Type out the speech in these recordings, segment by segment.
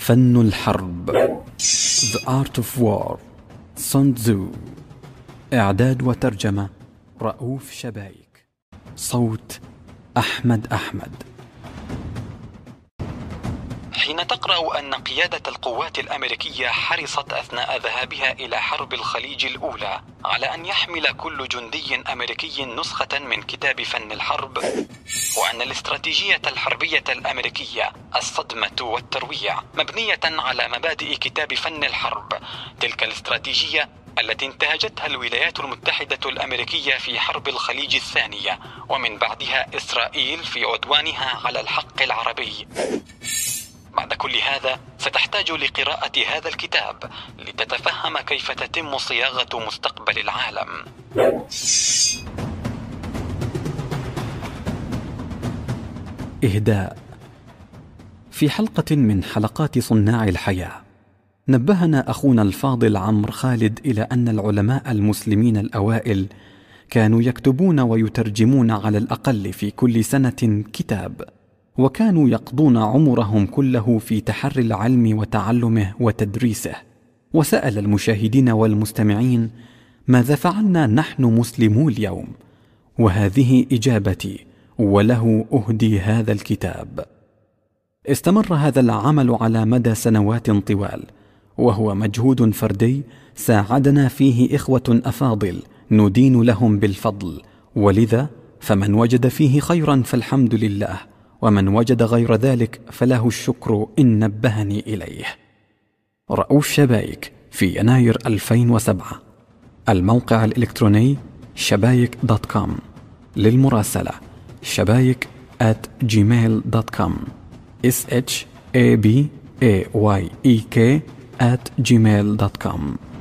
فن الحرب The Art of War سون تزو. إعداد وترجمة رؤوف شبايك. صوت أحمد أحمد. حين تقرأ أن قيادة القوات الأمريكية حرصت أثناء ذهابها إلى حرب الخليج الأولى على أن يحمل كل جندي أمريكي نسخة من كتاب فن الحرب، وأن الاستراتيجية الحربية الأمريكية الصدمة والترويع مبنية على مبادئ كتاب فن الحرب، تلك الاستراتيجية التي انتهجتها الولايات المتحدة الأمريكية في حرب الخليج الثانية، ومن بعدها إسرائيل في عدوانها على الحق العربي. بعد كل هذا ستحتاج لقراءة هذا الكتاب لتتفهم كيف تتم صياغة مستقبل العالم. إهداء. في حلقة من حلقات صناع الحياة نبهنا أخونا الفاضل عمرو خالد إلى أن العلماء المسلمين الأوائل كانوا يكتبون ويترجمون على الأقل في كل سنة كتاب، وكانوا يقضون عمرهم كله في تحري العلم وتعلمه وتدريسه. وسأل المشاهدين والمستمعين: ماذا فعلنا نحن مسلمو اليوم؟ وهذه إجابتي، وله أهدي هذا الكتاب. استمر هذا العمل على مدى سنوات طوال، وهو مجهود فردي ساعدنا فيه إخوة أفاضل ندين لهم بالفضل، ولذا فمن وجد فيه خيرا فالحمد لله، ومن وجد غير ذلك فله الشكر إن نبهني إليه. رؤوف شبايك، في يناير 2007. الموقع الإلكتروني shabayek.com. للمراسلة shabayek@gmail.com shabayek@gmail.com.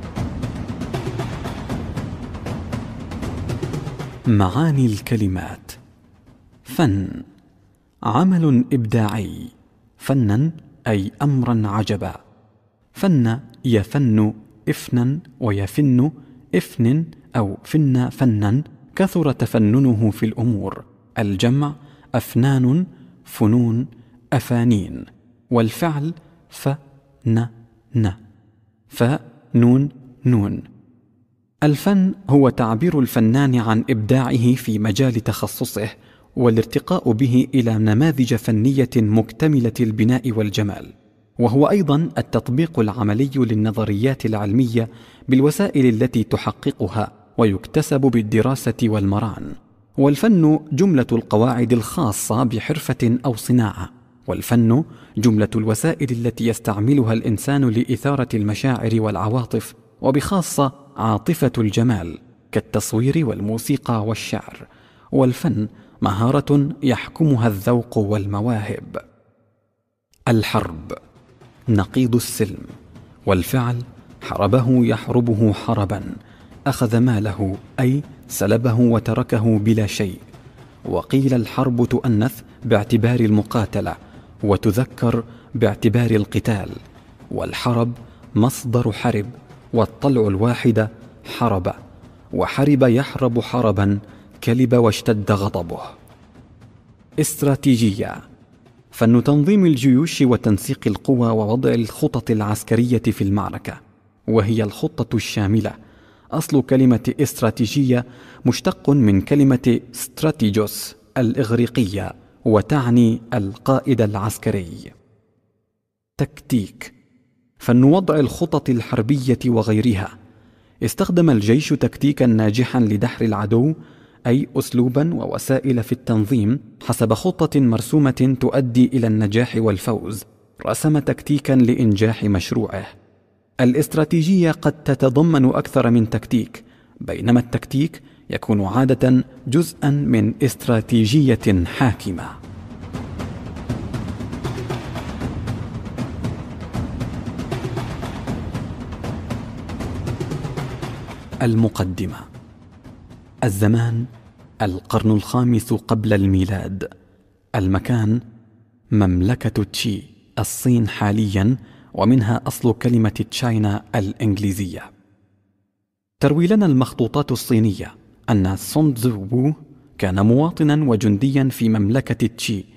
معاني الكلمات. فن عمل إبداعي. فنا أي أمرا عجبا. فن يفن إفنا، ويفن إفن أو فن فنا، كثر تفننه في الأمور. الجمع أفنان، فنون، أفانين. والفعل فن ن، فنون نون. الفن هو تعبير الفنان عن إبداعه في مجال تخصصه، والارتقاء به إلى نماذج فنية مكتملة البناء والجمال، وهو أيضا التطبيق العملي للنظريات العلمية بالوسائل التي تحققها، ويكتسب بالدراسة والمران. والفن جملة القواعد الخاصة بحرفة أو صناعة، والفن جملة الوسائل التي يستعملها الإنسان لإثارة المشاعر والعواطف، وبخاصة عاطفة الجمال كالتصوير والموسيقى والشعر. والفن مهارة يحكمها الذوق والمواهب. الحرب نقيض السلم، والفعل حربه يحربه حربا، أخذ ماله أي سلبه وتركه بلا شيء. وقيل الحرب تؤنث باعتبار المقاتلة، وتذكر باعتبار القتال. والحرب مصدر حرب، والطلع الواحد حرب، وحرب يحرب حربا، كلب واشتد غضبه. استراتيجية فن تنظيم الجيوش وتنسيق القوى ووضع الخطط العسكرية في المعركة، وهي الخطة الشاملة. أصل كلمة استراتيجية مشتق من كلمة ستراتيجوس الإغريقية، وتعني القائد العسكري. تكتيك فن وضع الخطط الحربية وغيرها. استخدم الجيش تكتيكا ناجحا لدحر العدو، أي أسلوبا ووسائل في التنظيم حسب خطة مرسومة تؤدي إلى النجاح والفوز. رسم تكتيكا لإنجاح مشروعه. الاستراتيجية قد تتضمن أكثر من تكتيك، بينما التكتيك يكون عادة جزءا من استراتيجية حاكمة. المقدمة. الزمان القرن الخامس قبل الميلاد. المكان مملكة تشي، الصين حاليا، ومنها أصل كلمة تشاينا الإنجليزية. تروي لنا المخطوطات الصينية أن سون تزو كان مواطنا وجنديا في مملكة تشي،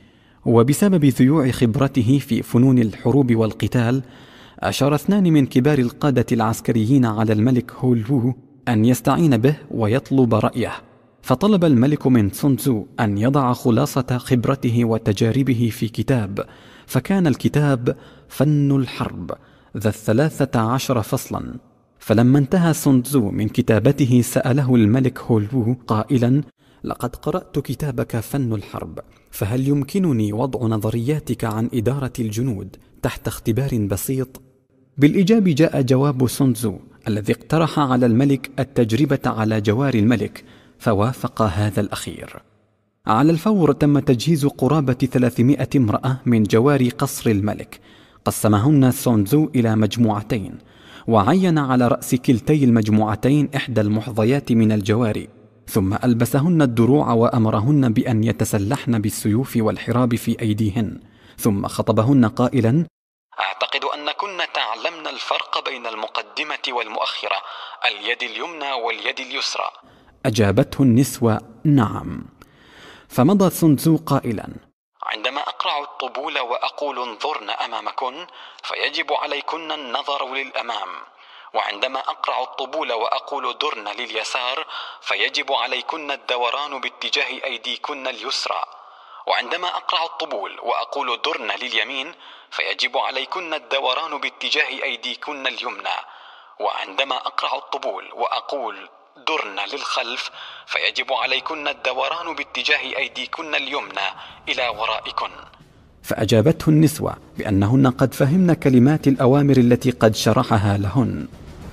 وبسبب ذيوع خبرته في فنون الحروب والقتال أشار 2 من كبار القادة العسكريين على الملك هولوو أن يستعين به ويطلب رأيه. فطلب الملك من سون تزو أن يضع خلاصة خبرته وتجاربه في كتاب، فكان الكتاب فن الحرب ذا 13 فصلا. فلما انتهى سون تزو من كتابته سأله الملك هولوو قائلا: لقد قرأت كتابك فن الحرب، فهل يمكنني وضع نظرياتك عن إدارة الجنود تحت اختبار بسيط؟ بالإجابة جاء جواب سون تزو الذي اقترح على الملك التجربة على جواري الملك، فوافق هذا الأخير. على الفور تم تجهيز قرابة 300 امرأة من جواري قصر الملك، قسمهن سون تزو إلى مجموعتين، وعين على رأس كلتي المجموعتين إحدى المحظيات من الجواري، ثم ألبسهن الدروع وأمرهن بأن يتسلحن بالسيوف والحراب في أيديهن، ثم خطبهن قائلا: أعتقد أنكن تعلمن الفرق بين المقدمة والمؤخرة، اليد اليمنى واليد اليسرى. أجابته النسوة: نعم. فمضى سون تزو قائلا: عندما أقرع الطبول وأقول انظرن أمامكن فيجب عليكن النظر للأمام، وعندما أقرع الطبول وأقول درن لليسار فيجب عليكن الدوران باتجاه أيديكن اليسرى، وعندما أقرع الطبول وأقول درن لليمين فيجب عليكن الدوران باتجاه أيديكن اليمنى، وعندما أقرع الطبول وأقول درن للخلف فيجب عليكن الدوران باتجاه أيديكن اليمنى إلى ورائكن. فأجابته النسوة بأنهن قد فهمن كلمات الأوامر التي قد شرحها لهن.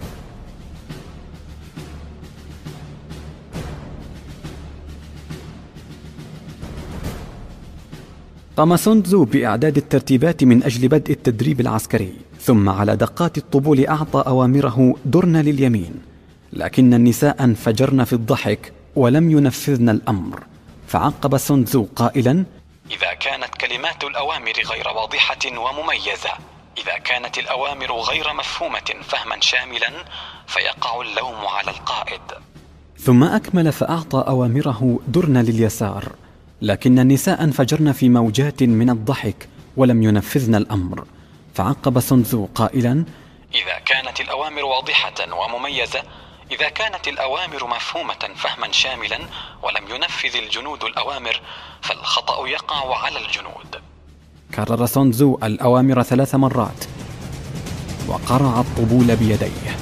قام سون تزو بإعداد الترتيبات من أجل بدء التدريب العسكري، ثم على دقات الطبول أعطى أوامره درن لليمين، لكن النساء انفجرن في الضحك ولم ينفذن الأمر. فعقب سون تزو قائلا: إذا كانت كلمات الأوامر غير واضحة ومميزة، إذا كانت الأوامر غير مفهومة فهما شاملا، فيقع اللوم على القائد. ثم أكمل فأعطى أوامره درن لليسار، لكن النساء انفجرن في موجات من الضحك ولم ينفذن الأمر. فعقب سون تزو قائلا: إذا كانت الأوامر واضحة ومميزة، إذا كانت الأوامر مفهومة فهما شاملا ولم ينفذ الجنود الأوامر، فالخطأ يقع على الجنود. كرر سون تزو الأوامر 3 مرات وقرع الطبول بيديه.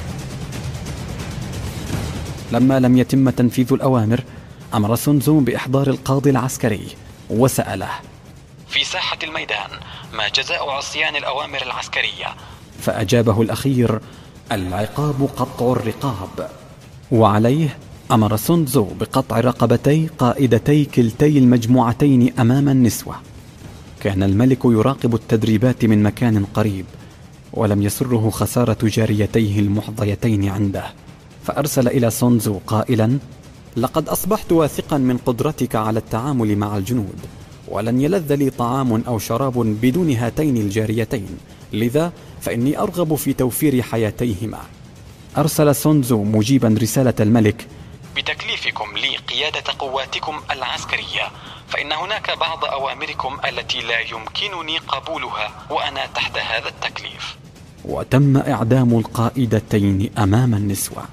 لما لم يتم تنفيذ الأوامر أمر سون تزو بإحضار القاضي العسكري وسأله: في ساحة الميدان ما جزاء عصيان الأوامر العسكرية؟ فأجابه الأخير: العقاب قطع الرقاب. وعليه أمر سون تزو بقطع رقبتي قائدتي كلتي المجموعتين أمام النسوة. كان الملك يراقب التدريبات من مكان قريب، ولم يسره خسارة جاريتيه المحظيتين عنده، فأرسل إلى سون تزو قائلا: لقد أصبحت واثقا من قدرتك على التعامل مع الجنود، ولن يلذ لي طعام أو شراب بدون هاتين الجاريتين، لذا فإني أرغب في توفير حياتيهما. أرسل سون تزو مجيبا رسالة الملك: بتكليفكم لي قيادة قواتكم العسكرية، فإن هناك بعض أوامركم التي لا يمكنني قبولها وأنا تحت هذا التكليف. وتم إعدام القائدتين أمام النسوة.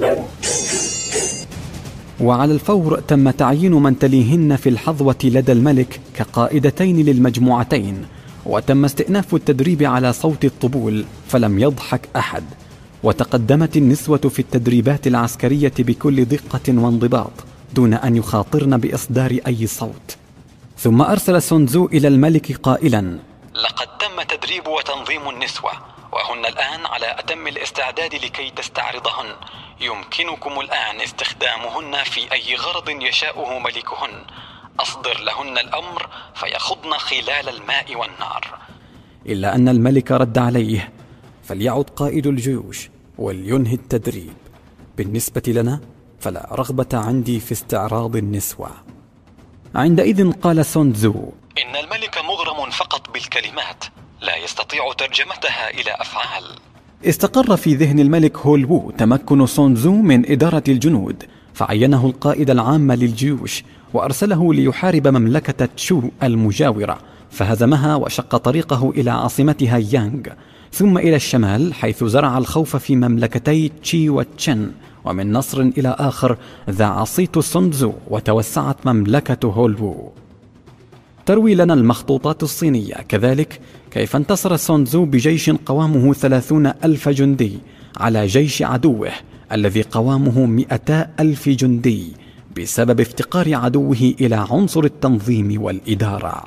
وعلى الفور تم تعيين من تليهن في الحظوة لدى الملك كقائدتين للمجموعتين، وتم استئناف التدريب على صوت الطبول، فلم يضحك أحد، وتقدمت النسوة في التدريبات العسكرية بكل دقة وانضباط دون أن يخاطرن بإصدار أي صوت. ثم أرسل سون تزو إلى الملك قائلا: لقد تم تدريب وتنظيم النسوة، وهن الآن على أتم الاستعداد لكي تستعرضهن. يمكنكم الآن استخدامهن في أي غرض يشاؤه ملكهن. أصدر لهن الأمر فيخضن خلال الماء والنار. إلا أن الملك رد عليه: فليعد قائد الجيوش ولينهي التدريب. بالنسبة لنا فلا رغبة عندي في استعراض النسوة. عندئذ قال سون تزو: إن الملك مغرم فقط بالكلمات، لا يستطيع ترجمتها إلى أفعال. استقر في ذهن الملك هولوو تمكن سون تزو من إدارة الجنود، فعينه القائد العام للجيوش، وأرسله ليحارب مملكة تشو المجاورة، فهزمها وشق طريقه إلى عاصمتها يانغ، ثم إلى الشمال حيث زرع الخوف في مملكتي تشي وتشن. ومن نصر إلى آخر ذاع صيت سون تزو وتوسعت مملكة هولوو. تروي لنا المخطوطات الصينية كذلك كيف انتصر سون تزو بجيش قوامه 30,000 جندي على جيش عدوه الذي قوامه 200,000 جندي، بسبب افتقار عدوه إلى عنصر التنظيم والإدارة.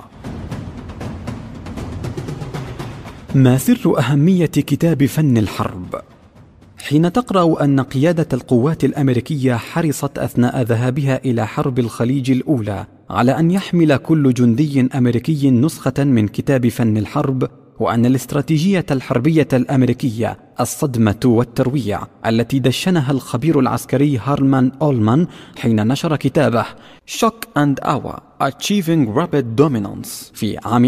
ما سر أهمية كتاب فن الحرب؟ حين تقرأ أن قيادة القوات الأمريكية حرصت أثناء ذهابها إلى حرب الخليج الأولى على أن يحمل كل جندي أمريكي نسخة من كتاب فن الحرب، وأن الاستراتيجية الحربية الأمريكية الصدمة والترويع التي دشنها الخبير العسكري هارمان أولمان حين نشر كتابه Shock and Awe Achieving Rapid Dominance في عام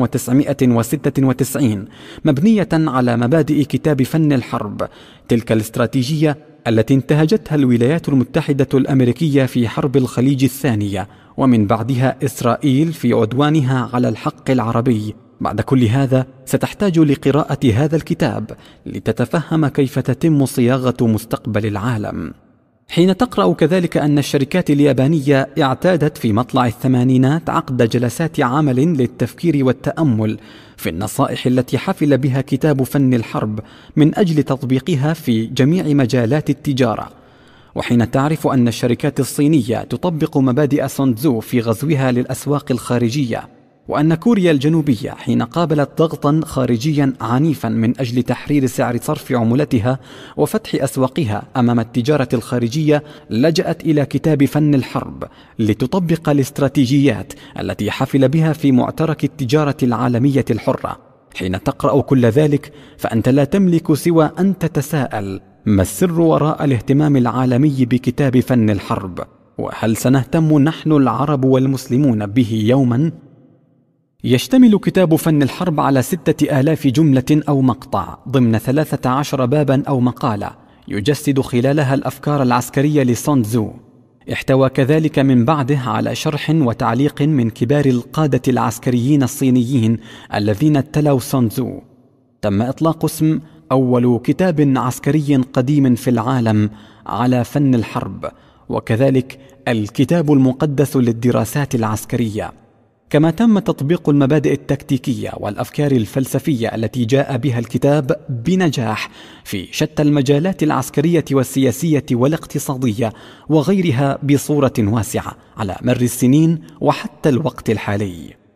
1996 مبنية على مبادئ كتاب فن الحرب، تلك الاستراتيجية التي انتهجتها الولايات المتحدة الأمريكية في حرب الخليج الثانية، ومن بعدها إسرائيل في عدوانها على الحق العربي. بعد كل هذا ستحتاج لقراءة هذا الكتاب لتتفهم كيف تتم صياغة مستقبل العالم. حين تقرأ كذلك أن الشركات اليابانية اعتادت في مطلع الثمانينات عقد جلسات عمل للتفكير والتأمل في النصائح التي حفل بها كتاب فن الحرب من أجل تطبيقها في جميع مجالات التجارة، وحين تعرف أن الشركات الصينية تطبق مبادئ سون تزو في غزوها للأسواق الخارجية، وأن كوريا الجنوبية حين قابلت ضغطا خارجيا عنيفا من أجل تحرير سعر صرف عملتها وفتح أسواقها أمام التجارة الخارجية لجأت إلى كتاب فن الحرب لتطبق الاستراتيجيات التي حفل بها في معترك التجارة العالمية الحرة. حين تقرأ كل ذلك فأنت لا تملك سوى أن تتساءل: ما السر وراء الاهتمام العالمي بكتاب فن الحرب؟ وهل سنهتم نحن العرب والمسلمون به يوما؟ يشتمل كتاب فن الحرب على 6,000 جملة أو مقطع ضمن 13 بابا أو مقالة يجسد خلالها الأفكار العسكرية لسون تزو. احتوى كذلك من بعده على شرح وتعليق من كبار القادة العسكريين الصينيين الذين تلوا سون تزو. تم إطلاق اسم أول كتاب عسكري قديم في العالم على فن الحرب، وكذلك الكتاب المقدس للدراسات العسكرية. كما تم تطبيق المبادئ التكتيكية والأفكار الفلسفية التي جاء بها الكتاب بنجاح في شتى المجالات العسكرية والسياسية والاقتصادية وغيرها بصورة واسعة على مر السنين وحتى الوقت الحالي.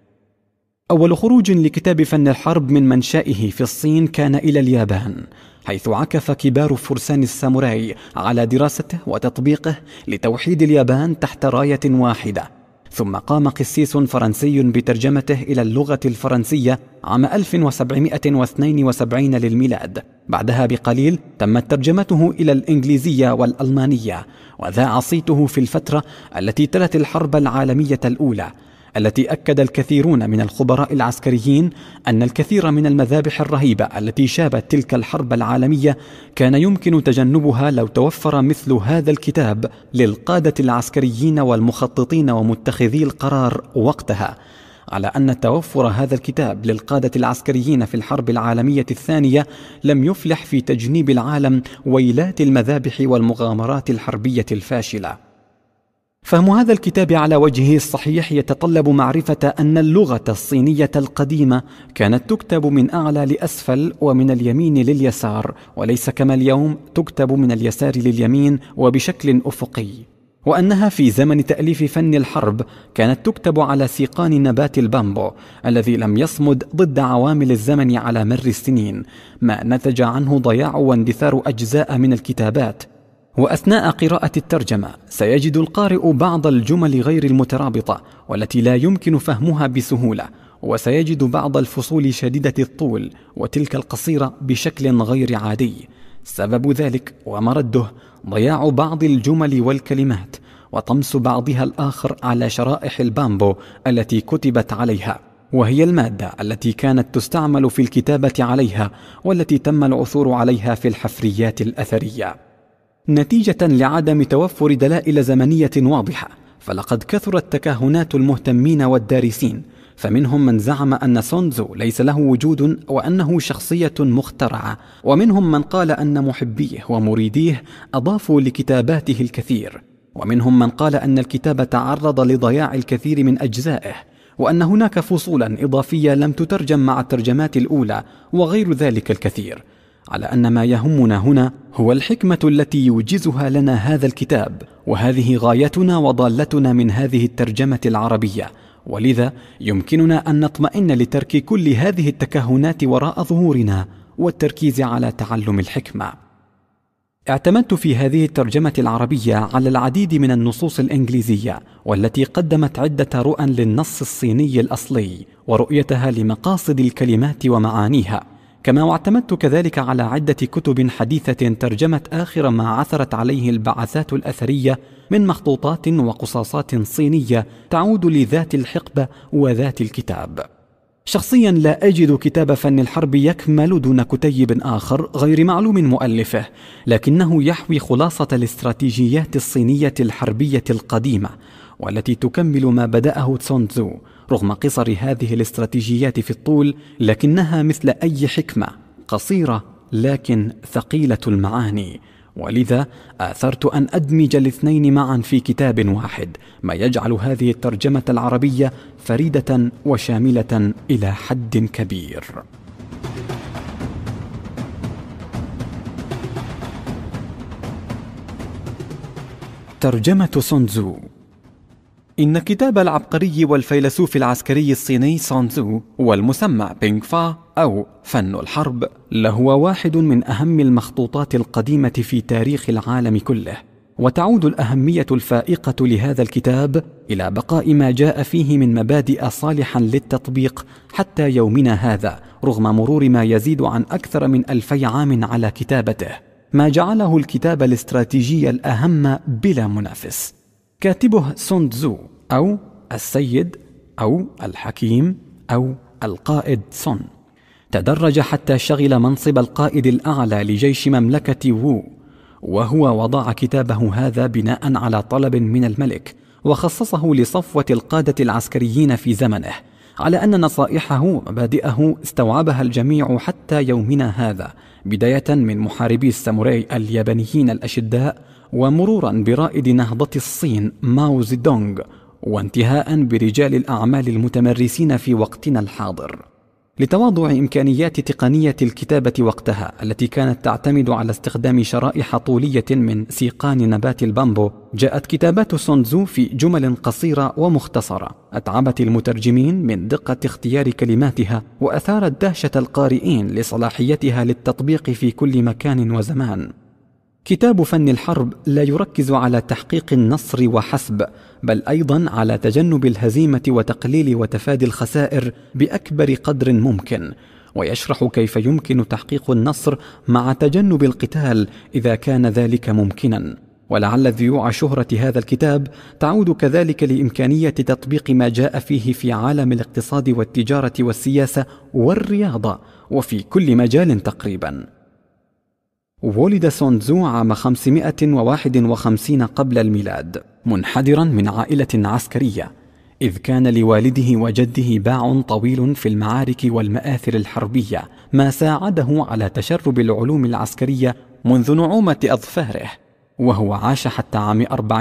أول خروج لكتاب فن الحرب من منشائه في الصين كان إلى اليابان، حيث عكف كبار فرسان الساموراي على دراسته وتطبيقه لتوحيد اليابان تحت راية واحدة. ثم قام قسيس فرنسي بترجمته إلى اللغة الفرنسية عام 1772 للميلاد. بعدها بقليل تمت ترجمته إلى الإنجليزية والألمانية، وذاع صيته في الفترة التي تلت الحرب العالمية الأولى، التي أكد الكثيرون من الخبراء العسكريين أن الكثير من المذابح الرهيبة التي شابت تلك الحرب العالمية كان يمكن تجنبها لو توفر مثل هذا الكتاب للقادة العسكريين والمخططين ومتخذي القرار وقتها، على أن توفر هذا الكتاب للقادة العسكريين في الحرب العالمية الثانية لم يفلح في تجنيب العالم ويلات المذابح والمغامرات الحربية الفاشلة. فهم هذا الكتاب على وجهه الصحيح يتطلب معرفة أن اللغة الصينية القديمة كانت تكتب من أعلى لأسفل ومن اليمين لليسار، وليس كما اليوم تكتب من اليسار لليمين وبشكل أفقي، وأنها في زمن تأليف فن الحرب كانت تكتب على سيقان نبات البامبو الذي لم يصمد ضد عوامل الزمن على مر السنين، ما نتج عنه ضياع واندثار أجزاء من الكتابات. وأثناء قراءة الترجمة سيجد القارئ بعض الجمل غير المترابطة والتي لا يمكن فهمها بسهولة، وسيجد بعض الفصول شديدة الطول وتلك القصيرة بشكل غير عادي. سبب ذلك ومرده ضياع بعض الجمل والكلمات وطمس بعضها الآخر على شرائح البامبو التي كتبت عليها، وهي المادة التي كانت تستعمل في الكتابة عليها والتي تم العثور عليها في الحفريات الأثرية. نتيجة لعدم توفر دلائل زمنية واضحة، فلقد كثرت تكهنات المهتمين والدارسين، فمنهم من زعم أن سون تزو ليس له وجود وأنه شخصية مخترعة، ومنهم من قال أن محبيه ومريديه أضافوا لكتاباته الكثير، ومنهم من قال أن الكتاب تعرض لضياع الكثير من أجزائه، وأن هناك فصولا إضافية لم تترجم مع الترجمات الأولى، وغير ذلك الكثير، على أن ما يهمنا هنا هو الحكمة التي يوجزها لنا هذا الكتاب، وهذه غايتنا وضالتنا من هذه الترجمة العربية، ولذا يمكننا أن نطمئن لترك كل هذه التكهنات وراء ظهورنا والتركيز على تعلم الحكمة. اعتمدت في هذه الترجمة العربية على العديد من النصوص الإنجليزية، والتي قدمت عدة رؤى للنص الصيني الأصلي ورؤيتها لمقاصد الكلمات ومعانيها، كما اعتمدت كذلك على عدة كتب حديثة ترجمت آخر ما عثرت عليه البعثات الأثرية من مخطوطات وقصاصات صينية تعود لذات الحقبة وذات الكتاب. شخصيا لا أجد كتاب فن الحرب يكمل دون كتيب آخر غير معلوم مؤلفه، لكنه يحوي خلاصة الاستراتيجيات الصينية الحربية القديمة، والتي تكمل ما بدأه سون تزو، رغم قصر هذه الاستراتيجيات في الطول، لكنها مثل أي حكمة قصيرة لكن ثقيلة المعاني، ولذا آثرت أن أدمج الاثنين معا في كتاب واحد، ما يجعل هذه الترجمة العربية فريدة وشاملة إلى حد كبير. ترجمة سون تزو. إن كتاب العبقري والفيلسوف العسكري الصيني سون تزو والمسمى بينغ فا أو فن الحرب لهو واحد من أهم المخطوطات القديمة في تاريخ العالم كله، وتعود الأهمية الفائقة لهذا الكتاب إلى بقاء ما جاء فيه من مبادئ صالحا للتطبيق حتى يومنا هذا، رغم مرور ما يزيد عن أكثر من 2000 عام على كتابته، ما جعله الكتاب الاستراتيجي الأهم بلا منافس. كاتبه سون تزو أو السيد أو الحكيم أو القائد سون، تدرج حتى شغل منصب القائد الأعلى لجيش مملكة وو، وهو وضع كتابه هذا بناء على طلب من الملك، وخصصه لصفوة القادة العسكريين في زمنه، على أن نصائحه ومبادئه استوعبها الجميع حتى يومنا هذا، بداية من محاربي الساموراي اليابانيين الأشداء، ومرورا برائد نهضة الصين ماو زيدونغ، وانتهاء برجال الأعمال المتمرسين في وقتنا الحاضر. لتواضع إمكانيات تقنية الكتابة وقتها التي كانت تعتمد على استخدام شرائح طولية من سيقان نبات البامبو، جاءت كتابات سون تزو في جمل قصيرة ومختصرة أتعبت المترجمين من دقة اختيار كلماتها، وأثارت دهشة القارئين لصلاحيتها للتطبيق في كل مكان وزمان. كتاب فن الحرب لا يركز على تحقيق النصر وحسب، بل أيضا على تجنب الهزيمة وتقليل وتفادي الخسائر بأكبر قدر ممكن، ويشرح كيف يمكن تحقيق النصر مع تجنب القتال إذا كان ذلك ممكنا. ولعل ذيوع شهرة هذا الكتاب تعود كذلك لإمكانية تطبيق ما جاء فيه في عالم الاقتصاد والتجارة والسياسة والرياضة وفي كل مجال تقريبا. ولد سون تزو عام 551 قبل الميلاد، منحدرا من عائلة عسكرية، إذ كان لوالده وجده باع طويل في المعارك والمآثر الحربية، ما ساعده على تشرب العلوم العسكرية منذ نعومة أظفاره، وهو عاش حتى عام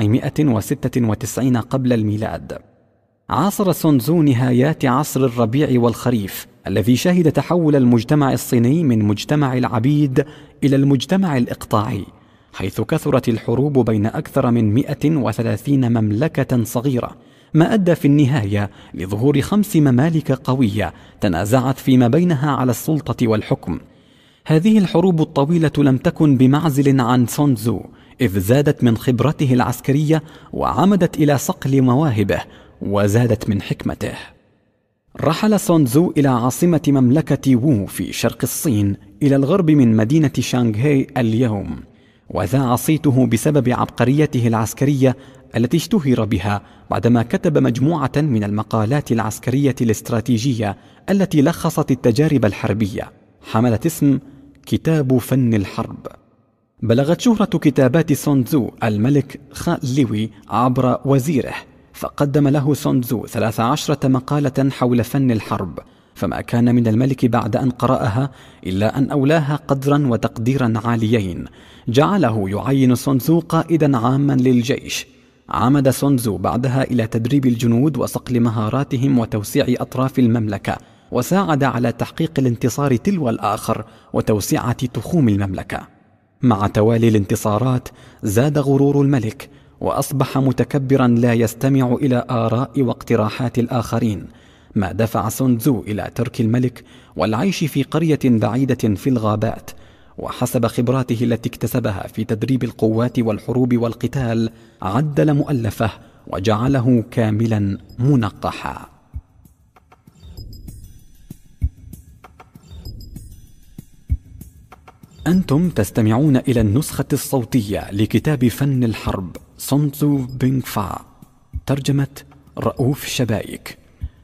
496 قبل الميلاد. عاصر سون تزو نهايات عصر الربيع والخريف الذي شهد تحول المجتمع الصيني من مجتمع العبيد إلى المجتمع الإقطاعي، حيث كثرت الحروب بين أكثر من 130 مملكة صغيرة، ما أدى في النهاية لظهور 5 ممالك قوية تنازعت فيما بينها على السلطة والحكم. هذه الحروب الطويلة لم تكن بمعزل عن سون تزو، إذ زادت من خبرته العسكرية وعمدت إلى صقل مواهبه وزادت من حكمته. رحل سون تزو إلى عاصمة مملكة وو في شرق الصين إلى الغرب من مدينة شانغهاي اليوم، وذاع صيته بسبب عبقريته العسكرية التي اشتهر بها بعدما كتب مجموعة من المقالات العسكرية الاستراتيجية التي لخصت التجارب الحربية، حملت اسم كتاب فن الحرب. بلغت شهرة كتابات سون تزو الملك خالوي عبر وزيره، فقدم له سون تزو 13 مقالة حول فن الحرب، فما كان من الملك بعد أن قرأها إلا أن أولاها قدرا وتقديرا عاليين، جعله يعين سون تزو قائدا عاما للجيش. عمد سون تزو بعدها إلى تدريب الجنود وصقل مهاراتهم وتوسيع أطراف المملكة، وساعد على تحقيق الانتصار تلو الآخر وتوسعة تخوم المملكة. مع توالي الانتصارات زاد غرور الملك، وأصبح متكبرا لا يستمع إلى آراء واقتراحات الآخرين، ما دفع سون تزو إلى ترك الملك والعيش في قرية بعيدة في الغابات. وحسب خبراته التي اكتسبها في تدريب القوات والحروب والقتال عدل مؤلفه وجعله كاملا منقحا. أنتم تستمعون إلى النسخة الصوتية لكتاب فن الحرب سون تزو بينغ فا، ترجمة رؤوف شبايك.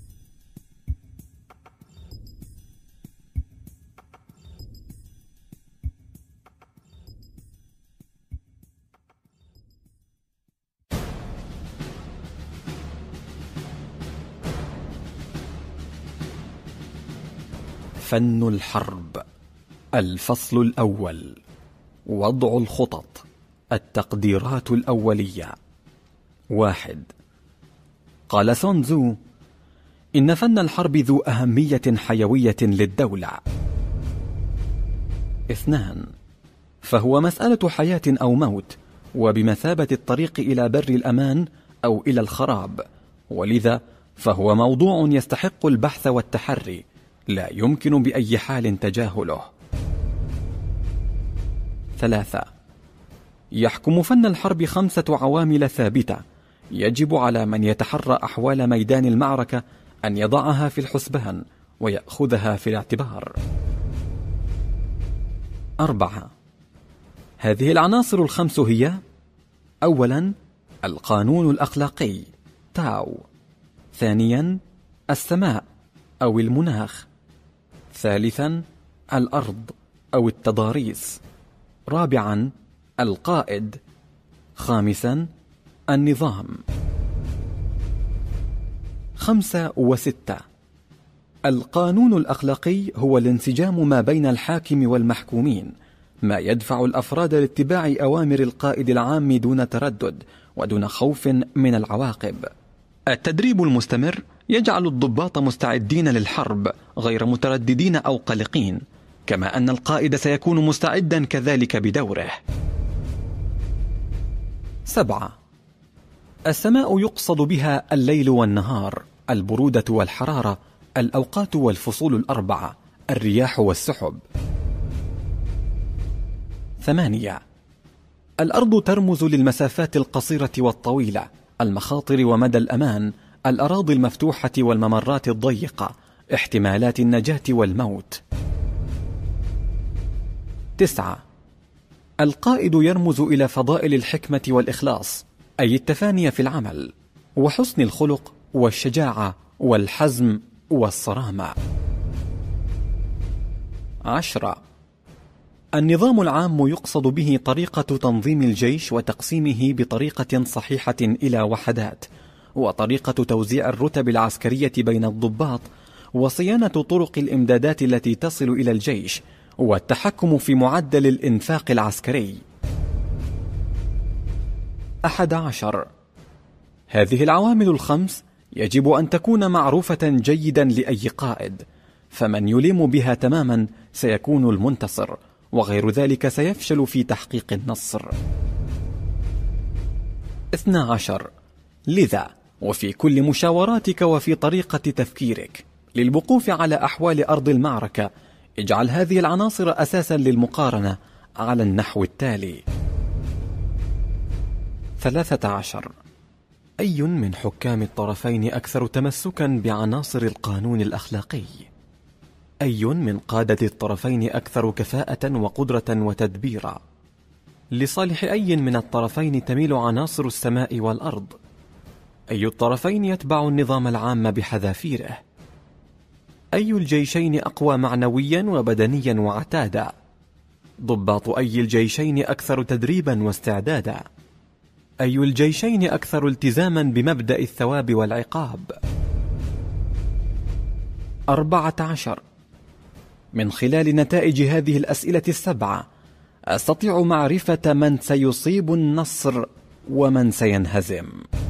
فن الحرب. الفصل الأول: وضع الخطط. التقديرات الأولية. 1. قال سون تزو: إن فن الحرب ذو أهمية حيوية للدولة. 2. فهو مسألة حياة أو موت، وبمثابة الطريق إلى بر الأمان أو إلى الخراب، ولذا فهو موضوع يستحق البحث والتحري، لا يمكن بأي حال تجاهله. 3. يحكم فن الحرب 5 عوامل ثابتة يجب على من يتحرى أحوال ميدان المعركة أن يضعها في الحسبان ويأخذها في الاعتبار. 4. هذه العناصر ال5 هي: أولا القانون الأخلاقي تاو، ثانيا السماء أو المناخ، ثالثا الأرض أو التضاريس، رابعا القائد، خامسا النظام. 5 و6. القانون الأخلاقي هو الانسجام ما بين الحاكم والمحكومين، ما يدفع الأفراد لاتباع أوامر القائد العام دون تردد ودون خوف من العواقب. التدريب المستمر يجعل الضباط مستعدين للحرب غير مترددين أو قلقين، كما أن القائد سيكون مستعدا كذلك بدوره. 7. السماء يقصد بها الليل والنهار، البرودة والحرارة، الأوقات والفصول ال4، الرياح والسحب. 8. الأرض ترمز للمسافات القصيرة والطويلة، المخاطر ومدى الأمان، الأراضي المفتوحة والممرات الضيقة، احتمالات النجاة والموت. 9. القائد يرمز إلى فضائل الحكمة والإخلاص، أي التفاني في العمل، وحسن الخلق والشجاعة والحزم والصرامة. 10. النظام العام يقصد به طريقة تنظيم الجيش وتقسيمه بطريقة صحيحة إلى وحدات، وطريقة توزيع الرتب العسكرية بين الضباط، وصيانة طرق الإمدادات التي تصل إلى الجيش، والتحكم في معدل الإنفاق العسكري. 11. هذه العوامل ال5 يجب أن تكون معروفة جيدا لأي قائد، فمن يلم بها تماما سيكون المنتصر، وغير ذلك سيفشل في تحقيق النصر. 12. لذا وفي كل مشاوراتك وفي طريقة تفكيرك للوقوف على أحوال أرض المعركة، اجعل هذه العناصر أساسا للمقارنة على النحو التالي. 13. أي من حكام الطرفين أكثر تمسكا بعناصر القانون الأخلاقي؟ أي من قادة الطرفين أكثر كفاءة وقدرة وتدبيرا؟ لصالح أي من الطرفين تميل عناصر السماء والأرض؟ أي الطرفين يتبع النظام العام بحذافيره؟ أي الجيشين أقوى معنويا وبدنيا وعتادا؟ ضباط أي الجيشين أكثر تدريبا واستعدادا؟ أي الجيشين أكثر التزاما بمبدأ الثواب والعقاب؟ 14. من خلال نتائج هذه الأسئلة السبعة أستطيع معرفة من سيصيب النصر ومن سينهزم.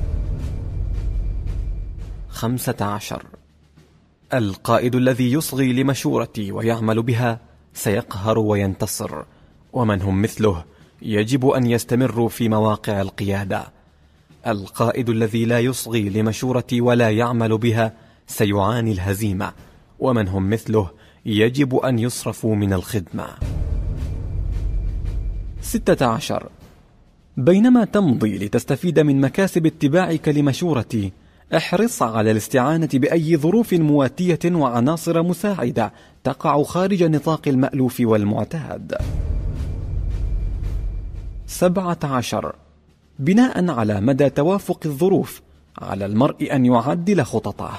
15. القائد الذي يصغي لمشورتي ويعمل بها سيقهر وينتصر، ومن هم مثله يجب أن يستمروا في مواقع القيادة. القائد الذي لا يصغي لمشورتي ولا يعمل بها سيعاني الهزيمة، ومن هم مثله يجب أن يصرفوا من الخدمة. 16. بينما تمضي لتستفيد من مكاسب اتباعك لمشورتي، احرص على الاستعانة بأي ظروف مواتية وعناصر مساعدة تقع خارج نطاق المألوف والمعتاد. 17. بناء على مدى توافق الظروف، على المرء أن يعدل خططه.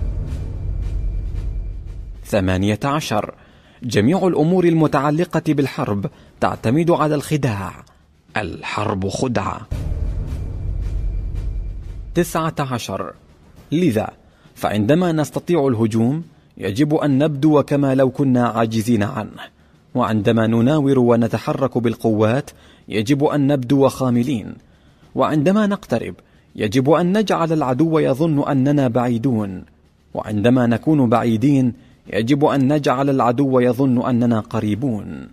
18. جميع الأمور المتعلقة بالحرب تعتمد على الخداع. الحرب خدعة. 19. لذا فعندما نستطيع الهجوم يجب أن نبدو كما لو كنا عاجزين عنه، وعندما نناور ونتحرك بالقوات يجب أن نبدو خاملين، وعندما نقترب يجب أن نجعل العدو يظن أننا بعيدون، وعندما نكون بعيدين يجب أن نجعل العدو يظن أننا قريبون.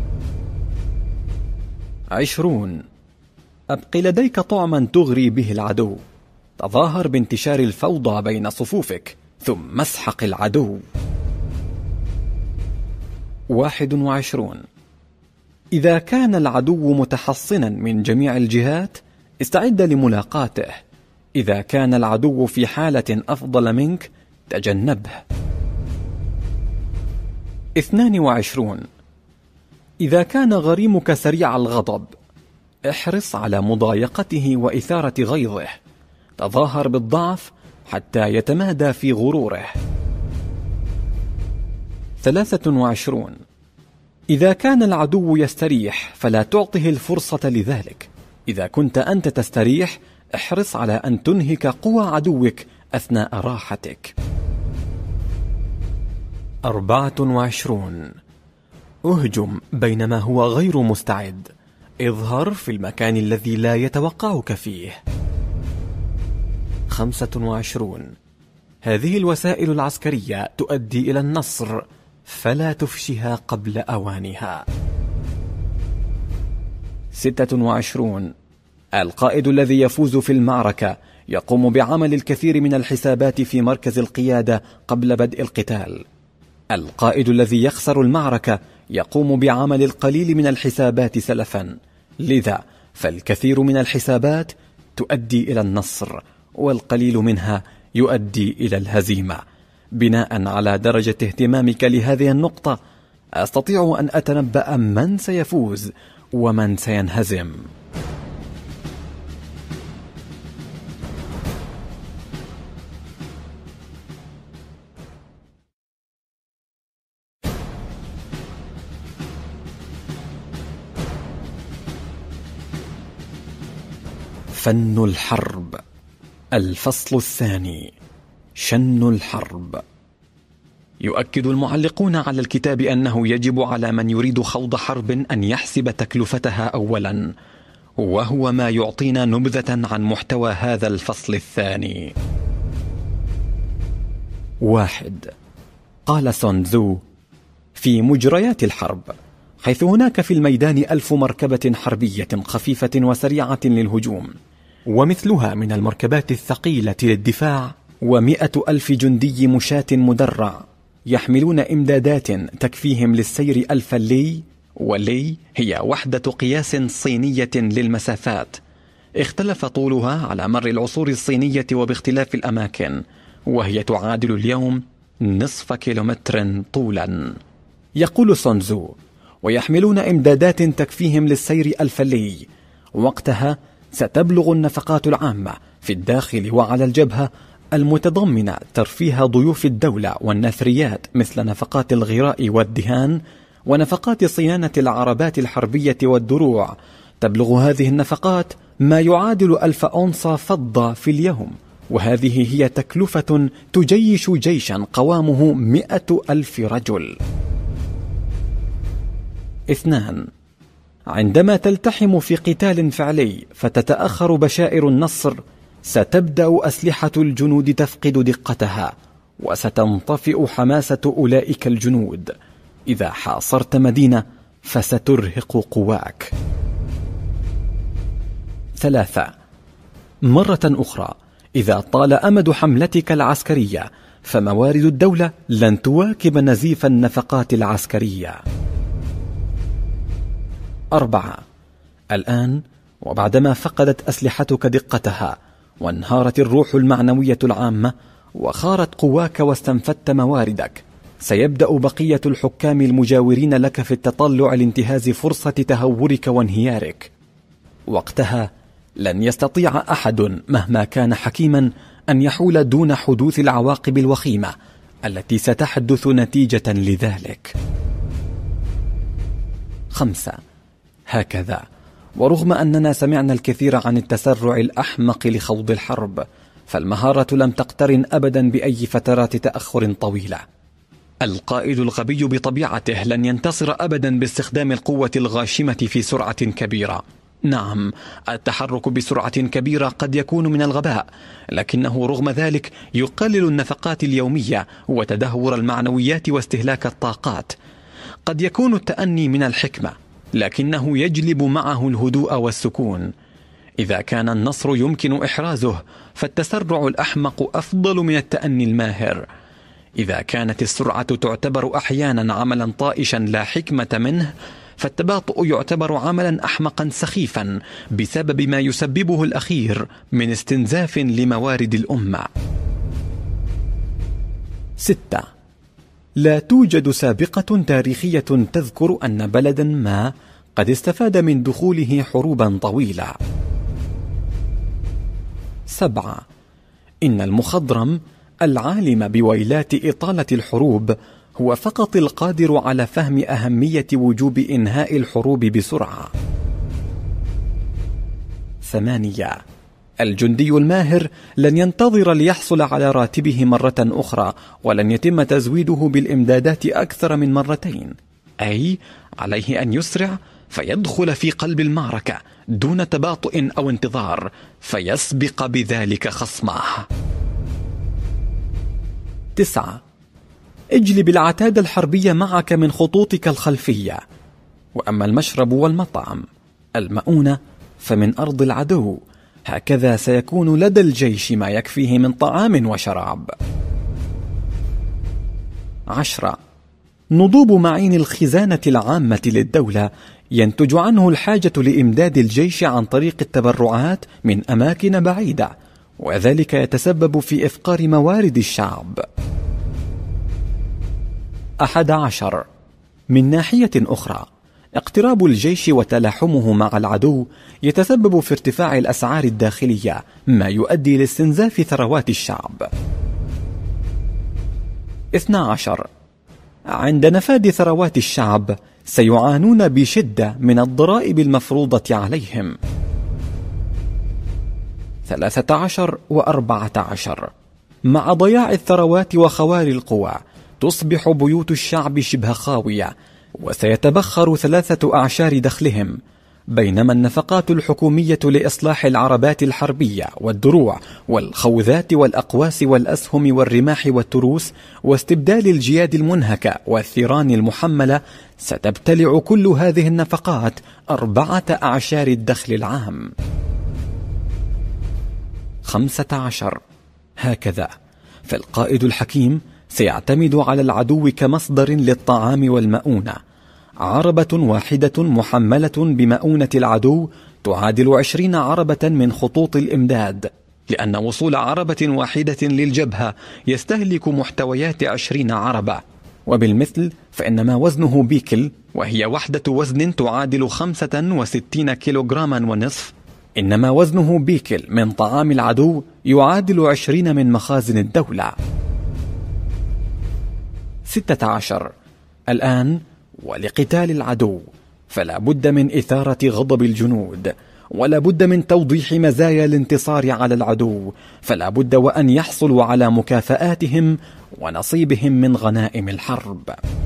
20. أبق لديك طعما تغري به العدو. تظاهر بانتشار الفوضى بين صفوفك ثم اسحق العدو. 21. إذا كان العدو متحصنا من جميع الجهات استعد لملاقاته. إذا كان العدو في حالة أفضل منك تجنبه. 22. إذا كان غريمك سريع الغضب احرص على مضايقته وإثارة غيظه. تظاهر بالضعف حتى يتمادى في غروره. 23. إذا كان العدو يستريح فلا تعطه الفرصة لذلك. إذا كنت أنت تستريح احرص على أن تنهك قوى عدوك أثناء راحتك. 24. اهجم بينما هو غير مستعد. اظهر في المكان الذي لا يتوقعك فيه. 25. هذه الوسائل العسكرية تؤدي إلى النصر، فلا تفشها قبل أوانها. 26. القائد الذي يفوز في المعركة يقوم بعمل الكثير من الحسابات في مركز القيادة قبل بدء القتال. القائد الذي يخسر المعركة يقوم بعمل القليل من الحسابات سلفا. لذا فالكثير من الحسابات تؤدي إلى النصر، والقليل منها يؤدي إلى الهزيمة. بناء على درجة اهتمامك لهذه النقطة أستطيع أن أتنبأ من سيفوز ومن سينهزم. فن الحرب. الفصل الثاني: شن الحرب. يؤكد المعلقون على الكتاب أنه يجب على من يريد خوض حرب أن يحسب تكلفتها أولا، وهو ما يعطينا نبذة عن محتوى هذا الفصل الثاني. 1. قال سون تزو: في مجريات الحرب، حيث هناك في الميدان 1000 مركبة حربية خفيفة وسريعة للهجوم، ومثلها من المركبات الثقيلة للدفاع، و100,000 جندي مشاة مدرع يحملون إمدادات تكفيهم للسير 1000 لي، واللي هي وحدة قياس صينية للمسافات اختلف طولها على مر العصور الصينية وباختلاف الأماكن، وهي تعادل اليوم نصف كيلومتر طولا. يقول سون تزو: ويحملون إمدادات تكفيهم للسير 1000 لي. وقتها ستبلغ النفقات العامة في الداخل وعلى الجبهة المتضمنة ترفيه ضيوف الدولة والنثريات مثل نفقات الغراء والدهان ونفقات صيانة العربات الحربية والدروع. تبلغ هذه النفقات ما يعادل 1000 أونصة فضة في اليوم، وهذه هي تكلفة تجيش جيشا قوامه 100,000 رجل. 2. عندما تلتحم في قتال فعلي فتتأخر بشائر النصر، ستبدأ أسلحة الجنود تفقد دقتها، وستنطفئ حماسة أولئك الجنود. إذا حاصرت مدينة فسترهق قواك. 3. مرة أخرى، إذا طال أمد حملتك العسكرية فموارد الدولة لن تواكب نزيف النفقات العسكرية. 4. الآن وبعدما فقدت أسلحتك دقتها، وانهارت الروح المعنوية العامة، وخارت قواك واستنفدت مواردك، سيبدأ بقية الحكام المجاورين لك في التطلع لانتهاز فرصة تهورك وانهيارك. وقتها لن يستطيع أحد مهما كان حكيما أن يحول دون حدوث العواقب الوخيمة التي ستحدث نتيجة لذلك. 5. هكذا، ورغم أننا سمعنا الكثير عن التسرع الأحمق لخوض الحرب، فالمهارة لم تقترن أبدا بأي فترات تأخر طويلة. القائد الغبي بطبيعته لن ينتصر أبدا باستخدام القوة الغاشمة في سرعة كبيرة. نعم، التحرك بسرعة كبيرة قد يكون من الغباء، لكنه رغم ذلك يقلل النفقات اليومية وتدهور المعنويات واستهلاك الطاقات. قد يكون التأني من الحكمة، لكنه يجلب معه الهدوء والسكون. إذا كان النصر يمكن إحرازه، فالتسرع الأحمق أفضل من التأني الماهر. إذا كانت السرعة تعتبر أحيانا عملا طائشا لا حكمة منه، فالتباطؤ يعتبر عملا أحمقا سخيفا بسبب ما يسببه الأخير من استنزاف لموارد الأمة. 6. لا توجد سابقة تاريخية تذكر أن بلدا ما قد استفاد من دخوله حروبا طويلة. 7. إن المخضرم العالم بويلات إطالة الحروب هو فقط القادر على فهم أهمية وجوب إنهاء الحروب بسرعة. 8. الجندي الماهر لن ينتظر ليحصل على راتبه مرة أخرى، ولن يتم تزويده بالإمدادات أكثر من مرتين، أي عليه أن يسرع فيدخل في قلب المعركة دون تباطؤ أو انتظار، فيسبق بذلك خصمه. 9. اجلب العتاد الحربية معك من خطوطك الخلفية، وأما المشرب والمطعم المؤونة فمن أرض العدو. هكذا سيكون لدى الجيش ما يكفيه من طعام وشراب. 10. نضوب معين الخزانة العامة للدولة ينتج عنه الحاجة لإمداد الجيش عن طريق التبرعات من أماكن بعيدة، وذلك يتسبب في إفقار موارد الشعب. 11. من ناحية أخرى، اقتراب الجيش وتلاحمه مع العدو يتسبب في ارتفاع الأسعار الداخلية، ما يؤدي لاستنزاف ثروات الشعب. 12. عند نفاد ثروات الشعب سيعانون بشدة من الضرائب المفروضة عليهم. 13 و14. مع ضياع الثروات وخوار القوى تصبح بيوت الشعب شبه خاوية، وسيتبخر 3 أعشار دخلهم، بينما النفقات الحكومية لإصلاح العربات الحربية والدروع والخوذات والأقواس والأسهم والرماح والتروس واستبدال الجياد المنهكة والثيران المحملة ستبتلع كل هذه النفقات 4 أعشار الدخل العام. 15. هكذا، فالقائد الحكيم سيعتمد على العدو كمصدر للطعام والمؤونة. عربة واحدة محملة بمؤونة العدو تعادل 20 عربة من خطوط الإمداد، لأن وصول عربة واحدة للجبهة يستهلك محتويات 20 عربة. وبالمثل فإن ما وزنه بيكل، وهي وحدة وزن تعادل 65 كيلوغراما ونصف، إنما وزنه بيكل من طعام العدو يعادل 20 من مخازن الدولة. 16. الآن ولقتال العدو فلا بد من إثارة غضب الجنود، ولا بد من توضيح مزايا الانتصار على العدو، فلا بد وأن يحصلوا على مكافآتهم ونصيبهم من غنائم الحرب.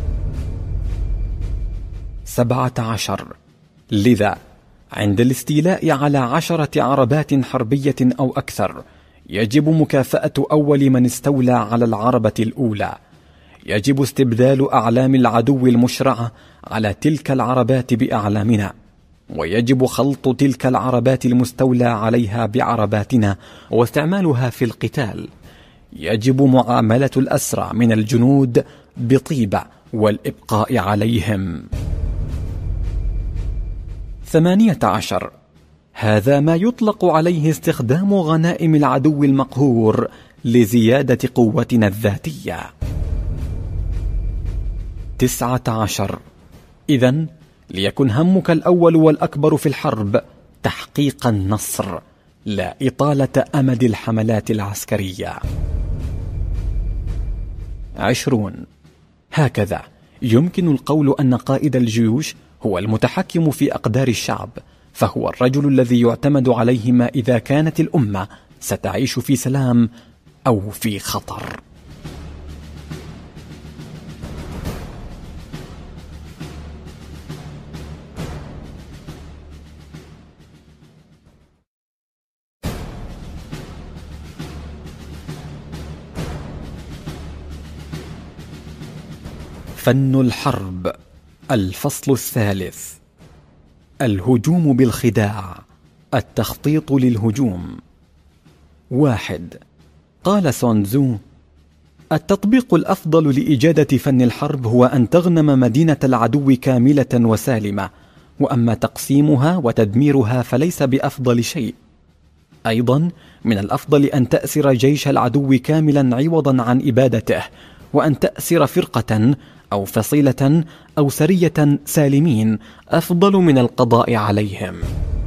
17. لذا عند الاستيلاء على 10 عربات حربية أو أكثر يجب مكافأة أول من استولى على العربة الأولى. يجب استبدال أعلام العدو المشرعة على تلك العربات بأعلامنا، ويجب خلط تلك العربات المستولى عليها بعرباتنا واستعمالها في القتال. يجب معاملة الأسرى من الجنود بطيبة والإبقاء عليهم. 18. هذا ما يطلق عليه استخدام غنائم العدو المقهور لزيادة قوتنا الذاتية. 19. إذن ليكن همك الأول والأكبر في الحرب تحقيق النصر، لا إطالة أمد الحملات العسكرية. 20. هكذا يمكن القول أن قائد الجيوش هو المتحكم في أقدار الشعب، فهو الرجل الذي يعتمد عليه ما إذا كانت الأمة ستعيش في سلام أو في خطر. فن الحرب. الفصل الثالث. الهجوم بالخداع. التخطيط للهجوم. 1. قال سون تزو: التطبيق الأفضل لإجادة فن الحرب هو أن تغنم مدينة العدو كاملة وسالمة، وأما تقسيمها وتدميرها فليس بأفضل شيء. أيضا من الأفضل أن تأسر جيش العدو كاملا عوضا عن إبادته، وأن تأسر فرقة أو فصيلة أو سرية سالمين أفضل من القضاء عليهم.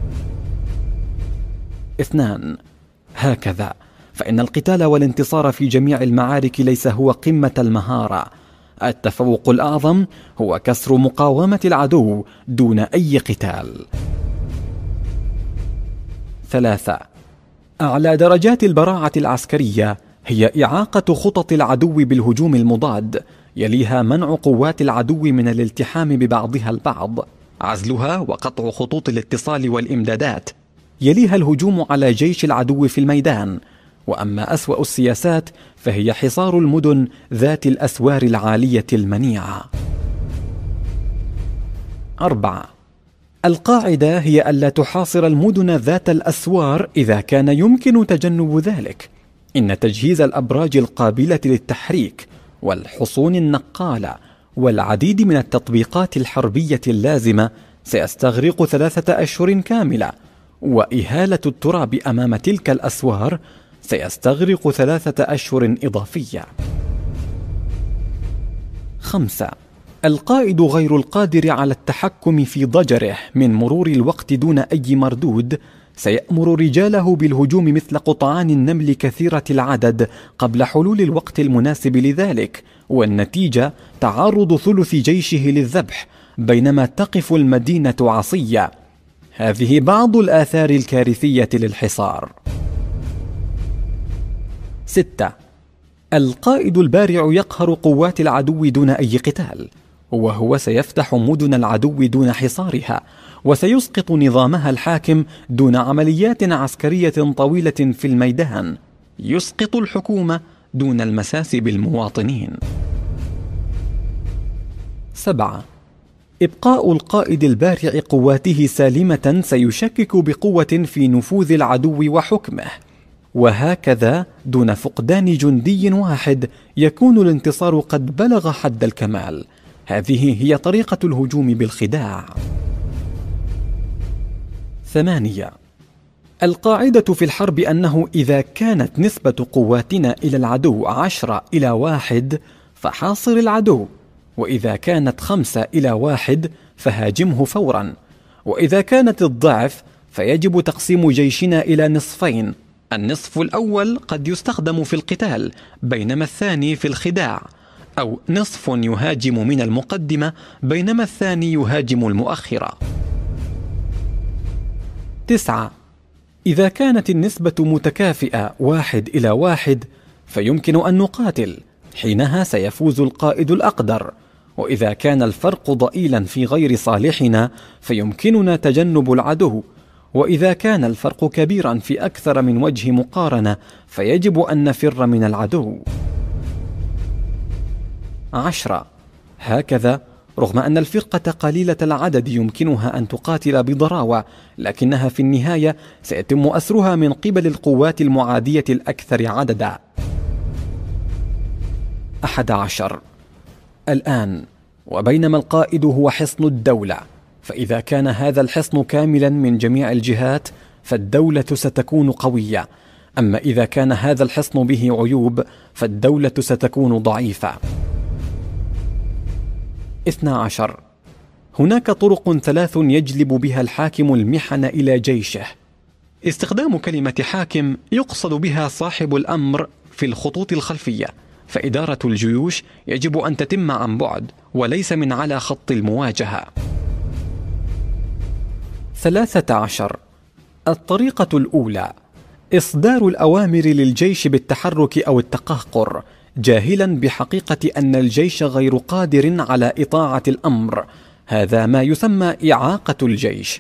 2. هكذا فإن القتال والانتصار في جميع المعارك ليس هو قمة المهارة. التفوق الأعظم هو كسر مقاومة العدو دون أي قتال. 3. أعلى درجات البراعة العسكرية هي إعاقة خطط العدو بالهجوم المضاد، يليها منع قوات العدو من الالتحام ببعضها البعض، عزلها وقطع خطوط الاتصال والإمدادات، يليها الهجوم على جيش العدو في الميدان. وأما أسوأ السياسات فهي حصار المدن ذات الأسوار العالية المنيعة. 4. القاعدة هي ألا تحاصر المدن ذات الأسوار إذا كان يمكن تجنب ذلك. إن تجهيز الأبراج القابلة للتحريك والحصون النقالة والعديد من التطبيقات الحربية اللازمة سيستغرق 3 أشهر كاملة، وإهالة التراب أمام تلك الأسوار سيستغرق 3 أشهر إضافية. 5. القائد غير القادر على التحكم في ضجره من مرور الوقت دون أي مردود سيأمر رجاله بالهجوم مثل قطعان النمل كثيرة العدد قبل حلول الوقت المناسب لذلك، والنتيجة تعرض ثلث جيشه للذبح بينما تقف المدينة عصية. هذه بعض الآثار الكارثية للحصار. 6. القائد البارع يقهر قوات العدو دون أي قتال، وهو سيفتح مدن العدو دون حصارها، وسيسقط نظامها الحاكم دون عمليات عسكرية طويلة في الميدان، يسقط الحكومة دون المساس بالمواطنين. 7. إبقاء القائد البارع قواته سالمة سيشكك بقوة في نفوذ العدو وحكمه، وهكذا دون فقدان جندي واحد يكون الانتصار قد بلغ حد الكمال. هذه هي طريقة الهجوم بالخداع. 8. القاعدة في الحرب أنه إذا كانت نسبة قواتنا إلى العدو 10-1 فحاصر العدو، وإذا كانت 5-1 فهاجمه فورا، وإذا كانت الضعف فيجب تقسيم جيشنا إلى نصفين. النصف الأول قد يستخدم في القتال، بينما الثاني في الخداع. أو نصف يهاجم من المقدمة بينما الثاني يهاجم المؤخرة. 9. إذا كانت النسبة متكافئة 1:1 فيمكن أن نقاتل، حينها سيفوز القائد الأقدر، وإذا كان الفرق ضئيلا في غير صالحنا فيمكننا تجنب العدو، وإذا كان الفرق كبيرا في أكثر من وجه مقارنة فيجب أن نفر من العدو. 10. هكذا رغم أن الفرقة قليلة العدد يمكنها أن تقاتل بضراوة، لكنها في النهاية سيتم أسرها من قبل القوات المعادية الأكثر عددا. 11. الآن وبينما القائد هو حصن الدولة، فإذا كان هذا الحصن كاملا من جميع الجهات فالدولة ستكون قوية، أما إذا كان هذا الحصن به عيوب فالدولة ستكون ضعيفة. 12. هناك طرق 3 يجلب بها الحاكم المحن إلى جيشه. استخدام كلمة حاكم يقصد بها صاحب الأمر في الخطوط الخلفية، فإدارة الجيوش يجب أن تتم عن بعد وليس من على خط المواجهة. 13. الطريقة الأولى إصدار الأوامر للجيش بالتحرك أو التقهقر، جاهلا بحقيقة أن الجيش غير قادر على إطاعة الأمر، هذا ما يسمى إعاقة الجيش.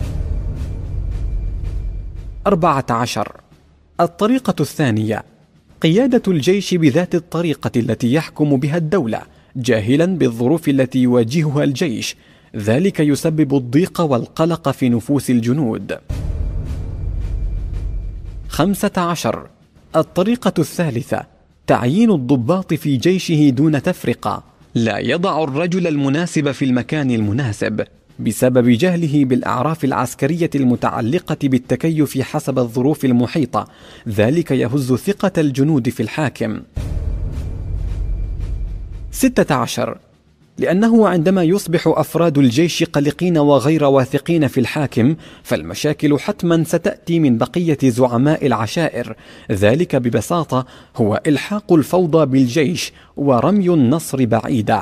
14. الطريقة الثانية قيادة الجيش بذات الطريقة التي يحكم بها الدولة، جاهلا بالظروف التي يواجهها الجيش، ذلك يسبب الضيق والقلق في نفوس الجنود. 15. الطريقة الثالثة تعيين الضباط في جيشه دون تفرقة، لا يضع الرجل المناسب في المكان المناسب بسبب جهله بالأعراف العسكرية المتعلقة بالتكيف حسب الظروف المحيطة، ذلك يهز ثقة الجنود في الحاكم. 16. لأنه عندما يصبح أفراد الجيش قلقين وغير واثقين في الحاكم فالمشاكل حتما ستأتي من بقية زعماء العشائر، ذلك ببساطة هو إلحاق الفوضى بالجيش ورمي النصر بعيدا.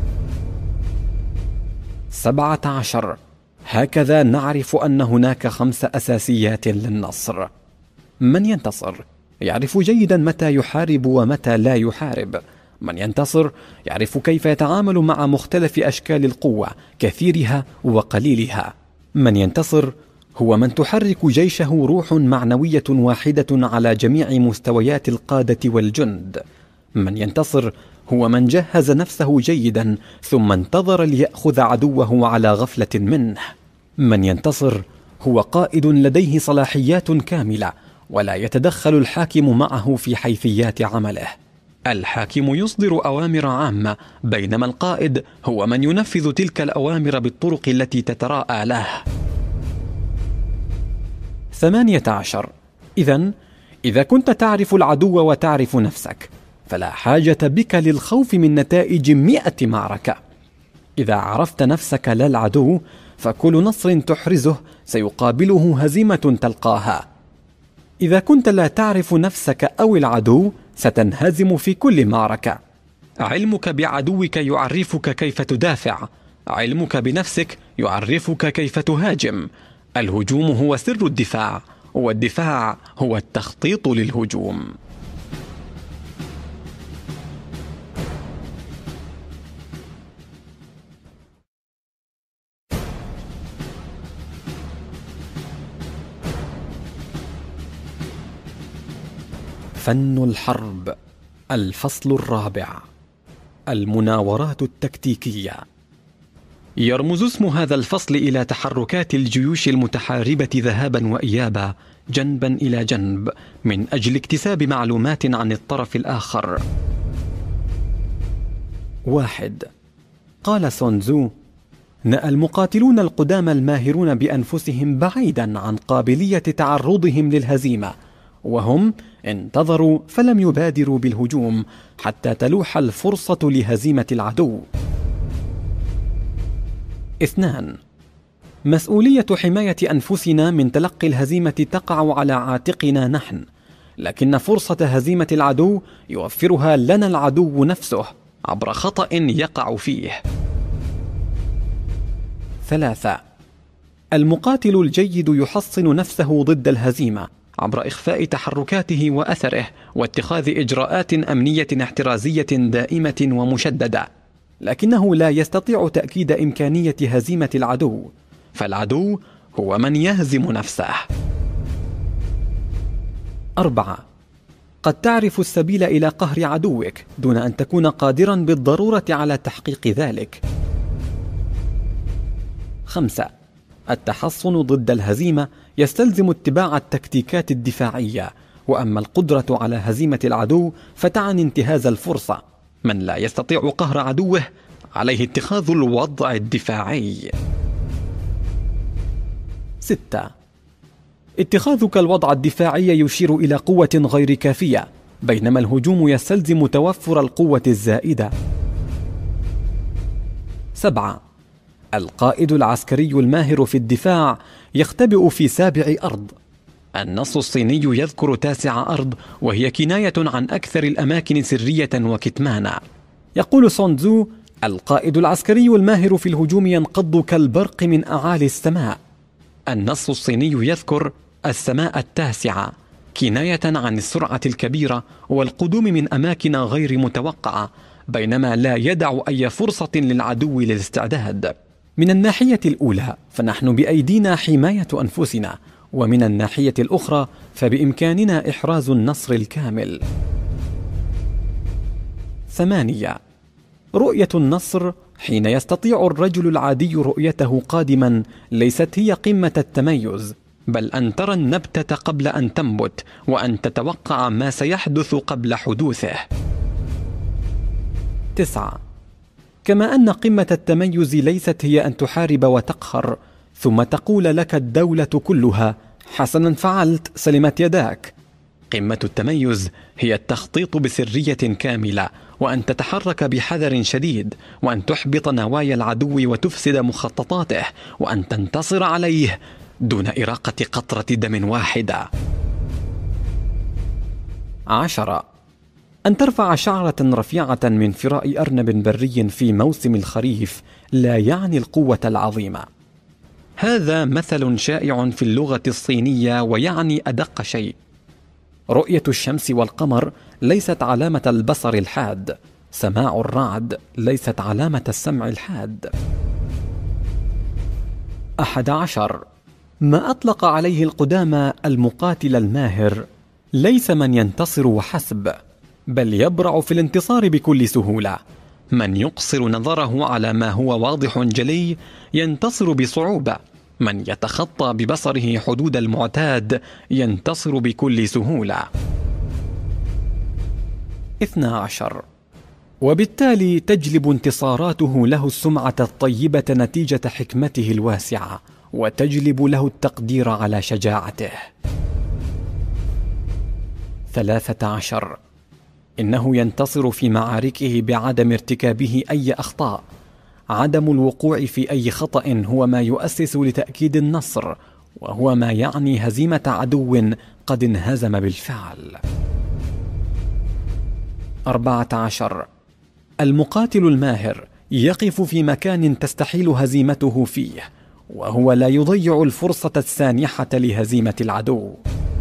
17. هكذا نعرف أن هناك 5 أساسيات للنصر. من ينتصر يعرف جيدا متى يحارب ومتى لا يحارب. من ينتصر يعرف كيف يتعامل مع مختلف أشكال القوة كثيرها وقليلها. من ينتصر هو من تحرك جيشه روح معنوية واحدة على جميع مستويات القادة والجند. من ينتصر هو من جهز نفسه جيدا ثم انتظر ليأخذ عدوه على غفلة منه. من ينتصر هو قائد لديه صلاحيات كاملة ولا يتدخل الحاكم معه في حيثيات عمله. الحاكم يصدر أوامر عامة، بينما القائد هو من ينفذ تلك الأوامر بالطرق التي تتراءى له. 18. إذا كنت تعرف العدو وتعرف نفسك فلا حاجة بك للخوف من نتائج 100 معركة. إذا عرفت نفسك لا العدو فكل نصر تحرزه سيقابله هزيمة تلقاها. إذا كنت لا تعرف نفسك أو العدو ستنهزم في كل معركة. علمك بعدوك يعرفك كيف تدافع، علمك بنفسك يعرفك كيف تهاجم. الهجوم هو سر الدفاع، والدفاع هو التخطيط للهجوم. فن الحرب. الفصل الرابع. المناورات التكتيكية. يرمز اسم هذا الفصل إلى تحركات الجيوش المتحاربة ذهابا وإيابا جنبا إلى جنب من أجل اكتساب معلومات عن الطرف الآخر. 1. قال سون تزو: نأى المقاتلون القدامى الماهرون بأنفسهم بعيدا عن قابلية تعرضهم للهزيمة، وهم انتظروا فلم يبادروا بالهجوم حتى تلوح الفرصة لهزيمة العدو. 2. مسؤولية حماية أنفسنا من تلقي الهزيمة تقع على عاتقنا نحن، لكن فرصة هزيمة العدو يوفرها لنا العدو نفسه، عبر خطأ يقع فيه. 3. المقاتل الجيد يحصن نفسه ضد الهزيمة عبر إخفاء تحركاته وأثره واتخاذ إجراءات أمنية احترازية دائمة ومشددة، لكنه لا يستطيع تأكيد إمكانية هزيمة العدو، فالعدو هو من يهزم نفسه. 4. قد تعرف السبيل إلى قهر عدوك دون أن تكون قادرا بالضرورة على تحقيق ذلك. 5. التحصن ضد الهزيمة يستلزم اتباع التكتيكات الدفاعية، وأما القدرة على هزيمة العدو فتعني انتهاز الفرصة. من لا يستطيع قهر عدوه عليه اتخاذ الوضع الدفاعي. 6. اتخاذك الوضع الدفاعي يشير إلى قوة غير كافية، بينما الهجوم يستلزم توفر القوة الزائدة. 7. القائد العسكري الماهر في الدفاع يختبئ في سابع أرض. النص الصيني يذكر 9 أرض، وهي كناية عن أكثر الأماكن سرية وكتمانا. يقول سون تزو: القائد العسكري الماهر في الهجوم ينقض كالبرق من أعالي السماء. النص الصيني يذكر السماء 9، كناية عن السرعة الكبيرة والقدوم من أماكن غير متوقعة، بينما لا يدع أي فرصة للعدو للاستعداد. من الناحية الأولى فنحن بأيدينا حماية أنفسنا، ومن الناحية الأخرى فبإمكاننا إحراز النصر الكامل. 8. رؤية النصر حين يستطيع الرجل العادي رؤيته قادما ليست هي قمة التميز، بل أن ترى النبتة قبل أن تنبت، وأن تتوقع ما سيحدث قبل حدوثه. 9. كما أن قمة التميز ليست هي أن تحارب وتقهر ثم تقول لك الدولة كلها: حسنا فعلت، سلمت يداك. قمة التميز هي التخطيط بسرية كاملة، وأن تتحرك بحذر شديد، وأن تحبط نوايا العدو وتفسد مخططاته، وأن تنتصر عليه دون إراقة قطرة دم واحدة. 10. أن ترفع شعرة رفيعة من فراء أرنب بري في موسم الخريف لا يعني القوة العظيمة. هذا مثل شائع في اللغة الصينية ويعني أدق شيء. رؤية الشمس والقمر ليست علامة البصر الحاد، سماع الرعد ليست علامة السمع الحاد. 11. ما أطلق عليه القدامى المقاتل الماهر ليس من ينتصر وحسب، بل يبرع في الانتصار بكل سهولة. من يقصر نظره على ما هو واضح جلي ينتصر بصعوبة، من يتخطى ببصره حدود المعتاد ينتصر بكل سهولة. 12. وبالتالي تجلب انتصاراته له السمعة الطيبة نتيجة حكمته الواسعة، وتجلب له التقدير على شجاعته. 13. إنه ينتصر في معاركه بعدم ارتكابه أي أخطاء. عدم الوقوع في أي خطأ هو ما يؤسس لتأكيد النصر، وهو ما يعني هزيمة عدو قد انهزم بالفعل. 14. المقاتل الماهر يقف في مكان تستحيل هزيمته فيه، وهو لا يضيع الفرصة السانحة لهزيمة العدو.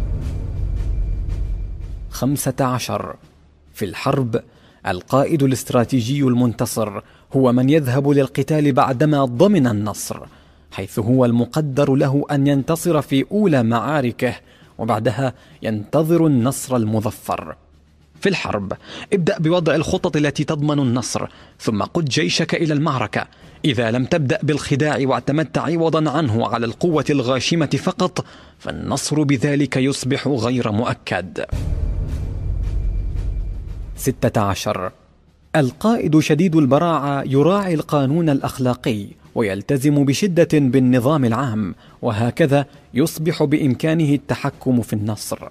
15. في الحرب القائد الاستراتيجي المنتصر هو من يذهب للقتال بعدما ضمن النصر، حيث هو المقدر له أن ينتصر في أولى معاركه، وبعدها ينتظر النصر المظفر. في الحرب ابدأ بوضع الخطط التي تضمن النصر، ثم قد جيشك إلى المعركة. إذا لم تبدأ بالخداع واعتمدت عوضا عنه على القوة الغاشمة فقط، فالنصر بذلك يصبح غير مؤكد. 16. القائد شديد البراعة يراعي القانون الأخلاقي ويلتزم بشدة بالنظام العام، وهكذا يصبح بإمكانه التحكم في النصر.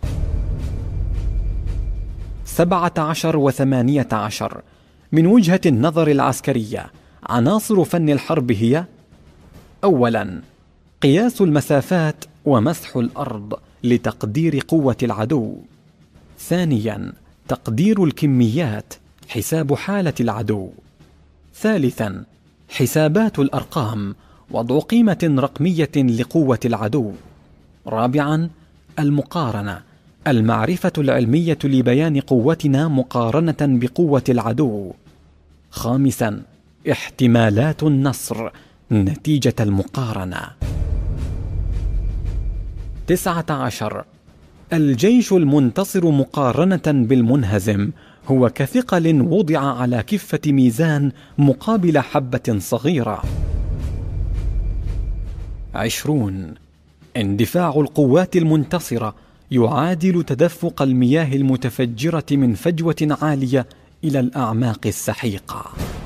17 و18. من وجهة النظر العسكرية عناصر فن الحرب هي: أولا قياس المسافات ومسح الأرض لتقدير قوة العدو. ثانيا تقدير الكميات، حساب حالة العدو. ثالثا، حسابات الأرقام، وضع قيمة رقمية لقوة العدو. رابعا، المقارنة، المعرفة العلمية لبيان قوتنا مقارنة بقوة العدو. خامسا، احتمالات النصر نتيجة المقارنة. 19. الجيش المنتصر مقارنة بالمنهزم هو كثقل وضع على كفة ميزان مقابل حبة صغيرة. 20. اندفاع القوات المنتصرة يعادل تدفق المياه المتفجرة من فجوة عالية إلى الأعماق السحيقة.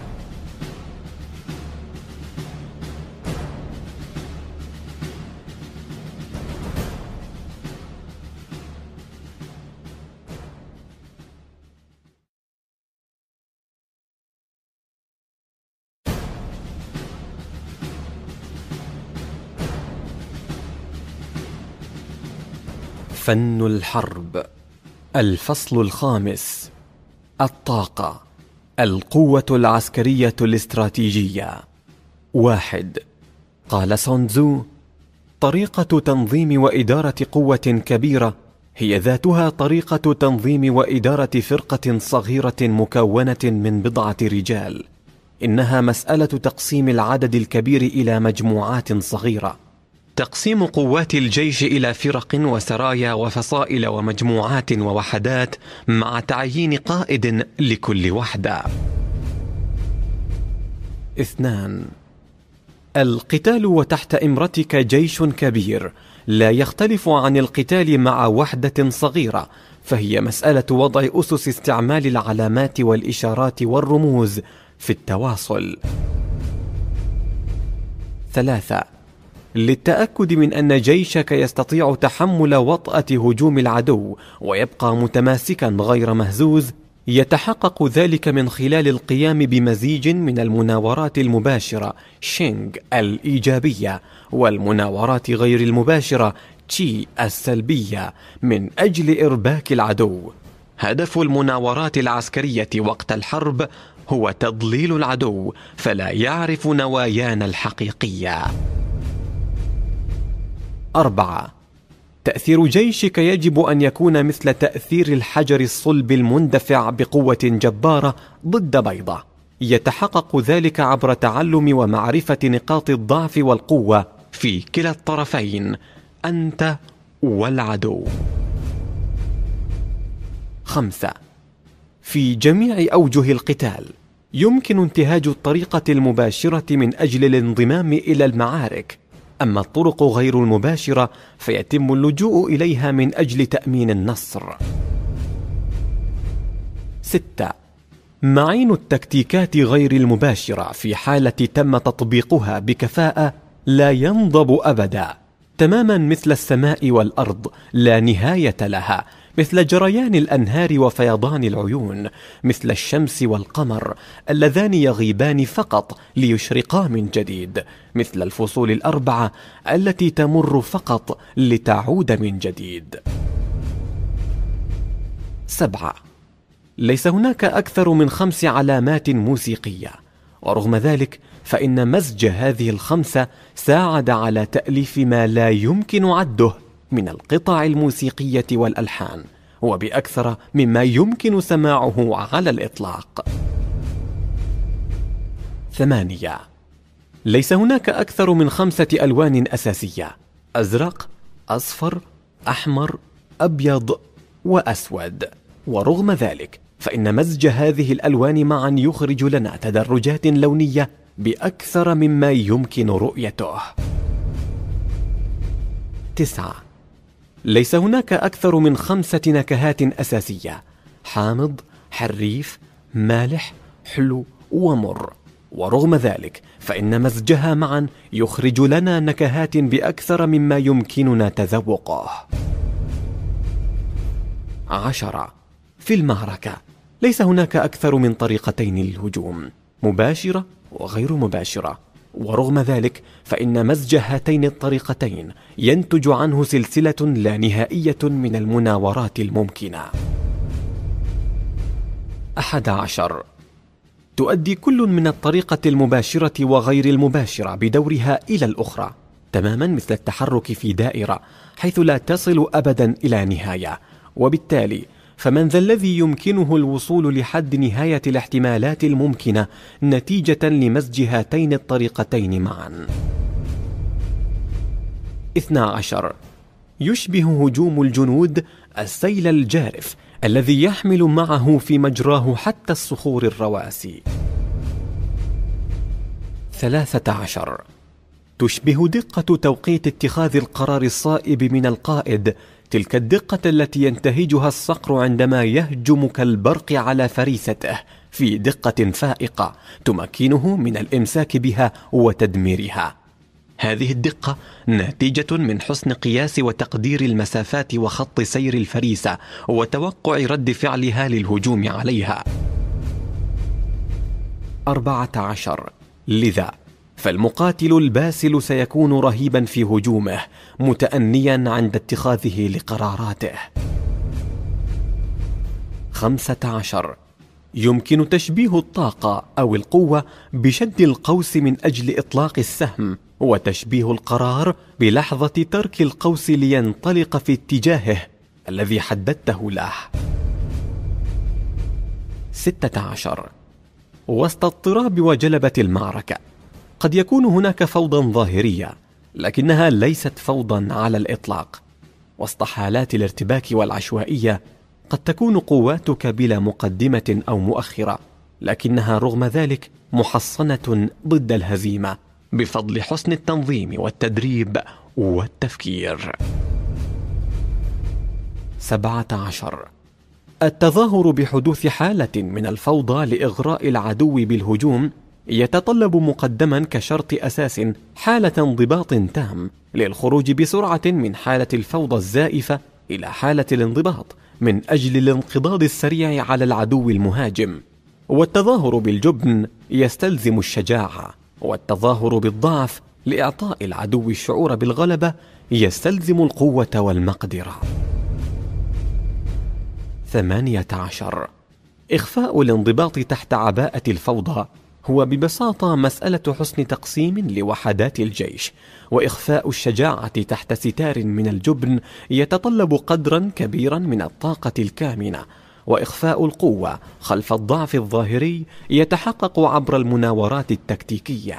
فن الحرب. الفصل الخامس. الطاقة، القوة العسكرية الاستراتيجية. 1. قال سون تزو: طريقة تنظيم وإدارة قوة كبيرة هي ذاتها طريقة تنظيم وإدارة فرقة صغيرة مكونة من بضعة رجال. إنها مسألة تقسيم العدد الكبير إلى مجموعات صغيرة، تقسيم قوات الجيش إلى فرق وسرايا وفصائل ومجموعات ووحدات مع تعيين قائد لكل وحدة. 2. القتال وتحت إمرتك جيش كبير لا يختلف عن القتال مع وحدة صغيرة، فهي مسألة وضع أسس استعمال العلامات والإشارات والرموز في التواصل. 3. للتأكد من أن جيشك يستطيع تحمل وطأة هجوم العدو ويبقى متماسكا غير مهزوز، يتحقق ذلك من خلال القيام بمزيج من المناورات المباشرة شينغ الإيجابية والمناورات غير المباشرة تشي السلبية من أجل إرباك العدو. هدف المناورات العسكرية وقت الحرب هو تضليل العدو فلا يعرف نوايانا الحقيقية. 4. تأثير جيشك يجب أن يكون مثل تأثير الحجر الصلب المندفع بقوة جبارة ضد بيضة، يتحقق ذلك عبر تعلم ومعرفة نقاط الضعف والقوة في كلا الطرفين، أنت والعدو. 5. في جميع أوجه القتال يمكن انتهاج الطريقة المباشرة من أجل الانضمام إلى المعارك، أما الطرق غير المباشرة فيتم اللجوء إليها من أجل تأمين النصر. 6. معين التكتيكات غير المباشرة في حالة تم تطبيقها بكفاءة لا ينضب أبدا، تماما مثل السماء والأرض لا نهاية لها، مثل جريان الأنهار وفيضان العيون، مثل الشمس والقمر اللذان يغيبان فقط ليشرقا من جديد، مثل الفصول الأربعة التي تمر فقط لتعود من جديد. 7. ليس هناك أكثر من 5 علامات موسيقية، ورغم ذلك فإن مزج هذه ال5 ساعد على تأليف ما لا يمكن عده من القطع الموسيقية والألحان، وبأكثر مما يمكن سماعه على الإطلاق. 8. ليس هناك أكثر من 5 ألوان أساسية: أزرق، أصفر، أحمر، أبيض، وأسود، ورغم ذلك فإن مزج هذه الألوان معا يخرج لنا تدرجات لونية بأكثر مما يمكن رؤيته. 9. ليس هناك أكثر من 5 نكهات أساسية: حامض، حريف، مالح، حلو، ومر، ورغم ذلك فإن مزجها معا يخرج لنا نكهات بأكثر مما يمكننا تذوقه. 10. في المعركة ليس هناك أكثر من طريقتين للهجوم: مباشرة وغير مباشرة، ورغم ذلك فإن مزج هاتين الطريقتين ينتج عنه سلسلة لا نهائية من المناورات الممكنة. 11. تؤدي كل من الطريقة المباشرة وغير المباشرة بدورها إلى الأخرى، تماما مثل التحرك في دائرة حيث لا تصل أبدا إلى نهاية، وبالتالي فمن ذا الذي يمكنه الوصول لحد نهاية الاحتمالات الممكنة نتيجة لمزج هاتين الطريقتين معا. 12. يشبه هجوم الجنود السيل الجارف الذي يحمل معه في مجراه حتى الصخور الرواسي. 13. تشبه دقة توقيت اتخاذ القرار الصائب من القائد تلك الدقة التي ينتهجها الصقر عندما يهجم كالبرق على فريسته في دقة فائقة تمكنه من الإمساك بها وتدميرها. هذه الدقة ناتجة من حسن قياس وتقدير المسافات وخط سير الفريسة وتوقع رد فعلها للهجوم عليها. 14. لذا فالمقاتل الباسل سيكون رهيبا في هجومه متأنيا عند اتخاذه لقراراته. 15. يمكن تشبيه الطاقة أو القوة بشد القوس من أجل إطلاق السهم، وتشبيه القرار بلحظة ترك القوس لينطلق في اتجاهه الذي حددته له. 16. وسط اضطراب وجلبة المعركة قد يكون هناك فوضى ظاهرية، لكنها ليست فوضى على الإطلاق. وسط حالات الارتباك والعشوائية قد تكون قواتك بلا مقدمة أو مؤخرة، لكنها رغم ذلك محصنة ضد الهزيمة بفضل حسن التنظيم والتدريب والتفكير. 17. التظاهر بحدوث حالة من الفوضى لإغراء العدو بالهجوم يتطلب مقدما كشرط أساس حالة انضباط تام للخروج بسرعة من حالة الفوضى الزائفة إلى حالة الانضباط من أجل الانقضاض السريع على العدو المهاجم. والتظاهر بالجبن يستلزم الشجاعة، والتظاهر بالضعف لإعطاء العدو الشعور بالغلبة يستلزم القوة والمقدرة. 18. إخفاء الانضباط تحت عباءة الفوضى هو ببساطة مسألة حسن تقسيم لوحدات الجيش، وإخفاء الشجاعة تحت ستار من الجبن يتطلب قدرا كبيرا من الطاقة الكامنة، وإخفاء القوة خلف الضعف الظاهري يتحقق عبر المناورات التكتيكية.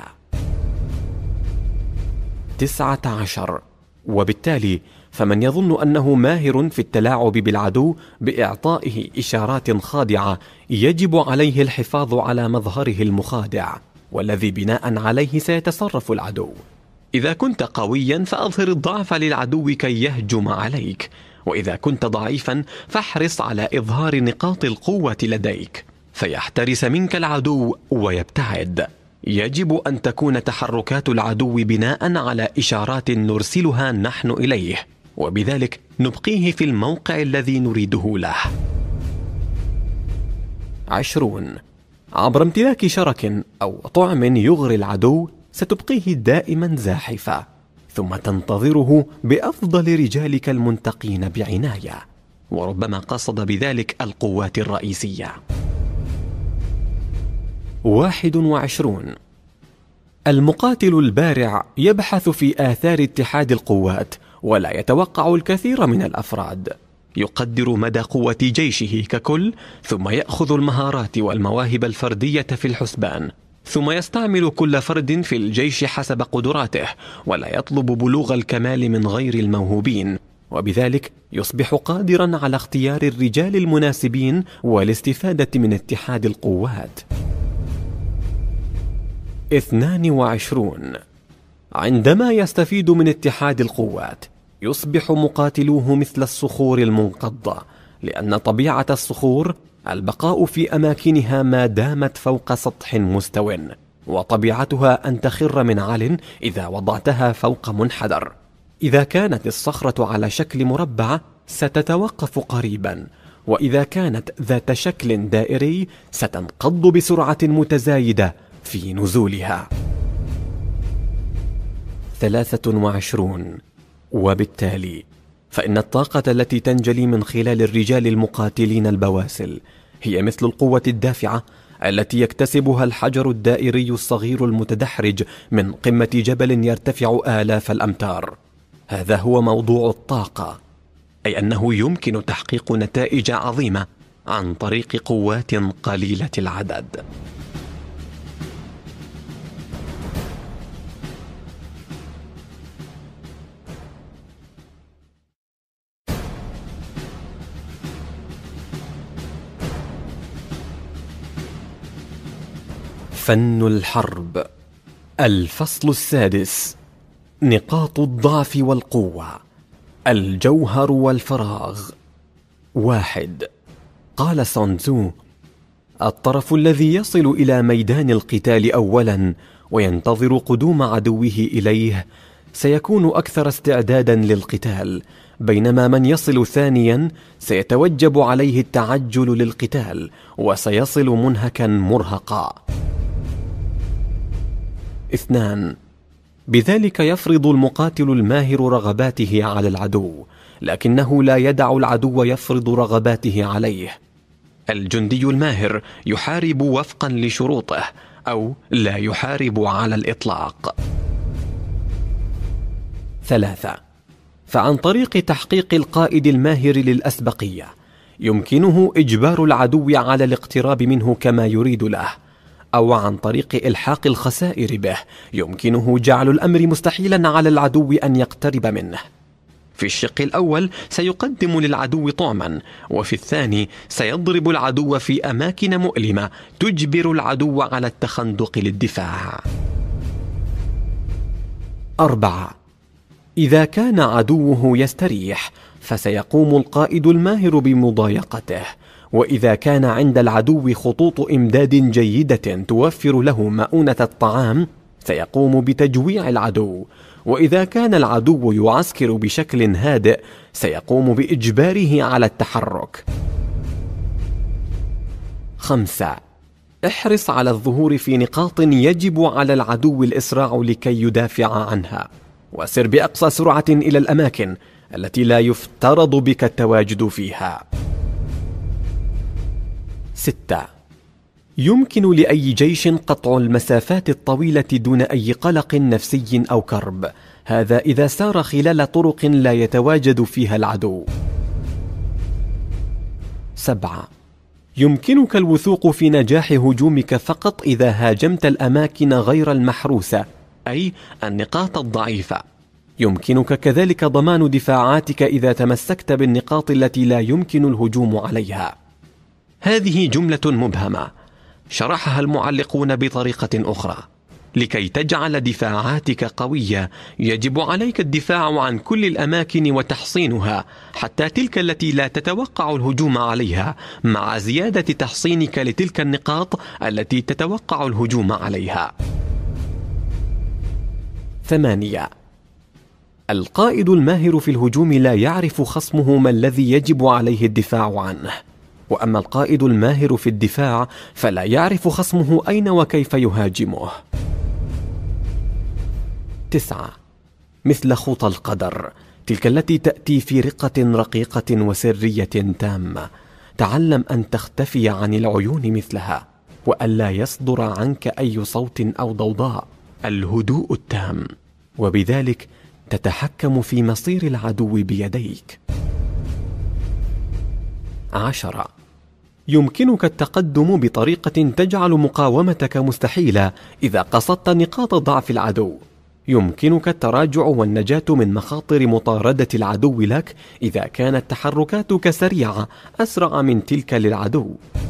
19. وبالتالي فمن يظن أنه ماهر في التلاعب بالعدو بإعطائه إشارات خادعة يجب عليه الحفاظ على مظهره المخادع، والذي بناء عليه سيتصرف العدو. إذا كنت قويا فأظهر الضعف للعدو كي يهجم عليك، وإذا كنت ضعيفا فاحرص على إظهار نقاط القوة لديك فيحترس منك العدو ويبتعد. يجب أن تكون تحركات العدو بناء على إشارات نرسلها نحن إليه، وبذلك نبقيه في الموقع الذي نريده له. 20. عبر امتلاك شرك أو طعم يغري العدو ستبقيه دائما زاحفا، ثم تنتظره بأفضل رجالك المنتقين بعناية، وربما قصد بذلك القوات الرئيسية. 21. المقاتل البارع يبحث في آثار اتحاد القوات ولا يتوقع الكثير من الأفراد. يقدر مدى قوة جيشه ككل، ثم يأخذ المهارات والمواهب الفردية في الحسبان، ثم يستعمل كل فرد في الجيش حسب قدراته، ولا يطلب بلوغ الكمال من غير الموهوبين، وبذلك يصبح قادرا على اختيار الرجال المناسبين والاستفادة من اتحاد القوات. 22. عندما يستفيد من اتحاد القوات يصبح مقاتلوه مثل الصخور المنقضة، لأن طبيعة الصخور البقاء في أماكنها ما دامت فوق سطح مستو، وطبيعتها أن تخر من عال إذا وضعتها فوق منحدر. إذا كانت الصخرة على شكل مربع ستتوقف قريبا، وإذا كانت ذات شكل دائري ستنقض بسرعة متزايدة في نزولها. 23. وبالتالي فإن الطاقة التي تنجلي من خلال الرجال المقاتلين البواسل هي مثل القوة الدافعة التي يكتسبها الحجر الدائري الصغير المتدحرج من قمة جبل يرتفع آلاف الأمتار. هذا هو موضوع الطاقة، أي أنه يمكن تحقيق نتائج عظيمة عن طريق قوات قليلة العدد. فن الحرب. الفصل السادس: نقاط الضعف والقوة. الجوهر والفراغ. 1. قال سون تزو: الطرف الذي يصل إلى ميدان القتال أولا وينتظر قدوم عدوه إليه سيكون أكثر استعدادا للقتال، بينما من يصل ثانيا سيتوجب عليه التعجل للقتال وسيصل منهكا مرهقا. 2. بذلك يفرض المقاتل الماهر رغباته على العدو، لكنه لا يدع العدو يفرض رغباته عليه. الجندي الماهر يحارب وفقا لشروطه أو لا يحارب على الإطلاق. 3. فعن طريق تحقيق القائد الماهر للأسبقية يمكنه إجبار العدو على الاقتراب منه كما يريد له، أو عن طريق إلحاق الخسائر به يمكنه جعل الأمر مستحيلا على العدو أن يقترب منه. في الشق الأول سيقدم للعدو طعما، وفي الثاني سيضرب العدو في أماكن مؤلمة تجبر العدو على التخندق للدفاع. 4. إذا كان عدوه يستريح فسيقوم القائد الماهر بمضايقته، وإذا كان عند العدو خطوط إمداد جيدة توفر له مؤونة الطعام سيقوم بتجويع العدو، وإذا كان العدو يعسكر بشكل هادئ سيقوم بإجباره على التحرك. 5. احرص على الظهور في نقاط يجب على العدو الإسراع لكي يدافع عنها، وسر بأقصى سرعة إلى الأماكن التي لا يفترض بك التواجد فيها. 6. يمكن لأي جيش قطع المسافات الطويلة دون أي قلق نفسي أو كرب، هذا إذا سار خلال طرق لا يتواجد فيها العدو. 7. يمكنك الوثوق في نجاح هجومك فقط إذا هاجمت الأماكن غير المحروسة، أي النقاط الضعيفة. يمكنك كذلك ضمان دفاعاتك إذا تمسكت بالنقاط التي لا يمكن الهجوم عليها. هذه جملة مبهمة شرحها المعلقون بطريقة أخرى: لكي تجعل دفاعاتك قوية يجب عليك الدفاع عن كل الأماكن وتحصينها حتى تلك التي لا تتوقع الهجوم عليها، مع زيادة تحصينك لتلك النقاط التي تتوقع الهجوم عليها. 8. القائد الماهر في الهجوم لا يعرف خصمه ما الذي يجب عليه الدفاع عنه، وأما القائد الماهر في الدفاع فلا يعرف خصمه أين وكيف يهاجمه. 9. مثل خطى القدر، تلك التي تأتي في رقة رقيقة وسرية تامة، تعلم أن تختفي عن العيون مثلها، وألا يصدر عنك أي صوت أو ضوضاء، الهدوء التام، وبذلك تتحكم في مصير العدو بيديك. 10. يمكنك التقدم بطريقة تجعل مقاومتك مستحيلة إذا قصدت نقاط ضعف العدو. يمكنك التراجع والنجاة من مخاطر مطاردة العدو لك إذا كانت تحركاتك سريعة أسرع من تلك للعدو.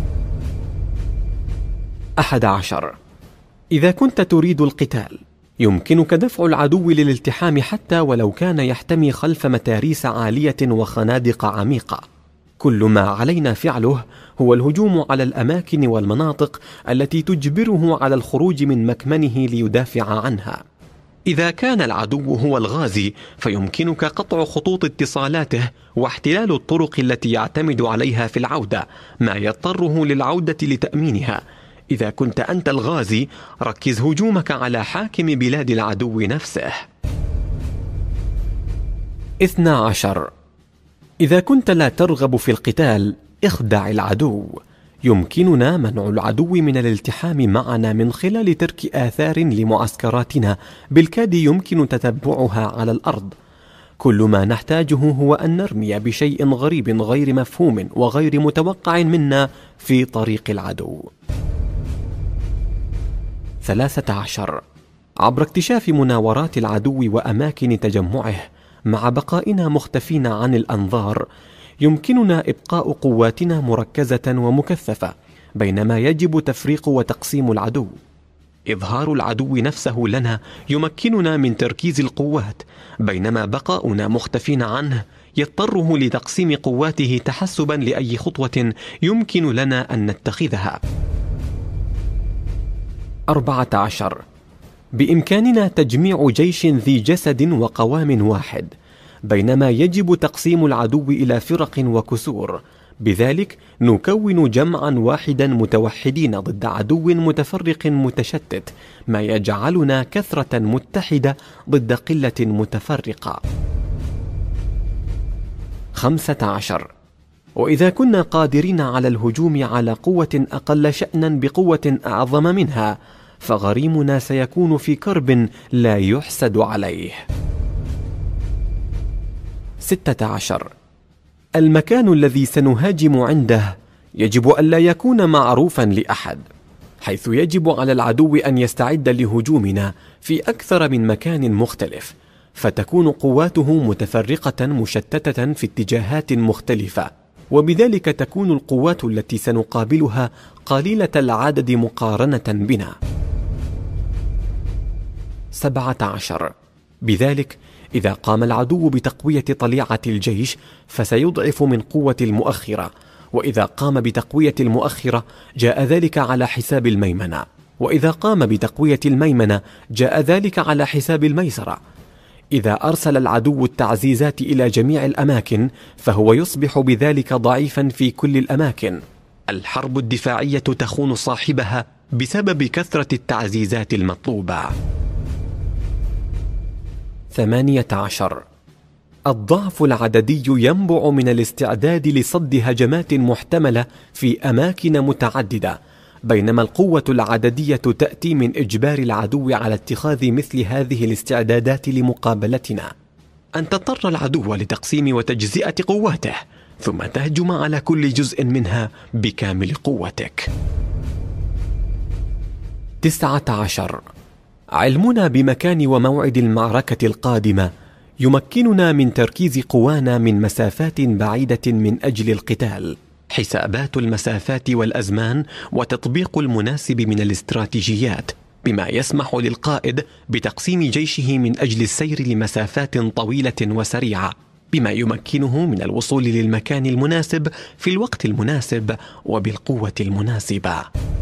11. إذا كنت تريد القتال يمكنك دفع العدو للالتحام حتى ولو كان يحتمي خلف متاريس عالية وخنادق عميقة. كل ما علينا فعله هو الهجوم على الأماكن والمناطق التي تجبره على الخروج من مكمنه ليدافع عنها. إذا كان العدو هو الغازي فيمكنك قطع خطوط اتصالاته واحتلال الطرق التي يعتمد عليها في العودة، ما يضطره للعودة لتأمينها. إذا كنت أنت الغازي ركز هجومك على حاكم بلاد العدو نفسه. 12. إذا كنت لا ترغب في القتال اخدع العدو. يمكننا منع العدو من الالتحام معنا من خلال ترك آثار لمعسكراتنا بالكاد يمكن تتبعها على الأرض. كل ما نحتاجه هو أن نرمي بشيء غريب غير مفهوم وغير متوقع منا في طريق العدو. 13. عبر اكتشاف مناورات العدو وأماكن تجمعه مع بقائنا مختفين عن الأنظار، يمكننا إبقاء قواتنا مركزة ومكثفة، بينما يجب تفريق وتقسيم العدو. إظهار العدو نفسه لنا يمكننا من تركيز القوات، بينما بقاؤنا مختفين عنه يضطره لتقسيم قواته تحسبا لأي خطوة يمكن لنا أن نتخذها. 14. بإمكاننا تجميع جيش ذي جسد وقوام واحد، بينما يجب تقسيم العدو إلى فرق وكسور. بذلك نكون جمعا واحدا متوحدين ضد عدو متفرق متشتت، ما يجعلنا كثرة متحدة ضد قلة متفرقة. 15. وإذا كنا قادرين على الهجوم على قوة أقل شأنا بقوة أعظم منها، فغريمنا سيكون في كرب لا يحسد عليه. 16. المكان الذي سنهاجم عنده يجب ألا يكون معروفا لأحد، حيث يجب على العدو أن يستعد لهجومنا في أكثر من مكان مختلف، فتكون قواته متفرقة مشتتة في اتجاهات مختلفة، وبذلك تكون القوات التي سنقابلها قليلة العدد مقارنة بنا. 17. بذلك إذا قام العدو بتقوية طليعة الجيش فسيضعف من قوة المؤخرة، وإذا قام بتقوية المؤخرة جاء ذلك على حساب الميمنة، وإذا قام بتقوية الميمنة جاء ذلك على حساب الميسرة. إذا أرسل العدو التعزيزات إلى جميع الأماكن فهو يصبح بذلك ضعيفا في كل الأماكن. الحرب الدفاعية تخون صاحبها بسبب كثرة التعزيزات المطلوبة. 18. الضعف العددي ينبع من الاستعداد لصد هجمات محتملة في أماكن متعددة، بينما القوة العددية تأتي من إجبار العدو على اتخاذ مثل هذه الاستعدادات لمقابلتنا. أن تضطر العدو لتقسيم وتجزئة قواته، ثم تهجم على كل جزء منها بكامل قوتك. 19. علمنا بمكان وموعد المعركة القادمة يمكننا من تركيز قوانا من مسافات بعيدة من أجل القتال. حسابات المسافات والأزمان وتطبيق المناسب من الاستراتيجيات، بما يسمح للقائد بتقسيم جيشه من أجل السير لمسافات طويلة وسريعة، بما يمكنه من الوصول للمكان المناسب في الوقت المناسب وبالقوة المناسبة.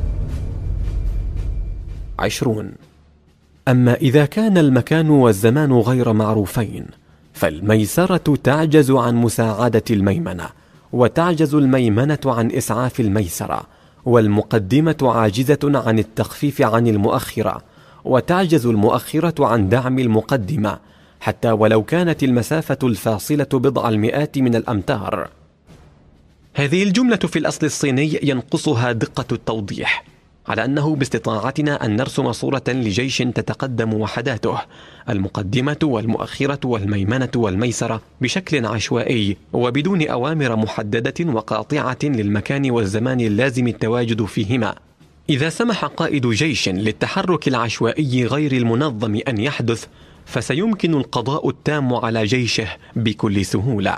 20. أما إذا كان المكان والزمان غير معروفين، فالميسرة تعجز عن مساعدة الميمنة، وتعجز الميمنة عن إسعاف الميسرة، والمقدمة عاجزة عن التخفيف عن المؤخرة، وتعجز المؤخرة عن دعم المقدمة، حتى ولو كانت المسافة الفاصلة بضع المئات من الأمتار. هذه الجملة في الأصل الصيني ينقصها دقة التوضيح، على أنه باستطاعتنا أن نرسم صورة لجيش تتقدم وحداته، المقدمة والمؤخرة والميمنة والميسرة، بشكل عشوائي وبدون أوامر محددة وقاطعة للمكان والزمان اللازم التواجد فيهما. إذا سمح قائد جيش للتحرك العشوائي غير المنظم أن يحدث، فسيمكن القضاء التام على جيشه بكل سهولة.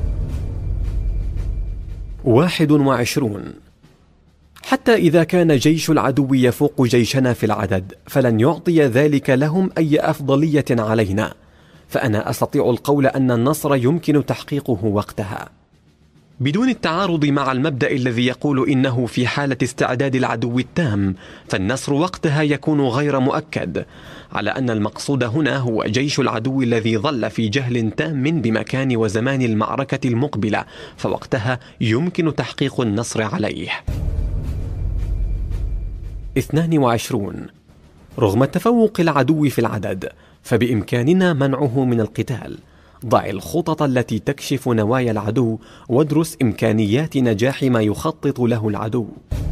21. حتى إذا كان جيش العدو يفوق جيشنا في العدد، فلن يعطي ذلك لهم أي أفضلية علينا، فأنا أستطيع القول أن النصر يمكن تحقيقه وقتها، بدون التعارض مع المبدأ الذي يقول إنه في حالة استعداد العدو التام فالنصر وقتها يكون غير مؤكد، على أن المقصود هنا هو جيش العدو الذي ظل في جهل تام بمكان وزمان المعركة المقبلة، فوقتها يمكن تحقيق النصر عليه. 22. رغم تفوق العدو في العدد، فبإمكاننا منعه من القتال، ضع الخطط التي تكشف نوايا العدو، وادرس إمكانيات نجاح ما يخطط له العدو.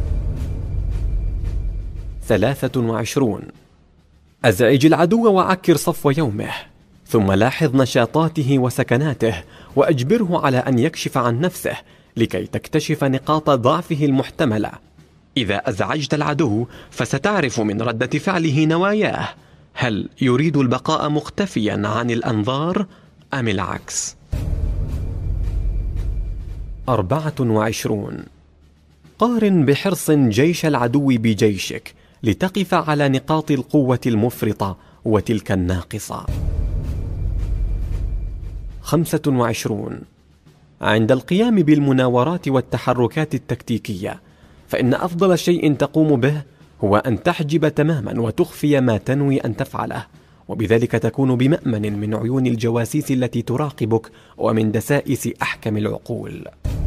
23. أزعج العدو وعكر صفو يومه، ثم لاحظ نشاطاته وسكناته، وأجبره على أن يكشف عن نفسه لكي تكتشف نقاط ضعفه المحتملة. إذا أزعجت العدو فستعرف من ردة فعله نواياه، هل يريد البقاء مختفيا عن الأنظار أم العكس؟ 24. قارن بحرص جيش العدو بجيشك لتقف على نقاط القوة المفرطة وتلك الناقصة. 25. عند القيام بالمناورات والتحركات التكتيكية، فإن أفضل شيء تقوم به هو أن تحجب تماما وتخفي ما تنوي أن تفعله، وبذلك تكون بمأمن من عيون الجواسيس التي تراقبك ومن دسائس أحكم العقول.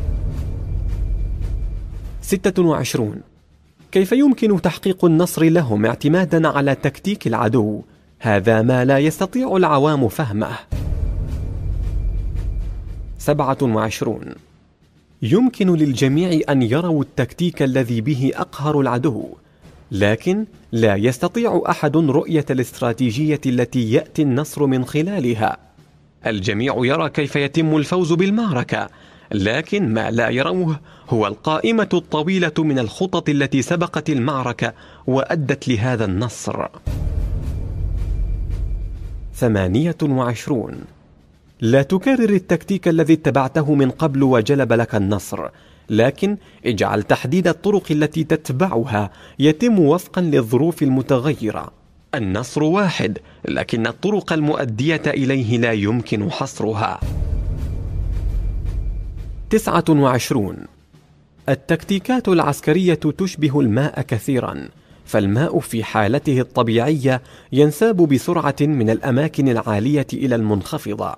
26. كيف يمكن تحقيق النصر لهم اعتمادا على تكتيك العدو؟ هذا ما لا يستطيع العوام فهمه. 27. يمكن للجميع أن يروا التكتيك الذي به أقهر العدو، لكن لا يستطيع أحد رؤية الاستراتيجية التي يأتي النصر من خلالها. الجميع يرى كيف يتم الفوز بالمعركة، لكن ما لا يروه هو القائمة الطويلة من الخطط التي سبقت المعركة وأدت لهذا النصر. 28. لا تكرر التكتيك الذي اتبعته من قبل وجلب لك النصر، لكن اجعل تحديد الطرق التي تتبعها يتم وفقا للظروف المتغيرة. النصر واحد، لكن الطرق المؤدية إليه لا يمكن حصرها. 29. التكتيكات العسكرية تشبه الماء كثيرا، فالماء في حالته الطبيعية ينساب بسرعة من الأماكن العالية إلى المنخفضة.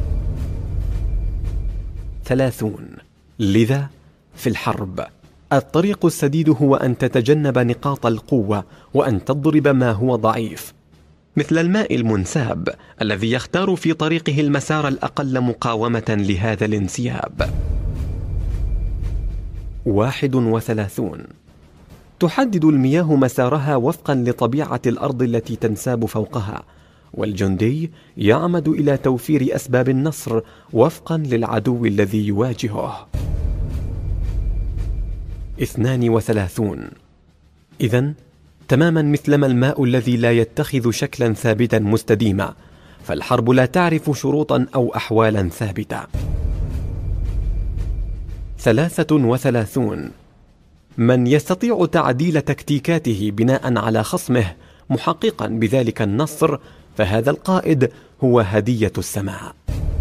30. لذا في الحرب الطريق السديد هو أن تتجنب نقاط القوة وأن تضرب ما هو ضعيف، مثل الماء المنساب الذي يختار في طريقه المسار الأقل مقاومة لهذا الانسياب. 31. تحدد المياه مسارها وفقا لطبيعة الأرض التي تنساب فوقها، والجندي يعمد إلى توفير أسباب النصر وفقا للعدو الذي يواجهه. 32. إذن تماما مثلما الماء الذي لا يتخذ شكلا ثابتا مستديما، فالحرب لا تعرف شروطا أو أحوالا ثابتة. 33. من يستطيع تعديل تكتيكاته بناء على خصمه محققا بذلك النصر، فهذا القائد هو هدية السماء.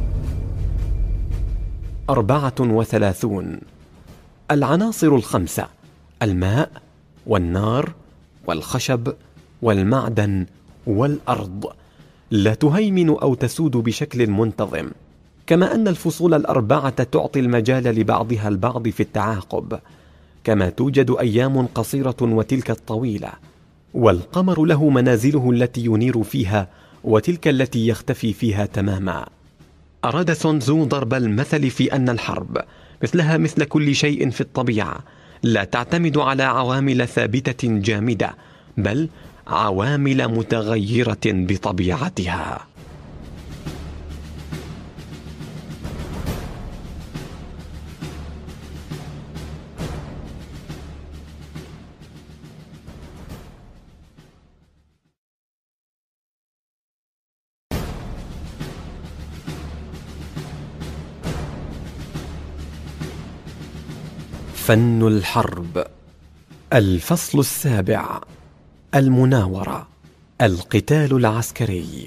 34. العناصر الخمسة: الماء والنار والخشب والمعدن والأرض لا تهيمن أو تسود بشكل منتظم، كما أن الفصول الأربعة تعطي المجال لبعضها البعض في التعاقب، كما توجد أيام قصيرة وتلك الطويلة، والقمر له منازله التي ينير فيها وتلك التي يختفي فيها تماما. أراد سون تزو ضرب المثل في أن الحرب مثلها مثل كل شيء في الطبيعة، لا تعتمد على عوامل ثابتة جامدة، بل عوامل متغيرة بطبيعتها. فن الحرب. الفصل السابع: المناورة، القتال العسكري.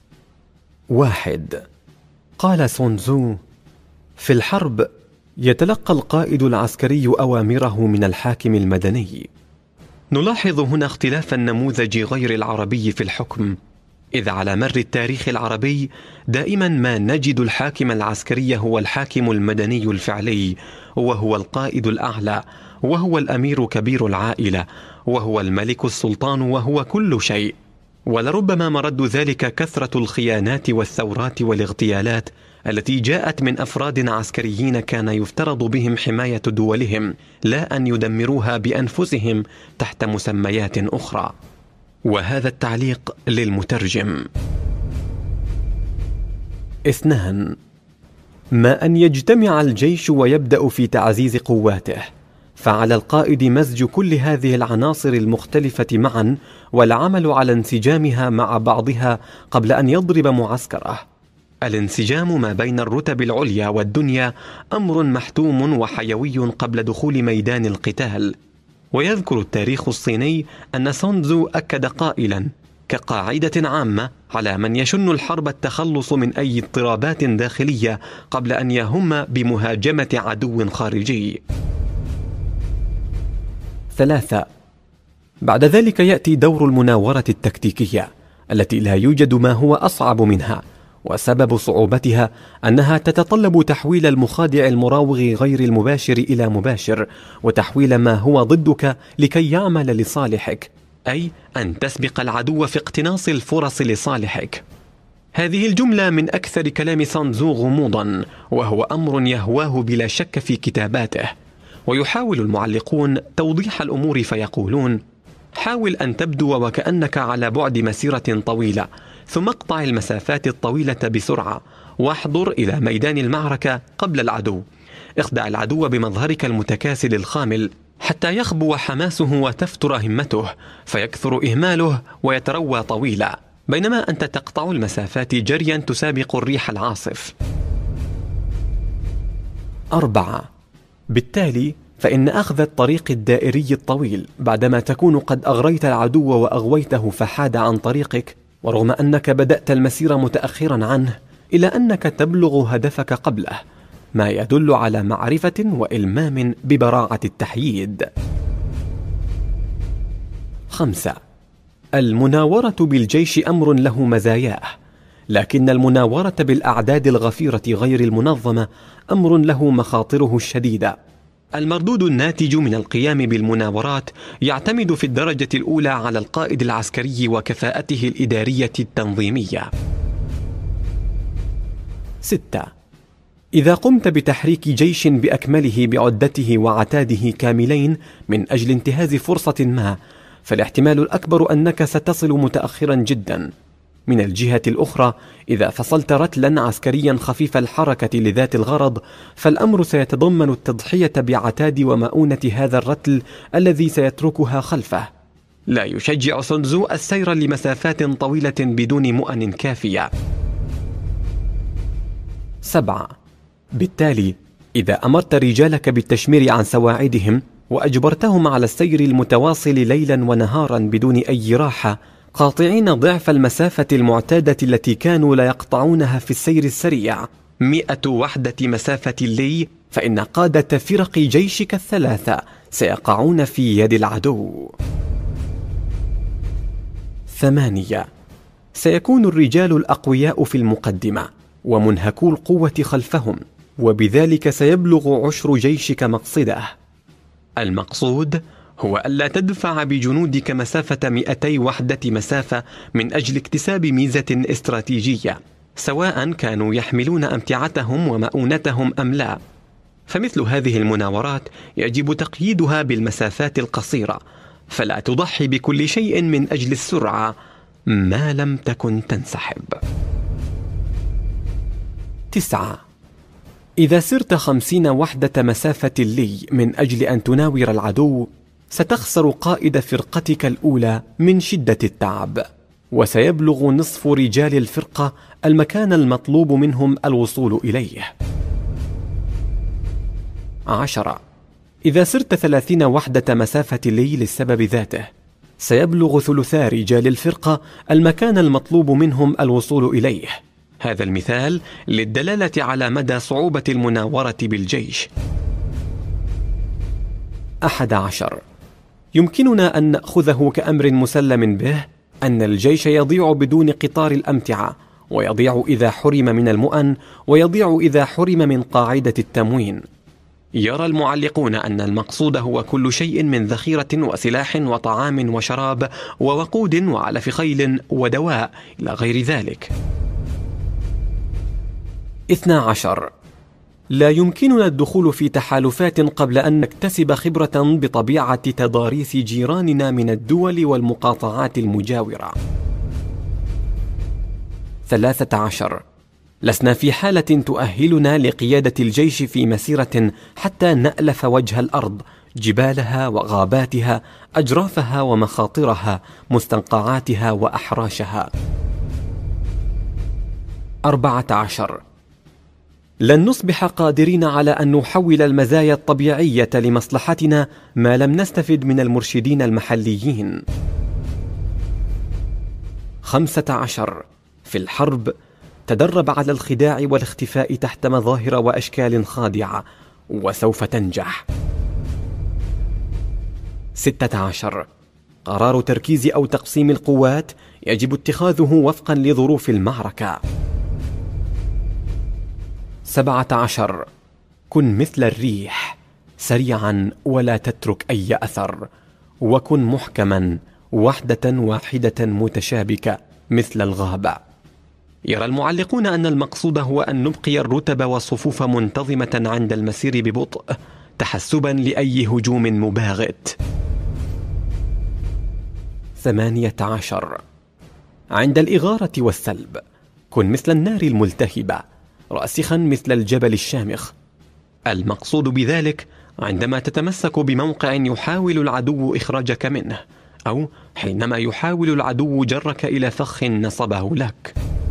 1. قال سون تزو: في الحرب يتلقى القائد العسكري أوامره من الحاكم المدني. نلاحظ هنا اختلاف النموذج غير العربي في الحكم، إذ على مر التاريخ العربي دائما ما نجد الحاكم العسكري هو الحاكم المدني الفعلي، وهو القائد الأعلى، وهو الأمير كبير العائلة، وهو الملك السلطان، وهو كل شيء. ولربما مرد ذلك كثرة الخيانات والثورات والاغتيالات التي جاءت من أفراد عسكريين كان يفترض بهم حماية دولهم، لا أن يدمروها بأنفسهم تحت مسميات أخرى. وهذا التعليق للمترجم. 2. ما أن يجتمع الجيش ويبدأ في تعزيز قواته، فعلى القائد مزج كل هذه العناصر المختلفة معا والعمل على انسجامها مع بعضها قبل أن يضرب معسكره. الانسجام ما بين الرتب العليا والدنيا أمر محتوم وحيوي قبل دخول ميدان القتال. ويذكر التاريخ الصيني أن سون تزو أكد قائلا: كقاعدة عامة على من يشن الحرب التخلص من أي اضطرابات داخلية قبل أن يهم بمهاجمة عدو خارجي. 3. بعد ذلك يأتي دور المناورة التكتيكية التي لا يوجد ما هو أصعب منها، وسبب صعوبتها أنها تتطلب تحويل المخادع المراوغ غير المباشر إلى مباشر، وتحويل ما هو ضدك لكي يعمل لصالحك، أي أن تسبق العدو في اقتناص الفرص لصالحك. هذه الجملة من أكثر كلام سون تزو غموضا، وهو أمر يهواه بلا شك في كتاباته. ويحاول المعلقون توضيح الأمور فيقولون: حاول أن تبدو وكأنك على بعد مسيرة طويلة، ثم اقطع المسافات الطويلة بسرعة، واحضر إلى ميدان المعركة قبل العدو. اخدع العدو بمظهرك المتكاسل الخامل حتى يخبو حماسه وتفتر همته، فيكثر إهماله ويتروى طويلا، بينما أنت تقطع المسافات جريا تسابق الريح العاصف. 4. بالتالي فإن أخذ الطريق الدائري الطويل بعدما تكون قد أغريت العدو وأغويته فحاد عن طريقك، ورغم أنك بدأت المسير متأخرا عنه، إلى أنك تبلغ هدفك قبله، ما يدل على معرفة وإلمام ببراعة التحييد. 5. المناورة بالجيش أمر له مزاياه، لكن المناورة بالأعداد الغفيرة غير المنظمة أمر له مخاطره الشديدة. المردود الناتج من القيام بالمناورات يعتمد في الدرجة الأولى على القائد العسكري وكفاءته الإدارية التنظيمية. 6. إذا قمت بتحريك جيش بأكمله بعدته وعتاده كاملين من أجل انتهاز فرصة ما، فالاحتمال الأكبر أنك ستصل متأخرا جدا. من الجهة الأخرى، إذا فصلت رتلا عسكريا خفيف الحركة لذات الغرض، فالأمر سيتضمن التضحية بعتاد ومؤونة هذا الرتل الذي سيتركها خلفه. لا يشجع سون تزو السير لمسافات طويلة بدون مؤن كافية. 7. بالتالي إذا أمرت رجالك بالتشمير عن سواعدهم وأجبرتهم على السير المتواصل ليلا ونهارا بدون أي راحة، قاطعين ضعف المسافة المعتادة التي كانوا لا يقطعونها في السير السريع 100 وحدة مسافة لي، فإن قادة فرق جيشك الثلاثة سيقعون في يد العدو. 8. سيكون الرجال الأقوياء في المقدمة ومنهكو القوة خلفهم، وبذلك سيبلغ عشر جيشك مقصده. المقصود هو ألا تدفع بجنودك مسافة 200 وحدة مسافة من أجل اكتساب ميزة استراتيجية، سواء كانوا يحملون أمتعتهم ومؤونتهم أم لا. فمثل هذه المناورات يجب تقييدها بالمسافات القصيرة، فلا تضحي بكل شيء من أجل السرعة ما لم تكن تنسحب. 9. إذا سرت 50 وحدة مسافة لي من أجل أن تناور العدو، ستخسر قائد فرقتك الأولى من شدة التعب، وسيبلغ نصف رجال الفرقة المكان المطلوب منهم الوصول إليه. 10. إذا سرت 30 وحدة مسافة لي للسبب ذاته، سيبلغ ثلثا رجال الفرقة المكان المطلوب منهم الوصول إليه. هذا المثال للدلالة على مدى صعوبة المناورة بالجيش. 11. يمكننا أن نأخذه كأمر مسلم به أن الجيش يضيع بدون قطار الأمتعة، ويضيع إذا حرم من المؤن، ويضيع إذا حرم من قاعدة التموين. يرى المعلقون أن المقصود هو كل شيء من ذخيرة وسلاح وطعام وشراب ووقود وعلف خيل ودواء إلى غير ذلك. 12. لا يمكننا الدخول في تحالفات قبل أن نكتسب خبرة بطبيعة تضاريس جيراننا من الدول والمقاطعات المجاورة. 13. لسنا في حالة تؤهلنا لقيادة الجيش في مسيرة حتى نألف وجه الأرض، جبالها وغاباتها، أجرافها ومخاطرها، مستنقعاتها وأحراشها. 14. لن نصبح قادرين على أن نحول المزايا الطبيعية لمصلحتنا ما لم نستفد من المرشدين المحليين. 15. في الحرب تدرب على الخداع والاختفاء تحت مظاهر وأشكال خادعة، وسوف تنجح. 16. قرار تركيز أو تقسيم القوات يجب اتخاذه وفقا لظروف المعركة. 17. كن مثل الريح، سريعا ولا تترك أي أثر، وكن محكما، وحدة واحدة متشابكة مثل الغابة. يرى المعلقون أن المقصود هو أن نبقي الرتب والصفوف منتظمة عند المسير ببطء، تحسبا لأي هجوم مباغت. 18. عند الإغارة والسلب كن مثل النار الملتهبة، راسخا مثل الجبل الشامخ. المقصود بذلك عندما تتمسك بموقع يحاول العدو إخراجك منه، أو حينما يحاول العدو جرك إلى فخ نصبه لك.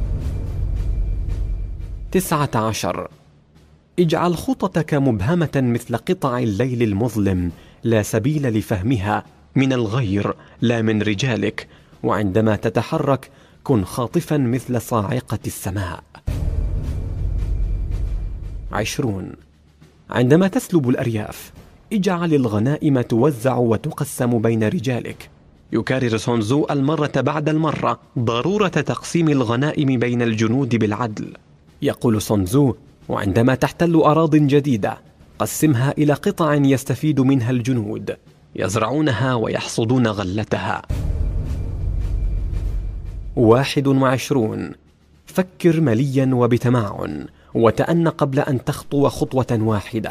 19. اجعل خططك مبهمة مثل قطع الليل المظلم، لا سبيل لفهمها من الغير لا من رجالك، وعندما تتحرك كن خاطفا مثل صاعقة السماء. 20. عندما تسلب الأرياف اجعل الغنائم توزع وتقسم بين رجالك. يكرر سون تزو المرة بعد المرة ضرورة تقسيم الغنائم بين الجنود بالعدل. يقول سون تزو: وعندما تحتل أراضٍ جديدة قسمها إلى قطع يستفيد منها الجنود، يزرعونها ويحصدون غلتها. 21. فكر مليا وبتمعن، وتأن قبل أن تخطو خطوة واحدة.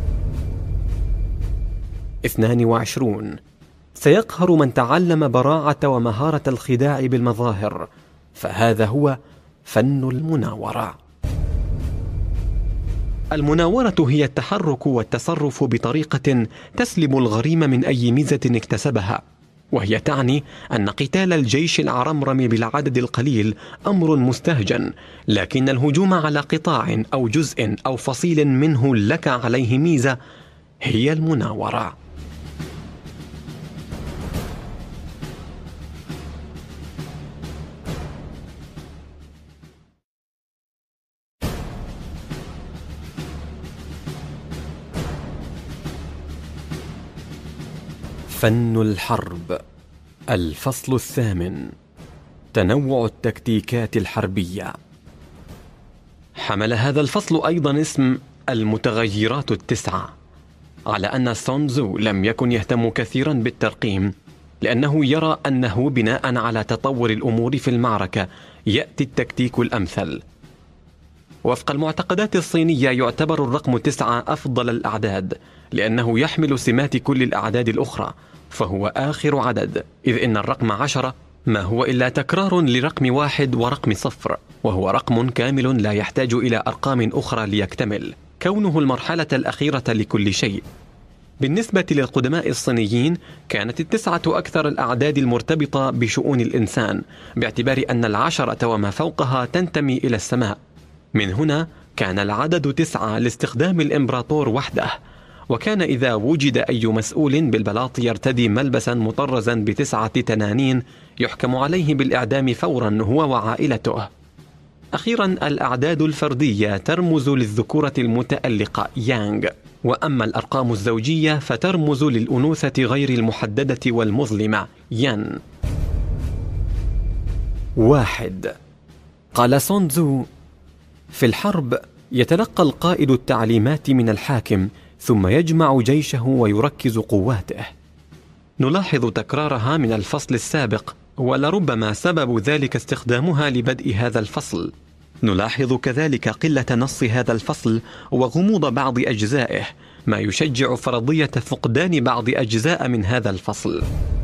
22. سيقهر من تعلم براعة ومهارة الخداع بالمظاهر، فهذا هو فن المناورة. المناورة هي التحرك والتصرف بطريقة تسلب الغريم من أي ميزة اكتسبها، وهي تعني أن قتال الجيش العرمرم بالعدد القليل أمر مستهجن، لكن الهجوم على قطاع أو جزء أو فصيل منه لك عليه ميزة هي المناورة. فن الحرب. الفصل 8. تنوع التكتيكات الحربية. حمل هذا الفصل أيضا اسم المتغيرات التسعة، على أن سون تزو لم يكن يهتم كثيرا بالترقيم، لأنه يرى أنه بناء على تطور الأمور في المعركة يأتي التكتيك الأمثل. وفق المعتقدات الصينية يعتبر الرقم 9 أفضل الأعداد، لأنه يحمل سمات كل الأعداد الأخرى، فهو آخر عدد، إذ إن الرقم 10 ما هو إلا تكرار لرقم 1 ورقم 0، وهو رقم كامل لا يحتاج إلى أرقام أخرى ليكتمل، كونه المرحلة الأخيرة لكل شيء. بالنسبة للقدماء الصينيين كانت 9 أكثر الأعداد المرتبطة بشؤون الإنسان، باعتبار أن 10 وما فوقها تنتمي إلى السماء. من هنا كان العدد 9 لاستخدام الإمبراطور وحده، وكان إذا وجد أي مسؤول بالبلاط يرتدي ملبسا مطرزا ب9 تنانين يحكم عليه بالإعدام فورا هو وعائلته. أخيرا الأعداد الفردية ترمز للذكورة المتألقة يانغ، وأما الأرقام الزوجية فترمز للأنوثة غير المحددة والمظلمة ين. 1. قال سون تزو: في الحرب يتلقى القائد التعليمات من الحاكم ثم يجمع جيشه ويركز قواته. نلاحظ تكرارها من الفصل السابق، ولربما سبب ذلك استخدامها لبدء هذا الفصل. نلاحظ كذلك قلة نص هذا الفصل وغموض بعض أجزائه، ما يشجع فرضية فقدان بعض أجزاء من هذا الفصل.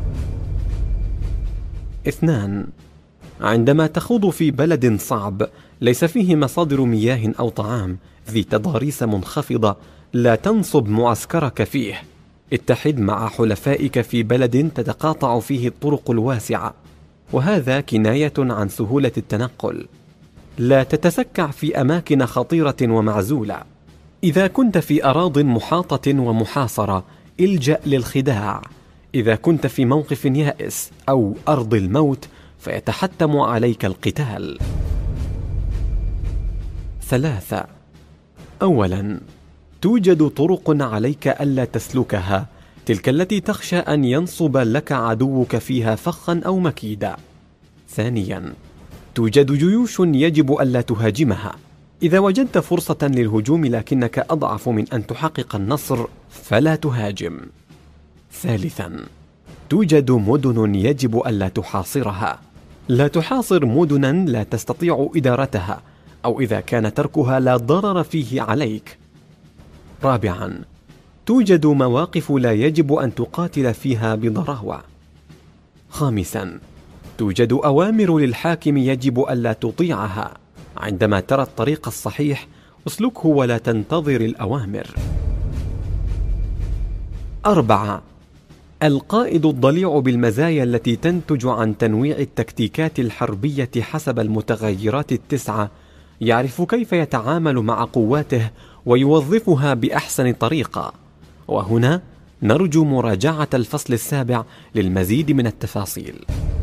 2. عندما تخوض في بلد صعب ليس فيه مصادر مياه أو طعام ذي تضاريس منخفضة، لا تنصب معسكرك فيه. اتحد مع حلفائك في بلد تتقاطع فيه الطرق الواسعة، وهذا كناية عن سهولة التنقل. لا تتسكع في أماكن خطيرة ومعزولة. إذا كنت في أراضٍ محاطة ومحاصرة الجأ للخداع. إذا كنت في موقف يائس أو أرض الموت فيتحتم عليك القتال. 3. أولاً، توجد طرق عليك ألا تسلكها، تلك التي تخشى أن ينصب لك عدوك فيها فخا أو مكيدا. ثانياً، توجد جيوش يجب ألا تهاجمها. إذا وجدت فرصة للهجوم لكنك أضعف من أن تحقق النصر فلا تهاجم. ثالثاً، توجد مدن يجب ألا تحاصرها. لا تحاصر مدناً لا تستطيع إدارتها، أو إذا كان تركها لا ضرر فيه عليك. رابعاً، توجد مواقف لا يجب أن تقاتل فيها بضراوة. خامساً، توجد أوامر للحاكم يجب ألا تطيعها. عندما ترى الطريق الصحيح اسلكه ولا تنتظر الأوامر. 4. القائد الضليع بالمزايا التي تنتج عن تنويع التكتيكات الحربية حسب المتغيرات 9 يعرف كيف يتعامل مع قواته ويوظفها بأحسن طريقة. وهنا نرجو مراجعة الفصل السابع للمزيد من التفاصيل.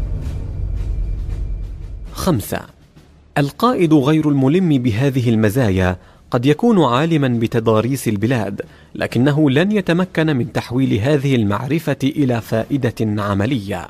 5. القائد غير الملم بهذه المزايا قد يكون عالما بتضاريس البلاد، لكنه لن يتمكن من تحويل هذه المعرفة إلى فائدة عملية.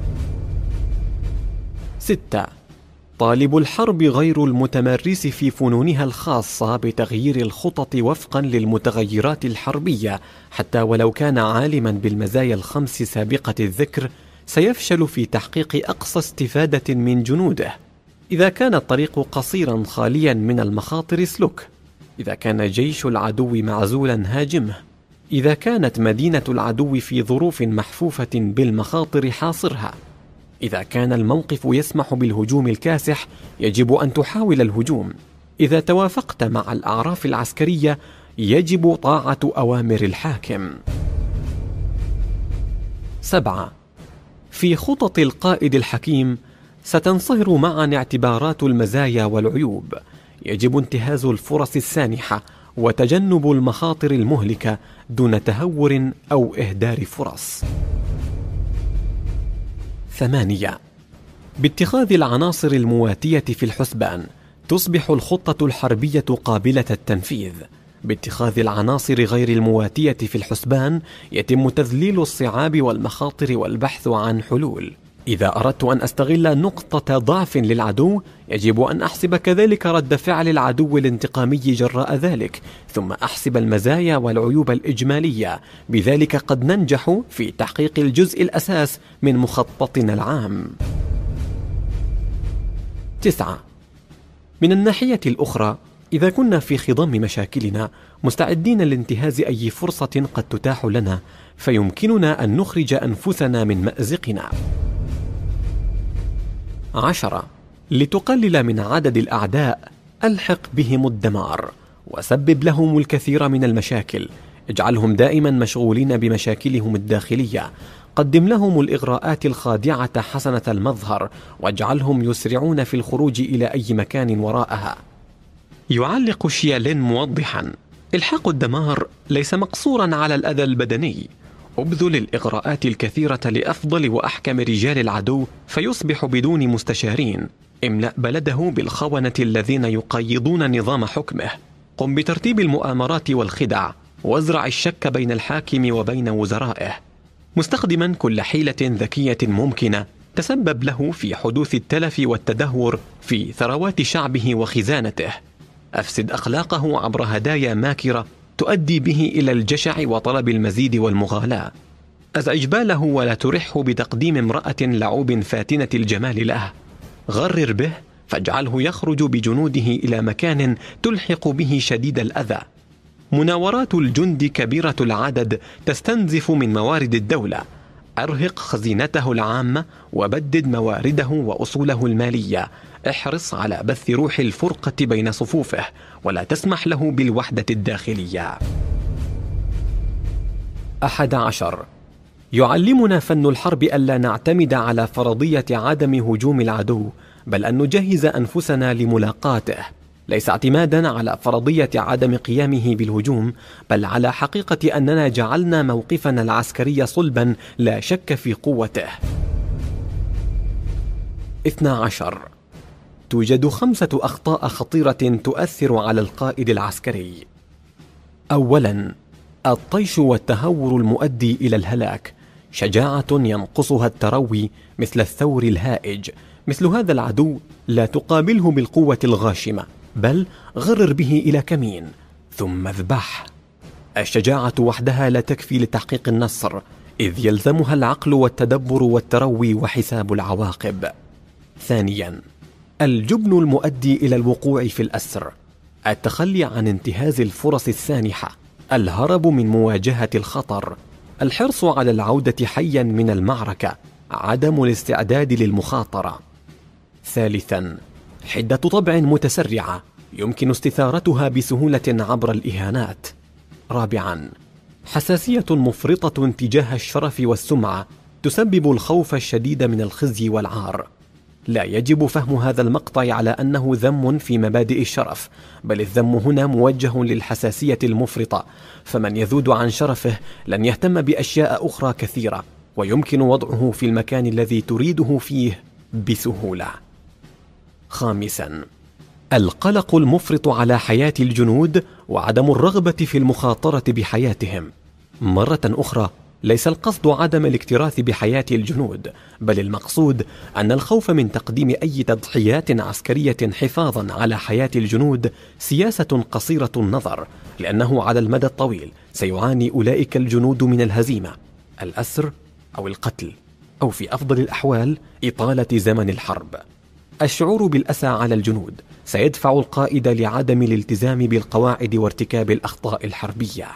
6. طالب الحرب غير المتمرس في فنونها الخاصة بتغيير الخطط وفقا للمتغيرات الحربية، حتى ولو كان عالما بالمزايا الخمس سابقة الذكر، سيفشل في تحقيق أقصى استفادة من جنوده. إذا كان الطريق قصيرا خاليا من المخاطر اسلك. إذا كان جيش العدو معزولا هاجمه. إذا كانت مدينة العدو في ظروف محفوفة بالمخاطر حاصرها. إذا كان الموقف يسمح بالهجوم الكاسح يجب أن تحاول الهجوم. إذا توافقت مع الأعراف العسكرية يجب طاعة أوامر الحاكم. 7. في خطط القائد الحكيم ستنصهر معا اعتبارات المزايا والعيوب. يجب انتهاز الفرص السانحة وتجنب المخاطر المهلكة دون تهور أو إهدار فرص. 8. باتخاذ العناصر المواتية في الحسبان تصبح الخطة الحربية قابلة التنفيذ. باتخاذ العناصر غير المواتية في الحسبان يتم تذليل الصعاب والمخاطر والبحث عن حلول. إذا أردت أن أستغل نقطة ضعف للعدو يجب أن أحسب كذلك رد فعل العدو الانتقامي جراء ذلك، ثم أحسب المزايا والعيوب الإجمالية. بذلك قد ننجح في تحقيق الجزء الأساس من مخططنا العام. 9. من الناحية الأخرى، إذا كنا في خضم مشاكلنا مستعدين لانتهاز أي فرصة قد تتاح لنا، فيمكننا أن نخرج أنفسنا من مأزقنا. 10. لتقلل من عدد الأعداء ألحق بهم الدمار وسبب لهم الكثير من المشاكل. اجعلهم دائما مشغولين بمشاكلهم الداخلية. قدم لهم الإغراءات الخادعة حسنة المظهر واجعلهم يسرعون في الخروج إلى أي مكان وراءها. يعلق شيالين موضحا: إلحاق الدمار ليس مقصورا على الأذى البدني. أبذل الإغراءات الكثيرة لأفضل وأحكم رجال العدو فيصبح بدون مستشارين. املأ بلده بالخونة الذين يقيضون نظام حكمه. قم بترتيب المؤامرات والخدع وازرع الشك بين الحاكم وبين وزرائه، مستخدما كل حيلة ذكية ممكنة تسبب له في حدوث التلف والتدهور في ثروات شعبه وخزانته. أفسد أخلاقه عبر هدايا ماكرة تؤدي به إلى الجشع وطلب المزيد والمغالاة. أزعج باله ولا ترحه بتقديم امرأة لعوب فاتنة الجمال له. غرر به فاجعله يخرج بجنوده إلى مكان تلحق به شديد الأذى. مناورات الجند كبيرة العدد تستنزف من موارد الدولة. أرهق خزينته العامة وبدد موارده وأصوله المالية. احرص على بث روح الفرقة بين صفوفه ولا تسمح له بالوحدة الداخلية. 11. يعلمنا فن الحرب ألا نعتمد على فرضية عدم هجوم العدو، بل أن نجهز أنفسنا لملاقاته، ليس اعتمادا على فرضية عدم قيامه بالهجوم، بل على حقيقة أننا جعلنا موقفنا العسكري صلبا لا شك في قوته. 12. توجد 5 أخطاء خطيرة تؤثر على القائد العسكري. أولا، الطيش والتهور المؤدي إلى الهلاك. شجاعة ينقصها التروي مثل الثور الهائج. مثل هذا العدو لا تقابله بالقوة الغاشمة، بل غرر به إلى كمين ثم اذبح. الشجاعة وحدها لا تكفي لتحقيق النصر، إذ يلزمها العقل والتدبر والتروي وحساب العواقب. ثانيا، الجبن المؤدي إلى الوقوع في الأسر. التخلي عن انتهاز الفرص السانحة، الهرب من مواجهة الخطر، الحرص على العودة حيا من المعركة، عدم الاستعداد للمخاطرة. ثالثا، حدة طبع متسرعة يمكن استثارتها بسهولة عبر الإهانات. رابعا، حساسية مفرطة تجاه الشرف والسمعة تسبب الخوف الشديد من الخزي والعار. لا يجب فهم هذا المقطع على أنه ذم في مبادئ الشرف، بل الذم هنا موجه للحساسية المفرطة، فمن يذود عن شرفه لن يهتم بأشياء أخرى كثيرة، ويمكن وضعه في المكان الذي تريده فيه بسهولة. خامسا، القلق المفرط على حياة الجنود وعدم الرغبة في المخاطرة بحياتهم. مرة أخرى، ليس القصد عدم الاكتراث بحياة الجنود، بل المقصود أن الخوف من تقديم أي تضحيات عسكرية حفاظا على حياة الجنود سياسة قصيرة النظر، لأنه على المدى الطويل سيعاني أولئك الجنود من الهزيمة، الأسر أو القتل، أو في أفضل الأحوال إطالة زمن الحرب. الشعور بالأسى على الجنود سيدفع القائد لعدم الالتزام بالقواعد وارتكاب الأخطاء الحربية.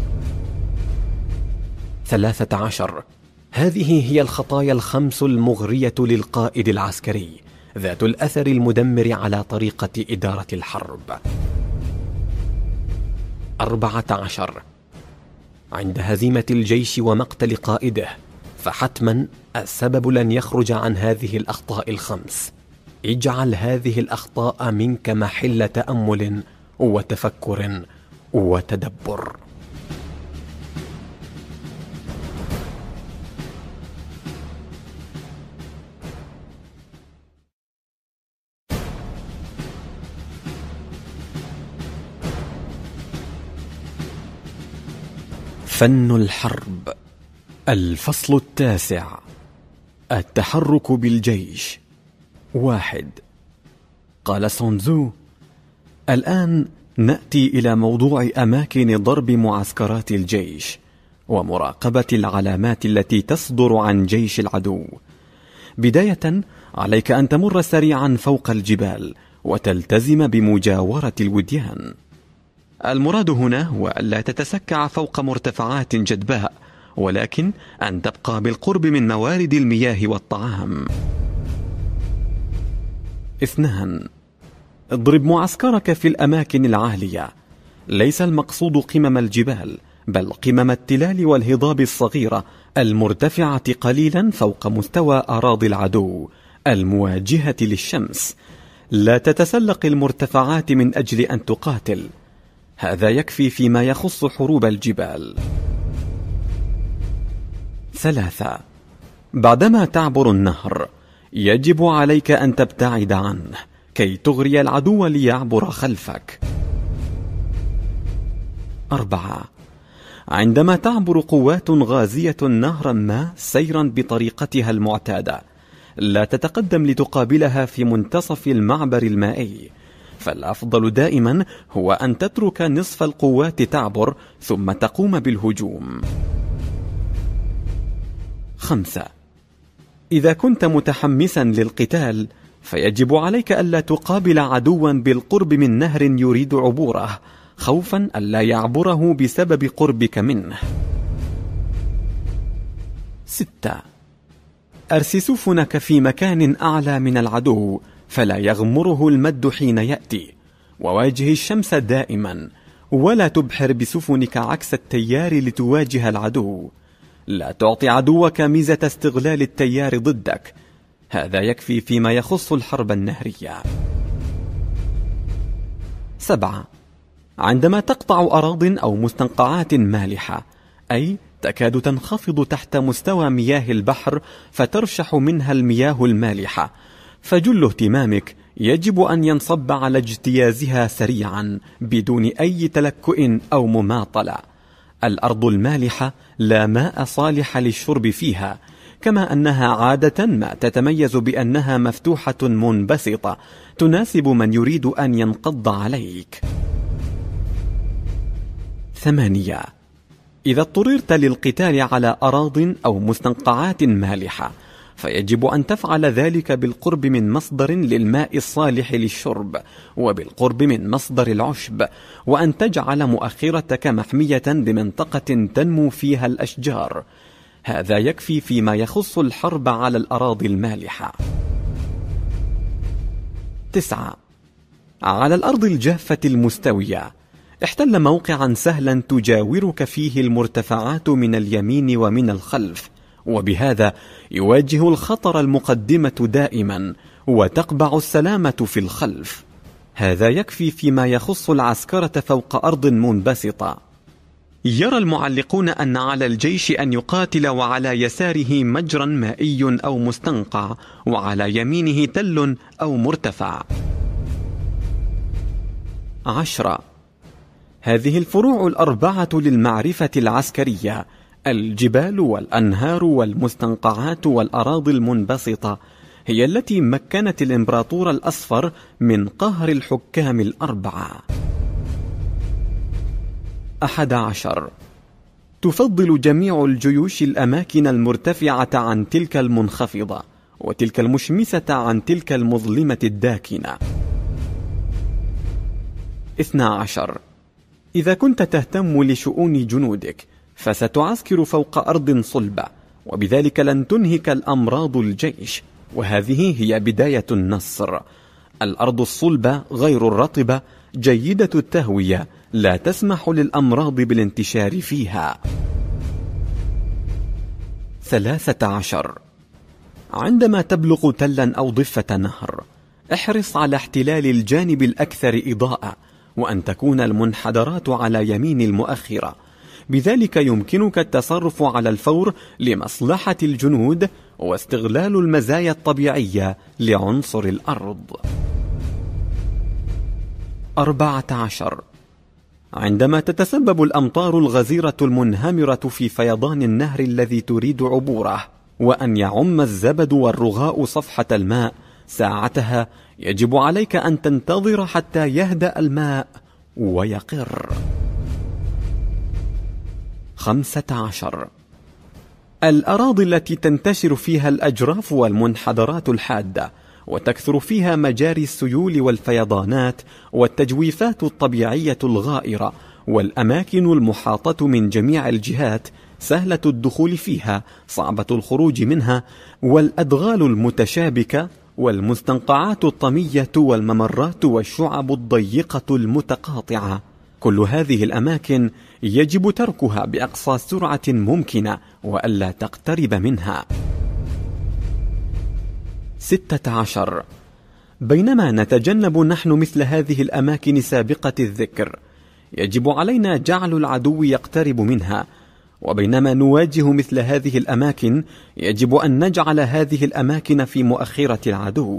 13. هذه هي الخطايا ال5 المغرية للقائد العسكري، ذات الأثر المدمر على طريقة إدارة الحرب. 14. عند هزيمة الجيش ومقتل قائده، فحتما السبب لن يخرج عن هذه الأخطاء ال5. اجعل هذه الأخطاء منك محل تأمل وتفكر وتدبر. فن الحرب. الفصل 9. التحرك بالجيش. 1. قال سون تزو: الآن نأتي إلى موضوع أماكن ضرب معسكرات الجيش ومراقبة العلامات التي تصدر عن جيش العدو. بداية، عليك أن تمر سريعا فوق الجبال وتلتزم بمجاورة الوديان. المراد هنا هو ألا تتسكع فوق مرتفعات جدباء، ولكن أن تبقى بالقرب من موارد المياه والطعام. 2. اضرب معسكرك في الأماكن العالية. ليس المقصود قمم الجبال، بل قمم التلال والهضاب الصغيرة المرتفعة قليلا فوق مستوى أراضي العدو المواجهة للشمس. لا تتسلق المرتفعات من أجل أن تقاتل، هذا يكفي فيما يخص حروب الجبال. 3. بعدما تعبر النهر، يجب عليك أن تبتعد عنه كي تغري العدو ليعبر خلفك. 4. عندما تعبر قوات غازية نهرا ما سيرا بطريقتها المعتادة، لا تتقدم لتقابلها في منتصف المعبر المائي، فالأفضل دائما هو أن تترك نصف القوات تعبر ثم تقوم بالهجوم. 5. إذا كنت متحمسا للقتال فيجب عليك ألا تقابل عدوا بالقرب من نهر يريد عبوره، خوفا ألا يعبره بسبب قربك منه. 6. أرس سفنك في مكان أعلى من العدو فلا يغمره المد حين يأتي، وواجه الشمس دائما، ولا تبحر بسفنك عكس التيار لتواجه العدو. لا تعطي عدوك ميزة استغلال التيار ضدك، هذا يكفي فيما يخص الحرب النهرية. 7. عندما تقطع أراضٍ أو مستنقعات مالحة، أي تكاد تنخفض تحت مستوى مياه البحر فترشح منها المياه المالحة، فجل اهتمامك يجب أن ينصب على اجتيازها سريعا بدون أي تلكؤ أو مماطلة. الأرض المالحة لا ماء صالح للشرب فيها، كما أنها عادة ما تتميز بأنها مفتوحة منبسطة تناسب من يريد أن ينقض عليك. 8. إذا اضطررت للقتال على أراضٍ أو مستنقعات مالحة فيجب أن تفعل ذلك بالقرب من مصدر للماء الصالح للشرب، وبالقرب من مصدر العشب، وأن تجعل مؤخرتك محمية بمنطقة تنمو فيها الأشجار، هذا يكفي فيما يخص الحرب على الأراضي المالحة. 9. على الأرض الجافة المستوية احتل موقعا سهلا تجاورك فيه المرتفعات من اليمين ومن الخلف، وبهذا يواجه الخطر المقدمة دائما وتقبع السلامة في الخلف، هذا يكفي فيما يخص العسكرة فوق أرض منبسطة. يرى المعلقون أن على الجيش أن يقاتل وعلى يساره مجرى مائي أو مستنقع، وعلى يمينه تل أو مرتفع. 10. هذه الفروع الأربعة للمعرفة العسكرية: الجبال والأنهار والمستنقعات والأراضي المنبسطة، هي التي مكنت الإمبراطور الأصفر من قهر الحكام الأربعة. 11. تفضل جميع الجيوش الأماكن المرتفعة عن تلك المنخفضة، وتلك المشمسة عن تلك المظلمة الداكنة. 12. إذا كنت تهتم لشؤون جنودك فستعسكر فوق أرض صلبة، وبذلك لن تنهك الأمراض الجيش، وهذه هي بداية النصر. الأرض الصلبة غير الرطبة جيدة التهوية لا تسمح للأمراض بالانتشار فيها. 13. عندما تبلغ تلا أو ضفة نهر احرص على احتلال الجانب الأكثر إضاءة، وأن تكون المنحدرات على يمين المؤخرة، بذلك يمكنك التصرف على الفور لمصلحة الجنود واستغلال المزايا الطبيعية لعنصر الأرض. 14. عندما تتسبب الأمطار الغزيرة المنهمرة في فيضان النهر الذي تريد عبوره، وأن يعم الزبد والرغاء صفحة الماء، ساعتها يجب عليك أن تنتظر حتى يهدأ الماء ويقر. 15. الأراضي التي تنتشر فيها الأجراف والمنحدرات الحادة وتكثر فيها مجاري السيول والفيضانات والتجويفات الطبيعية الغائرة، والأماكن المحاطة من جميع الجهات سهلة الدخول فيها صعبة الخروج منها، والأدغال المتشابكة والمستنقعات الطمية والممرات والشعب الضيقة المتقاطعة، كل هذه الأماكن يجب تركها بأقصى سرعة ممكنة وألا تقترب منها. 16. بينما نتجنب نحن مثل هذه الأماكن سابقة الذكر، يجب علينا جعل العدو يقترب منها، وبينما نواجه مثل هذه الأماكن يجب أن نجعل هذه الأماكن في مؤخرة العدو.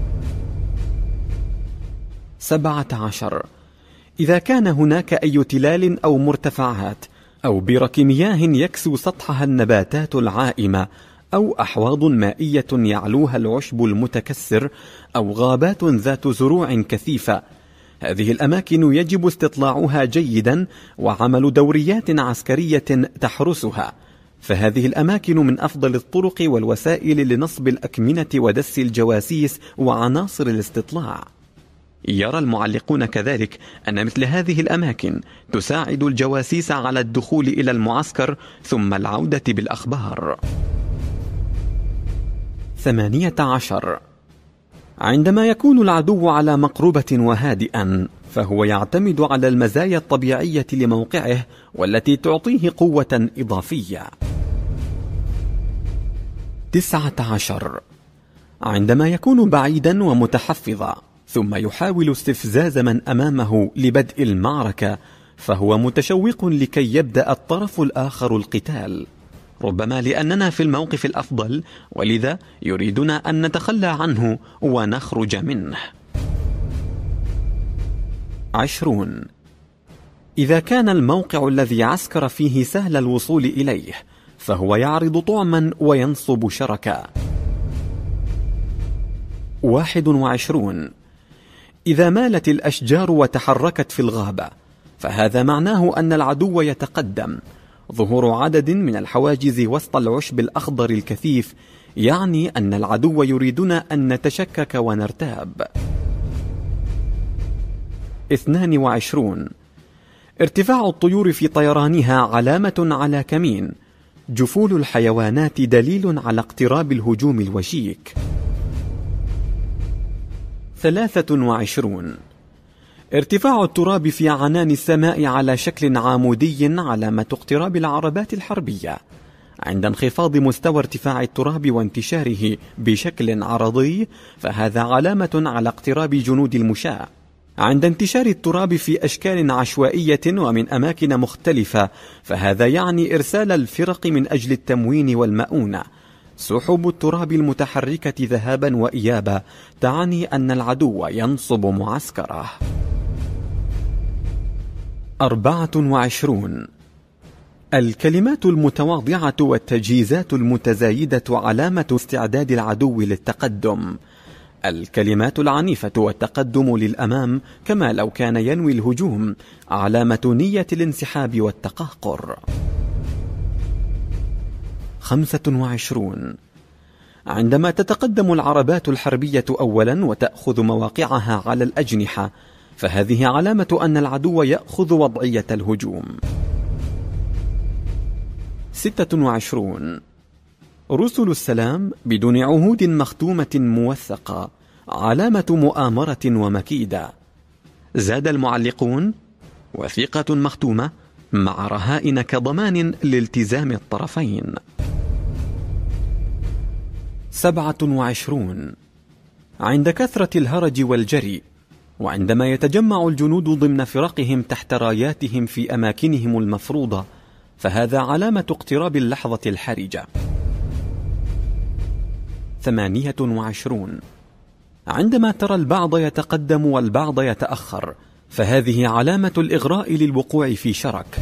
17. إذا كان هناك أي تلال أو مرتفعات أو برك مياه يكسو سطحها النباتات العائمة، أو أحواض مائية يعلوها العشب المتكسر، أو غابات ذات زروع كثيفة، هذه الأماكن يجب استطلاعها جيدا وعمل دوريات عسكرية تحرسها، فهذه الأماكن من أفضل الطرق والوسائل لنصب الأكمنة ودس الجواسيس وعناصر الاستطلاع. يرى المعلقون كذلك أن مثل هذه الأماكن تساعد الجواسيس على الدخول إلى المعسكر ثم العودة بالأخبار. 18. عندما يكون العدو على مقربة وهادئا فهو يعتمد على المزايا الطبيعية لموقعه والتي تعطيه قوة إضافية. 19. عندما يكون بعيدا ومتحفظا ثم يحاول استفزاز من أمامه لبدء المعركة فهو متشوق لكي يبدأ الطرف الآخر القتال، ربما لأننا في الموقف الأفضل ولذا يريدنا أن نتخلى عنه ونخرج منه. 20. إذا كان الموقع الذي عسكر فيه سهل الوصول إليه فهو يعرض طعما وينصب شركا. 21. إذا مالت الأشجار وتحركت في الغابة فهذا معناه أن العدو يتقدم. ظهور عدد من الحواجز وسط العشب الأخضر الكثيف يعني أن العدو يريدنا أن نتشكك ونرتاب. 22. ارتفاع الطيور في طيرانها علامة على كمين. جفول الحيوانات دليل على اقتراب الهجوم الوشيك. 23. ارتفاع التراب في عنان السماء على شكل عمودي علامة اقتراب العربات الحربية. عند انخفاض مستوى ارتفاع التراب وانتشاره بشكل عرضي فهذا علامة على اقتراب جنود المشاة. عند انتشار التراب في أشكال عشوائية ومن أماكن مختلفة فهذا يعني إرسال الفرق من أجل التموين والمؤونة. سحب التراب المتحركة ذهابا وإيابا تعني أن العدو ينصب معسكره. 24. الكلمات المتواضعة والتجهيزات المتزايدة علامة استعداد العدو للتقدم. الكلمات العنيفة والتقدم للأمام كما لو كان ينوي الهجوم علامة نية الانسحاب والتقهقر. 25. عندما تتقدم العربات الحربية أولا وتأخذ مواقعها على الأجنحة فهذه علامة أن العدو يأخذ وضعية الهجوم. 26. رسل السلام بدون عهود مختومة موثقة علامة مؤامرة ومكيدة. زاد المعلقون: وثيقة مختومة مع رهائن كضمان لالتزام الطرفين. 27. عند كثرة الهرج والجري وعندما يتجمع الجنود ضمن فرقهم تحت راياتهم في أماكنهم المفروضة فهذا علامة اقتراب اللحظة الحرجة. 28. عندما ترى البعض يتقدم والبعض يتأخر فهذه علامة الإغراء للوقوع في شرك.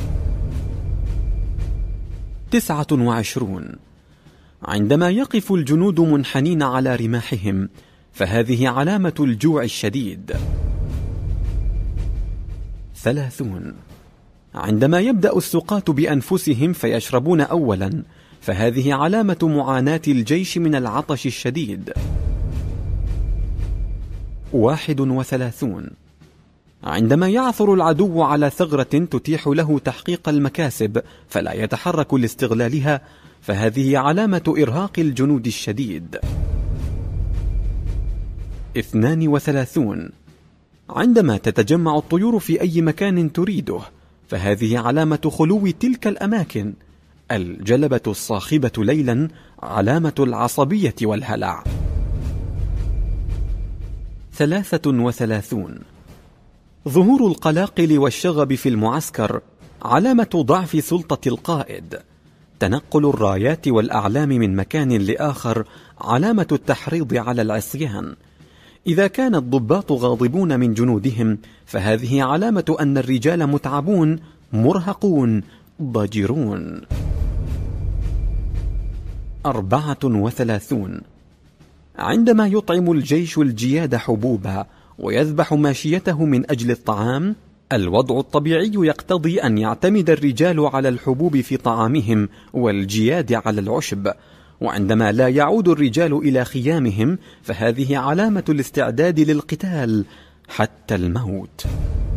29. عندما يقف الجنود منحنين على رماحهم فهذه علامة الجوع الشديد. 30. عندما يبدأ السقاة بأنفسهم فيشربون أولا فهذه علامة معاناة الجيش من العطش الشديد. 31. عندما يعثر العدو على ثغرة تتيح له تحقيق المكاسب فلا يتحرك لاستغلالها فهذه علامة إرهاق الجنود الشديد. 32. عندما تتجمع الطيور في أي مكان تريده فهذه علامة خلو تلك الأماكن. الجلبة الصاخبة ليلا علامة العصبية والهلع. 33. ظهور القلاقل والشغب في المعسكر علامة ضعف سلطة القائد. تنقل الرايات والأعلام من مكان لآخر علامة التحريض على العصيان. إذا كان الضباط غاضبون من جنودهم فهذه علامة أن الرجال متعبون مرهقون ضجرون. 34. عندما يطعم الجيش الجياد حبوبا ويذبح ماشيته من أجل الطعام، الوضع الطبيعي يقتضي أن يعتمد الرجال على الحبوب في طعامهم والجياد على العشب، وعندما لا يعود الرجال إلى خيامهم فهذه علامة الاستعداد للقتال حتى الموت.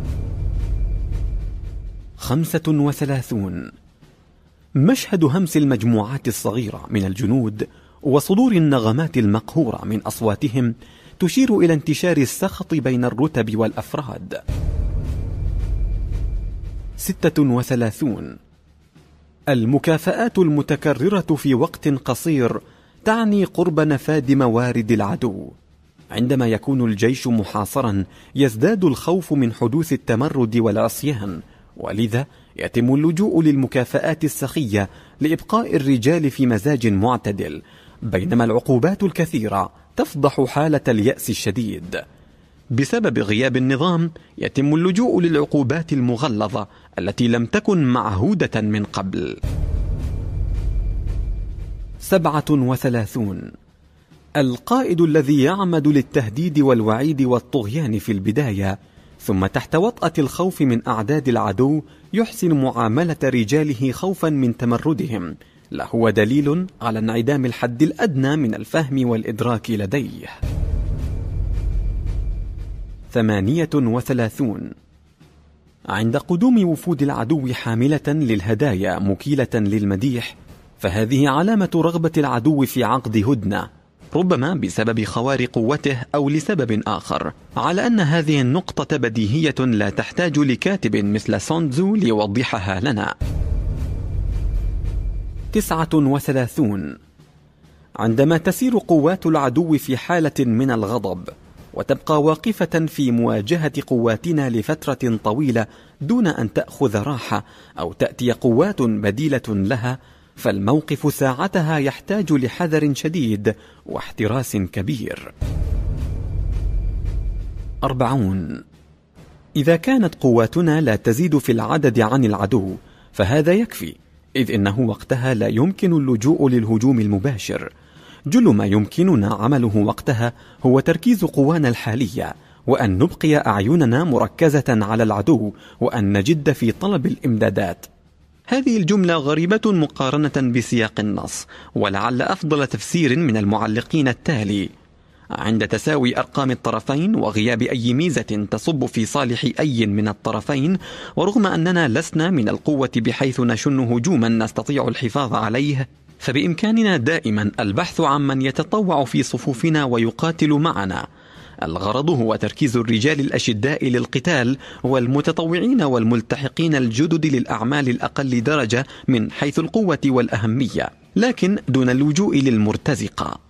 35. مشهد همس المجموعات الصغيرة من الجنود وصدور النغمات المقهورة من أصواتهم تشير إلى انتشار السخط بين الرتب والأفراد. 36. المكافآت المتكررة في وقت قصير تعني قرب نفاذ موارد العدو. عندما يكون الجيش محاصرا يزداد الخوف من حدوث التمرد والعصيان، ولذا يتم اللجوء للمكافآت السخية لإبقاء الرجال في مزاج معتدل، بينما العقوبات الكثيرة تفضح حالة اليأس الشديد. بسبب غياب النظام يتم اللجوء للعقوبات المغلظة التي لم تكن معهودة من قبل. 37. القائد الذي يعمد للتهديد والوعيد والطغيان في البداية ثم تحت وطأة الخوف من أعداد العدو يحسن معاملة رجاله خوفا من تمردهم، لهو دليل على انعدام الحد الأدنى من الفهم والإدراك لديه. 38. عند قدوم وفود العدو حاملة للهدايا مكيلة للمديح، فهذه علامة رغبة العدو في عقد هدنة، ربما بسبب خوار قوته أو لسبب آخر، على أن هذه النقطة بديهية لا تحتاج لكاتب مثل سون تزو ليوضحها لنا. 39. عندما تسير قوات العدو في حالة من الغضب وتبقى واقفة في مواجهة قواتنا لفترة طويلة دون أن تأخذ راحة أو تأتي قوات بديلة لها، فالموقف ساعتها يحتاج لحذر شديد واحتراس كبير. 40. إذا كانت قواتنا لا تزيد في العدد عن العدو فهذا يكفي، إذ إنه وقتها لا يمكن اللجوء للهجوم المباشر. جل ما يمكننا عمله وقتها هو تركيز قوانا الحالية، وأن نبقي أعيننا مركزة على العدو، وأن نجد في طلب الإمدادات. هذه الجملة غريبة مقارنة بسياق النص، ولعل أفضل تفسير من المعلقين التالي: عند تساوي أرقام الطرفين وغياب أي ميزة تصب في صالح أي من الطرفين، ورغم أننا لسنا من القوة بحيث نشن هجوما نستطيع الحفاظ عليه، فبإمكاننا دائما البحث عن من يتطوع في صفوفنا ويقاتل معنا. الغرض هو تركيز الرجال الأشداء للقتال والمتطوعين والملتحقين الجدد للأعمال الأقل درجة من حيث القوة والأهمية، لكن دون اللجوء للمرتزقة.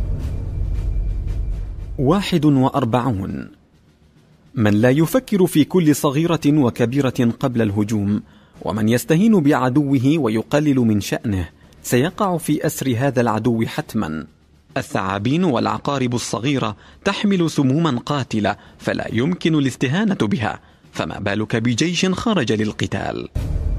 41. من لا يفكر في كل صغيرة وكبيرة قبل الهجوم، ومن يستهين بعدوه ويقلل من شأنه، سيقع في أسر هذا العدو حتما. الثعابين والعقارب الصغيرة تحمل سموما قاتلة فلا يمكن الاستهانة بها، فما بالك بجيش خرج للقتال.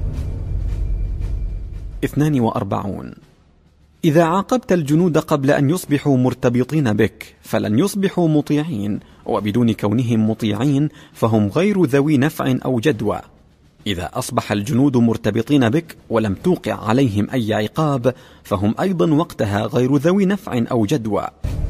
42. إذا عاقبت الجنود قبل أن يصبحوا مرتبطين بك فلن يصبحوا مطيعين، وبدون كونهم مطيعين فهم غير ذوي نفع أو جدوى. إذا أصبح الجنود مرتبطين بك ولم توقع عليهم أي عقاب فهم أيضا وقتها غير ذوي نفع أو جدوى.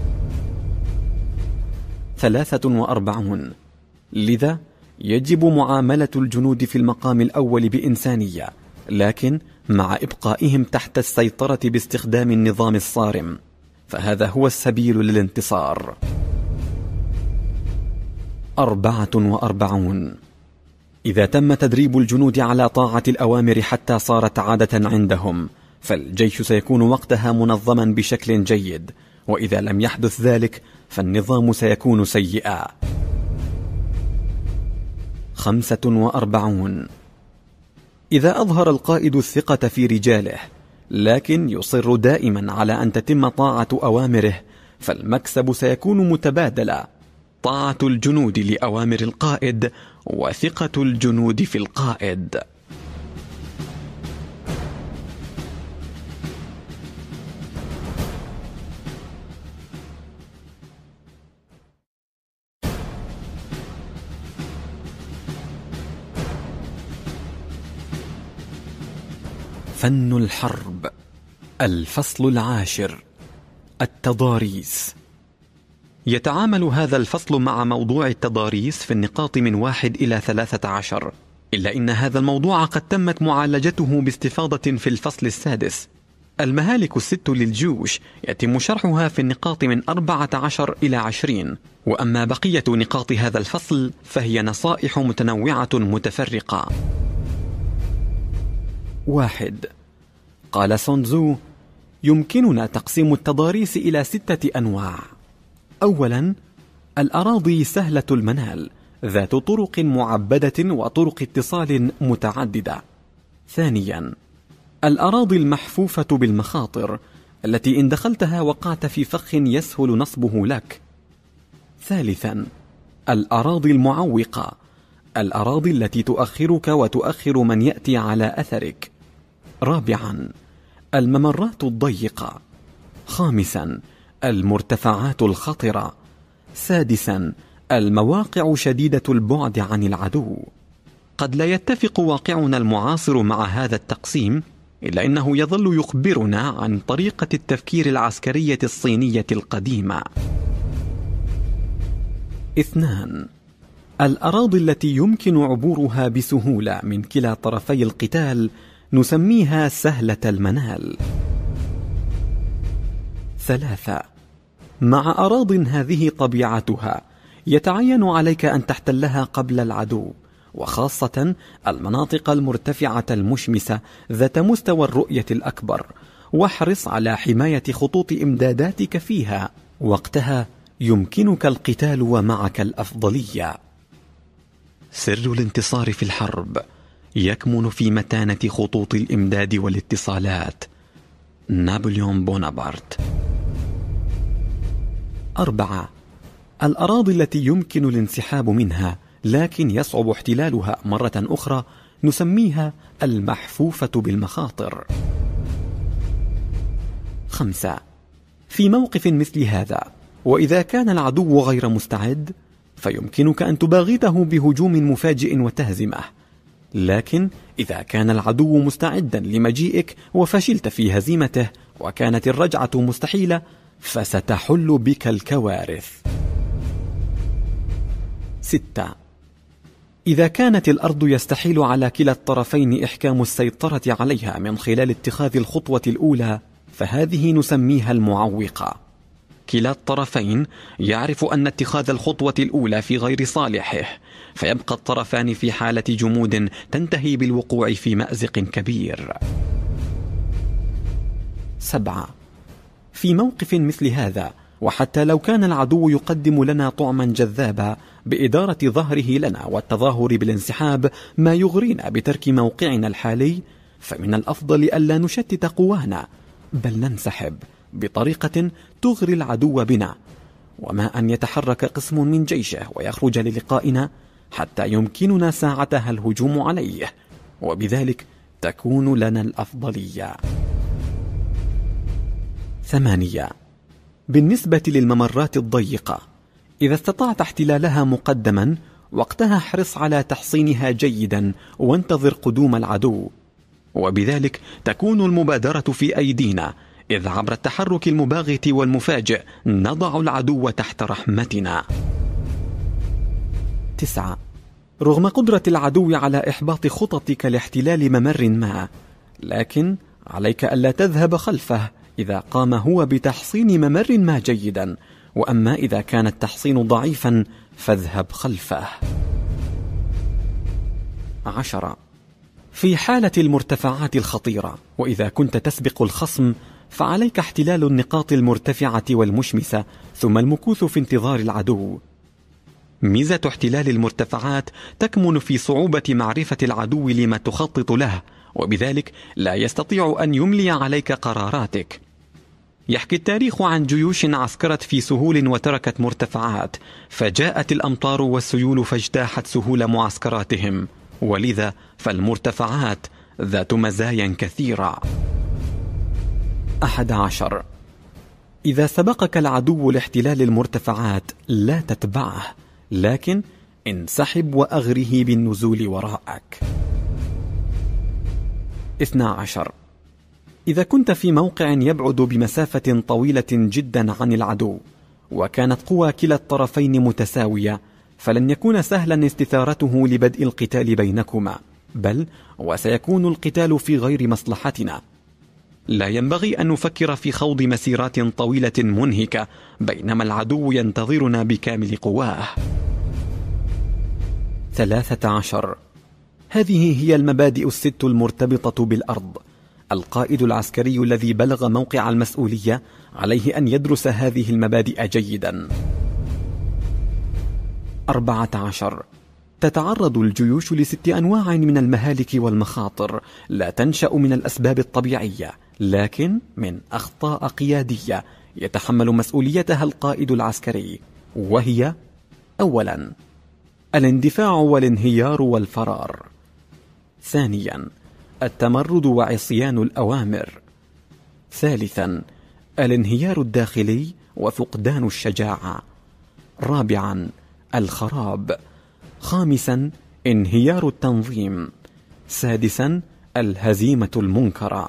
43. لذا يجب معاملة الجنود في المقام الأول بإنسانية، لكن مع إبقائهم تحت السيطرة باستخدام النظام الصارم، فهذا هو السبيل للانتصار. 44. إذا تم تدريب الجنود على طاعة الأوامر حتى صارت عادة عندهم، فالجيش سيكون وقتها منظما بشكل جيد، وإذا لم يحدث ذلك فالنظام سيكون سيئا. 45. إذا أظهر القائد الثقة في رجاله لكن يصر دائما على أن تتم طاعة أوامره، فالمكسب سيكون متبادلا: طاعة الجنود لأوامر القائد وثقة الجنود في القائد. فن الحرب. الفصل 10: التضاريس. يتعامل هذا الفصل مع موضوع التضاريس في النقاط من 1 إلى 13، إلا إن هذا الموضوع قد تمت معالجته باستفاضة في الفصل السادس. المهالك 6 للجيوش يتم شرحها في النقاط من 14 إلى 20، وأما بقية نقاط هذا الفصل فهي نصائح متنوعة متفرقة. 1. قال سون تزو: يمكننا تقسيم التضاريس إلى 6 أنواع. أولا، الأراضي سهلة المنال ذات طرق معبدة وطرق اتصال متعددة. ثانيا، الأراضي المحفوفة بالمخاطر التي إن دخلتها وقعت في فخ يسهل نصبه لك. ثالثا، الأراضي المعوقة، الأراضي التي تؤخرك وتؤخر من يأتي على أثرك. رابعا، الممرات الضيقة. خامسا، المرتفعات الخطرة. سادسا، المواقع شديدة البعد عن العدو. قد لا يتفق واقعنا المعاصر مع هذا التقسيم، إلا أنه يظل يخبرنا عن طريقة التفكير العسكرية الصينية القديمة. 2. الأراضي التي يمكن عبورها بسهولة من كلا طرفي القتال نسميها سهلة المنال. 3. مع أراضٍ هذه طبيعتها يتعين عليك أن تحتلها قبل العدو، وخاصة المناطق المرتفعة المشمسة ذات مستوى الرؤية الأكبر، واحرص على حماية خطوط إمداداتك فيها. وقتها يمكنك القتال ومعك الأفضلية. سر الانتصار في الحرب يكمن في متانة خطوط الإمداد والاتصالات. نابليون بونابرت. 4. الأراضي التي يمكن الانسحاب منها لكن يصعب احتلالها مرة أخرى نسميها المحفوفة بالمخاطر. 5. في موقف مثل هذا، وإذا كان العدو غير مستعد، فيمكنك أن تباغته بهجوم مفاجئ وتهزمه، لكن إذا كان العدو مستعدا لمجيئك وفشلت في هزيمته وكانت الرجعة مستحيلة، فستحل بك الكوارث. 6. إذا كانت الأرض يستحيل على كلا الطرفين إحكام السيطرة عليها من خلال اتخاذ الخطوة الأولى، فهذه نسميها المعوقة. كلا الطرفين يعرف أن اتخاذ الخطوة الأولى في غير صالحه، فيبقى الطرفان في حالة جمود تنتهي بالوقوع في مأزق كبير. 7. في موقف مثل هذا، وحتى لو كان العدو يقدم لنا طعما جذابا بإدارة ظهره لنا والتظاهر بالانسحاب ما يغرينا بترك موقعنا الحالي، فمن الأفضل ألا نشتت قوانا، بل ننسحب بطريقة تغري العدو بنا، وما أن يتحرك قسم من جيشه ويخرج للقائنا حتى يمكننا ساعتها الهجوم عليه، وبذلك تكون لنا الأفضلية. 8. بالنسبة للممرات الضيقة، إذا استطعت احتلالها مقدما، وقتها احرص على تحصينها جيدا وانتظر قدوم العدو، وبذلك تكون المبادرة في أيدينا، إذ عبر التحرك المباغت والمفاجئ نضع العدو تحت رحمتنا. 9. رغم قدرة العدو على إحباط خططك لاحتلال ممر ما، لكن عليك ألا تذهب خلفه إذا قام هو بتحصين ممر ما جيدا، وأما إذا كان التحصين ضعيفا فاذهب خلفه. 10. في حالة المرتفعات الخطيرة، وإذا كنت تسبق الخصم، فعليك احتلال النقاط المرتفعة والمشمسة ثم المكوث في انتظار العدو. ميزة احتلال المرتفعات تكمن في صعوبة معرفة العدو لما تخطط له، وبذلك لا يستطيع أن يملي عليك قراراتك. يحكي التاريخ عن جيوش عسكرت في سهول وتركت مرتفعات، فجاءت الأمطار والسيول فاجتاحت سهول معسكراتهم، ولذا فالمرتفعات ذات مزايا كثيرة. 11. إذا سبقك العدو لاحتلال المرتفعات لا تتبعه، لكن انسحب وأغره بالنزول وراءك. 12. إذا كنت في موقع يبعد بمسافة طويلة جدا عن العدو، وكانت قوى كلا الطرفين متساوية، فلن يكون سهلا استثارته لبدء القتال بينكما، بل وسيكون القتال في غير مصلحتنا. لا ينبغي أن نفكر في خوض مسيرات طويلة منهكة بينما العدو ينتظرنا بكامل قواه. 13. هذه هي المبادئ الست المرتبطة بالأرض. القائد العسكري الذي بلغ موقع المسؤولية عليه أن يدرس هذه المبادئ جيدا. 14. تتعرض الجيوش ل6 أنواع من المهالك والمخاطر، لا تنشأ من الأسباب الطبيعية، لكن من أخطاء قيادية يتحمل مسؤوليتها القائد العسكري، وهي: أولا، الاندفاع والانهيار والفرار. ثانيا، التمرد وعصيان الأوامر. ثالثا، الانهيار الداخلي وفقدان الشجاعة. رابعا، الخراب. خامسا، انهيار التنظيم. سادسا، الهزيمة المنكرة.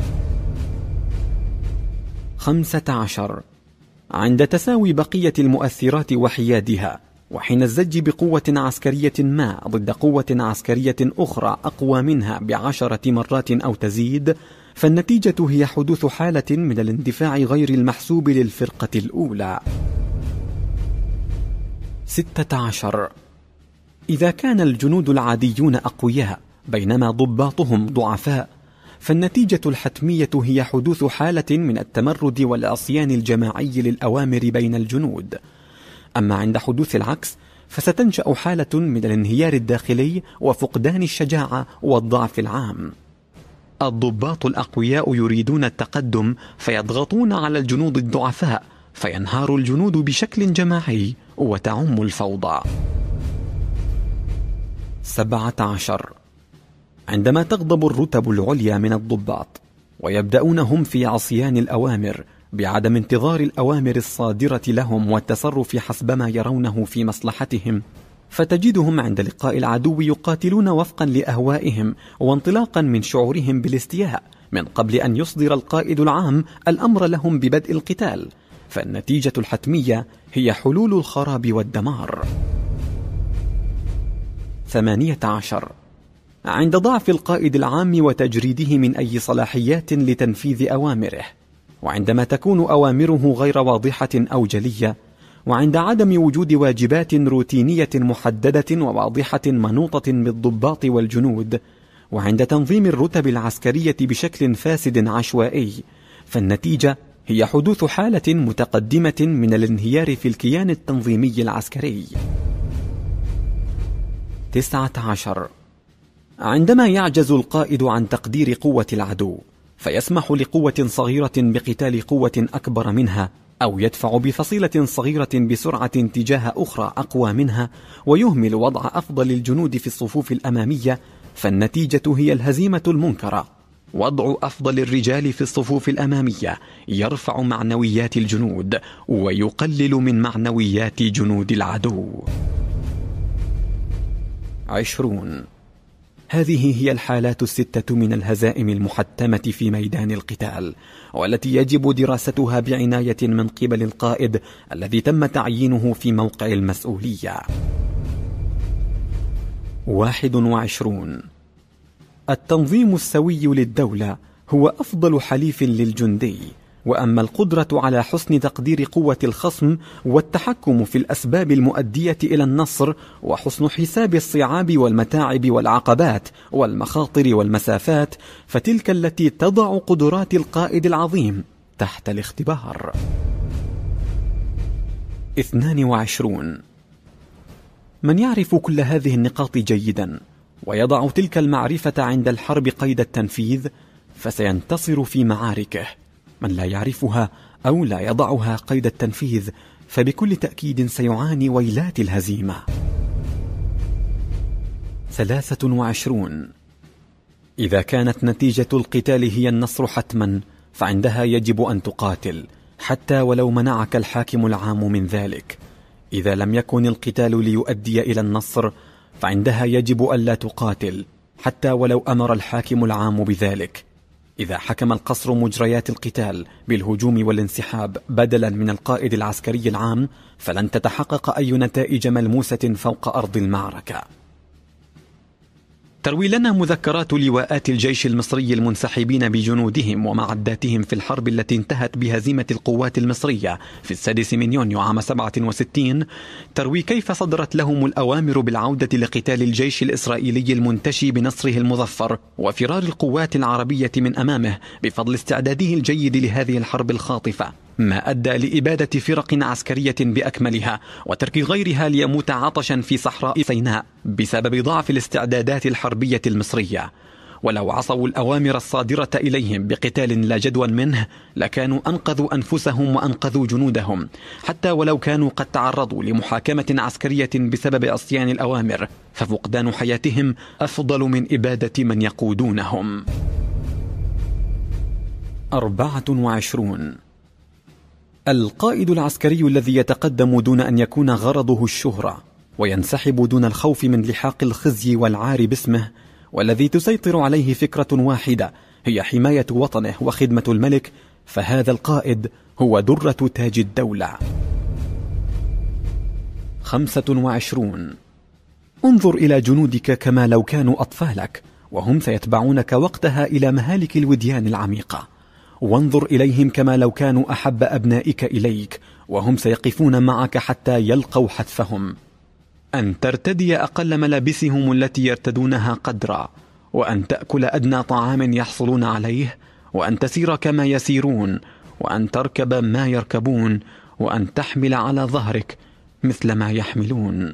15. عند تساوي بقية المؤثرات وحيادها، وحين الزج بقوة عسكرية ما ضد قوة عسكرية أخرى أقوى منها ب10 مرات أو تزيد، فالنتيجة هي حدوث حالة من الاندفاع غير المحسوب للفرقة الأولى. 16. إذا كان الجنود العاديون أقوياء بينما ضباطهم ضعفاء، فالنتيجة الحتمية هي حدوث حالة من التمرد والعصيان الجماعي للأوامر بين الجنود. أما عند حدوث العكس، فستنشأ حالة من الانهيار الداخلي وفقدان الشجاعة والضعف العام. الضباط الأقوياء يريدون التقدم فيضغطون على الجنود الضعفاء، فينهار الجنود بشكل جماعي وتعم الفوضى. 17. عندما تغضب الرتب العليا من الضباط ويبدأون هم في عصيان الأوامر بعدم انتظار الأوامر الصادرة لهم والتصرف حسب ما يرونه في مصلحتهم، فتجدهم عند لقاء العدو يقاتلون وفقا لأهوائهم وانطلاقا من شعورهم بالاستياء من قبل أن يصدر القائد العام الأمر لهم ببدء القتال، فالنتيجة الحتمية هي حلول الخراب والدمار. 18. عند ضعف القائد العام وتجريده من أي صلاحيات لتنفيذ أوامره، وعندما تكون أوامره غير واضحة أو جلية، وعند عدم وجود واجبات روتينية محددة وواضحة منوطة بالضباط والجنود، وعند تنظيم الرتب العسكرية بشكل فاسد عشوائي، فالنتيجة هي حدوث حالة متقدمة من الانهيار في الكيان التنظيمي العسكري. 19. عندما يعجز القائد عن تقدير قوة العدو، فيسمح لقوة صغيرة بقتال قوة أكبر منها، أو يدفع بفصيلة صغيرة بسرعة تجاه أخرى أقوى منها، ويهمل وضع أفضل الجنود في الصفوف الأمامية، فالنتيجة هي الهزيمة المنكرة. وضع أفضل الرجال في الصفوف الأمامية يرفع معنويات الجنود ويقلل من معنويات جنود العدو. 20. هذه هي الحالات 6 من الهزائم المحتمة في ميدان القتال، والتي يجب دراستها بعناية من قبل القائد الذي تم تعيينه في موقع المسؤولية. 21. التنظيم السوي للدولة هو أفضل حليف للجندي، وأما القدرة على حسن تقدير قوة الخصم والتحكم في الأسباب المؤدية إلى النصر وحسن حساب الصعاب والمتاعب والعقبات والمخاطر والمسافات، فتلك التي تضع قدرات القائد العظيم تحت الاختبار. 22. من يعرف كل هذه النقاط جيدا ويضع تلك المعرفة عند الحرب قيد التنفيذ فسينتصر في معاركه. من لا يعرفها أو لا يضعها قيد التنفيذ فبكل تأكيد سيعاني ويلات الهزيمة. 23. إذا كانت نتيجة القتال هي النصر حتما، فعندها يجب أن تقاتل حتى ولو منعك الحاكم العام من ذلك. إذا لم يكن القتال ليؤدي إلى النصر، فعندها يجب ألا تقاتل حتى ولو أمر الحاكم العام بذلك. إذا حكم القصر مجريات القتال بالهجوم والانسحاب بدلا من القائد العسكري العام، فلن تتحقق أي نتائج ملموسة فوق أرض المعركة. تروي لنا مذكرات لواءات الجيش المصري المنسحبين بجنودهم ومعداتهم في الحرب التي انتهت بهزيمة القوات المصرية في 6 من يونيو عام 67، تروي كيف صدرت لهم الأوامر بالعودة لقتال الجيش الإسرائيلي المنتشي بنصره المظفر وفرار القوات العربية من أمامه بفضل استعداده الجيد لهذه الحرب الخاطفة، ما أدى لإبادة فرق عسكرية بأكملها وترك غيرها ليموت عطشا في صحراء سيناء بسبب ضعف الاستعدادات الحربية المصرية. ولو عصوا الأوامر الصادرة إليهم بقتال لا جدوى منه لكانوا أنقذوا أنفسهم وأنقذوا جنودهم، حتى ولو كانوا قد تعرضوا لمحاكمة عسكرية بسبب عصيان الأوامر، ففقدان حياتهم أفضل من إبادة من يقودونهم. 24. القائد العسكري الذي يتقدم دون أن يكون غرضه الشهرة وينسحب دون الخوف من لحاق الخزي والعار باسمه، والذي تسيطر عليه فكرة واحدة هي حماية وطنه وخدمة الملك، فهذا القائد هو درة تاج الدولة. 25. انظر إلى جنودك كما لو كانوا أطفالك، وهم سيتبعونك وقتها إلى مهالك الوديان العميقة، وانظر إليهم كما لو كانوا أحب أبنائك إليك، وهم سيقفون معك حتى يلقوا حتفهم. أن ترتدي أقل ملابسهم التي يرتدونها قدرا، وأن تأكل أدنى طعام يحصلون عليه، وأن تسير كما يسيرون، وأن تركب ما يركبون، وأن تحمل على ظهرك مثل ما يحملون.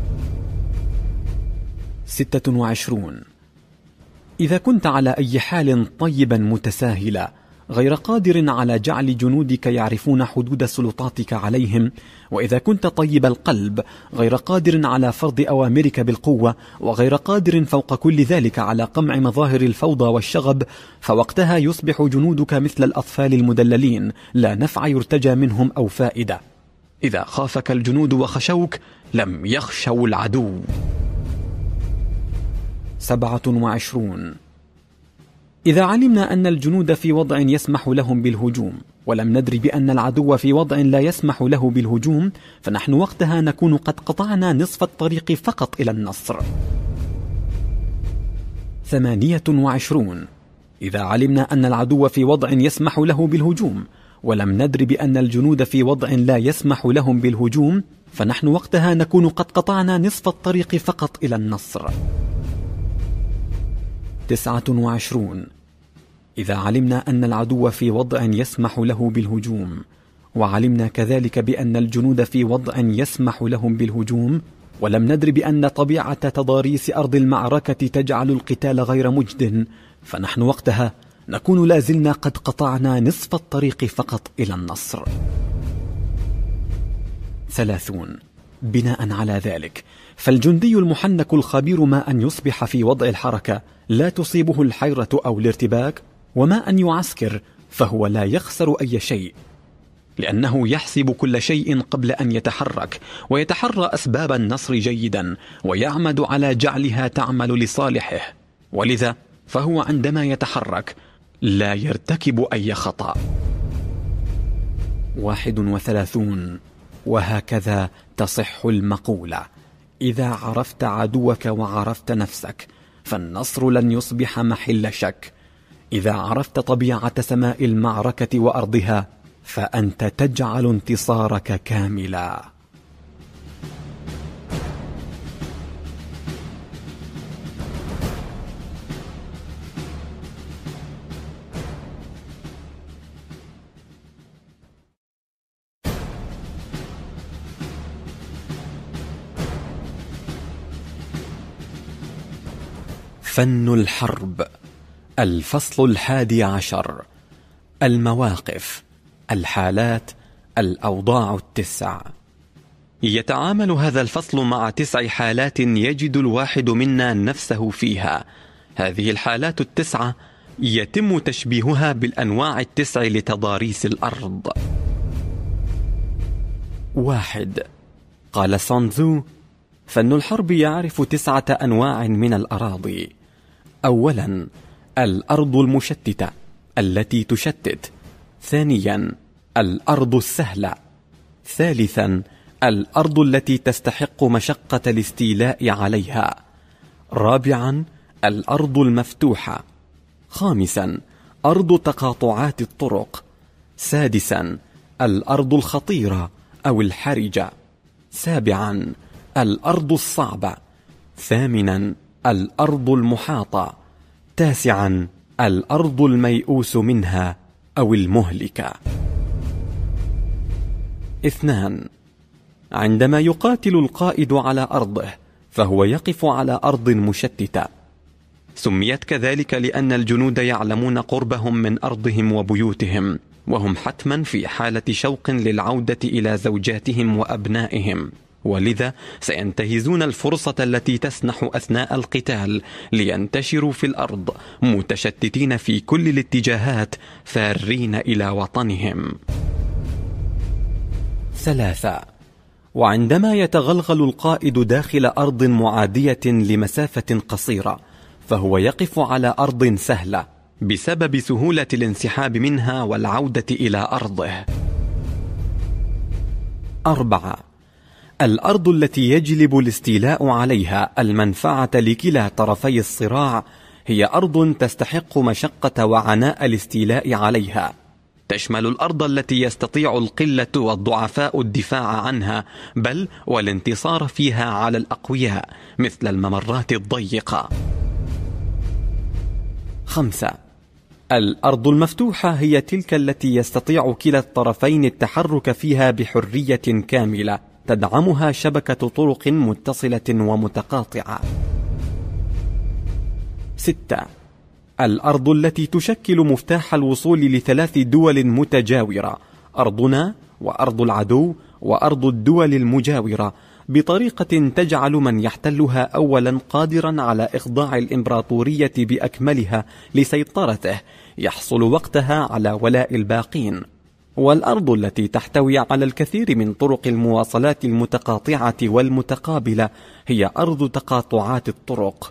26. إذا كنت على أي حال طيبا متساهلا غير قادر على جعل جنودك يعرفون حدود سلطاتك عليهم، وإذا كنت طيب القلب غير قادر على فرض أوامرك بالقوة، وغير قادر فوق كل ذلك على قمع مظاهر الفوضى والشغب، فوقتها يصبح جنودك مثل الأطفال المدللين، لا نفع يرتجى منهم أو فائدة. إذا خافك الجنود وخشوك لم يخشوا العدو. 27. إذا علمنا أن الجنود في وضع يسمح لهم بالهجوم، ولم ندري بأن العدو في وضع لا يسمح له بالهجوم، فنحن وقتها نكون قد قطعنا نصف الطريق فقط إلى النصر. 28. إذا علمنا أن العدو في وضع يسمح له بالهجوم، ولم ندري بأن الجنود في وضع لا يسمح لهم بالهجوم، فنحن وقتها نكون قد قطعنا نصف الطريق فقط إلى النصر. 29. إذا علمنا أن العدو في وضع يسمح له بالهجوم، وعلمنا كذلك بأن الجنود في وضع يسمح لهم بالهجوم، ولم ندر بأن طبيعة تضاريس أرض المعركة تجعل القتال غير مجد، فنحن وقتها نكون لازلنا قد قطعنا نصف الطريق فقط إلى النصر. 30. بناء على ذلك فالجندي المحنك الخبير ما أن يصبح في وضع الحركة لا تصيبه الحيرة أو الارتباك، وما أن يعسكر فهو لا يخسر أي شيء، لأنه يحسب كل شيء قبل أن يتحرك، ويتحرى أسباب النصر جيدا، ويعمد على جعلها تعمل لصالحه، ولذا فهو عندما يتحرك لا يرتكب أي خطأ. 31. وهكذا تصح المقولة: إذا عرفت عدوك وعرفت نفسك فالنصر لن يصبح محل شك. إذا عرفت طبيعة سماء المعركة وأرضها فأنت تجعل انتصارك كاملا. فن الحرب. الفصل 11. المواقف، الحالات، الأوضاع 9. يتعامل هذا الفصل مع 9 حالات يجد الواحد منا نفسه فيها. هذه الحالات 9 يتم تشبيهها بالأنواع 9 لتضاريس الأرض. 1. قال سون تزو: فن الحرب يعرف 9 أنواع من الأراضي. أولا، الأرض المشتتة، التي تشتت. ثانيا الأرض السهلة. ثالثا الأرض التي تستحق مشقة الاستيلاء عليها. رابعا الأرض المفتوحة. خامسا أرض تقاطعات الطرق. سادسا الأرض الخطيرة أو الحرجة. سابعا الأرض الصعبة. ثامنا الأرض المحاطة. تاسعا الأرض الميؤوس منها أو المهلكة. 2. عندما يقاتل القائد على أرضه فهو يقف على أرض مشتتة. سميت كذلك لأن الجنود يعلمون قربهم من أرضهم وبيوتهم، وهم حتما في حالة شوق للعودة إلى زوجاتهم وأبنائهم، ولذا سينتهزون الفرصة التي تسنح أثناء القتال لينتشروا في الأرض متشتتين في كل الاتجاهات فارين إلى وطنهم. 3. وعندما يتغلغل القائد داخل أرض معادية لمسافة قصيرة فهو يقف على أرض سهلة بسبب سهولة الانسحاب منها والعودة إلى أرضه. 4. الأرض التي يجلب الاستيلاء عليها المنفعة لكلا طرفي الصراع هي أرض تستحق مشقة وعناء الاستيلاء عليها. تشمل الأرض التي يستطيع القلة والضعفاء الدفاع عنها، بل والانتصار فيها على الأقوياء، مثل الممرات الضيقة. 5. الأرض المفتوحة هي تلك التي يستطيع كلا الطرفين التحرك فيها بحرية كاملة تدعمها شبكة طرق متصلة ومتقاطعة. 6. الأرض التي تشكل مفتاح الوصول ل3 دول متجاورة، أرضنا وأرض العدو وأرض الدول المجاورة، بطريقة تجعل من يحتلها أولا قادرا على إخضاع الإمبراطورية بأكملها لسيطرته، يحصل وقتها على ولاء الباقين. والأرض التي تحتوي على الكثير من طرق المواصلات المتقاطعة والمتقابلة هي أرض تقاطعات الطرق.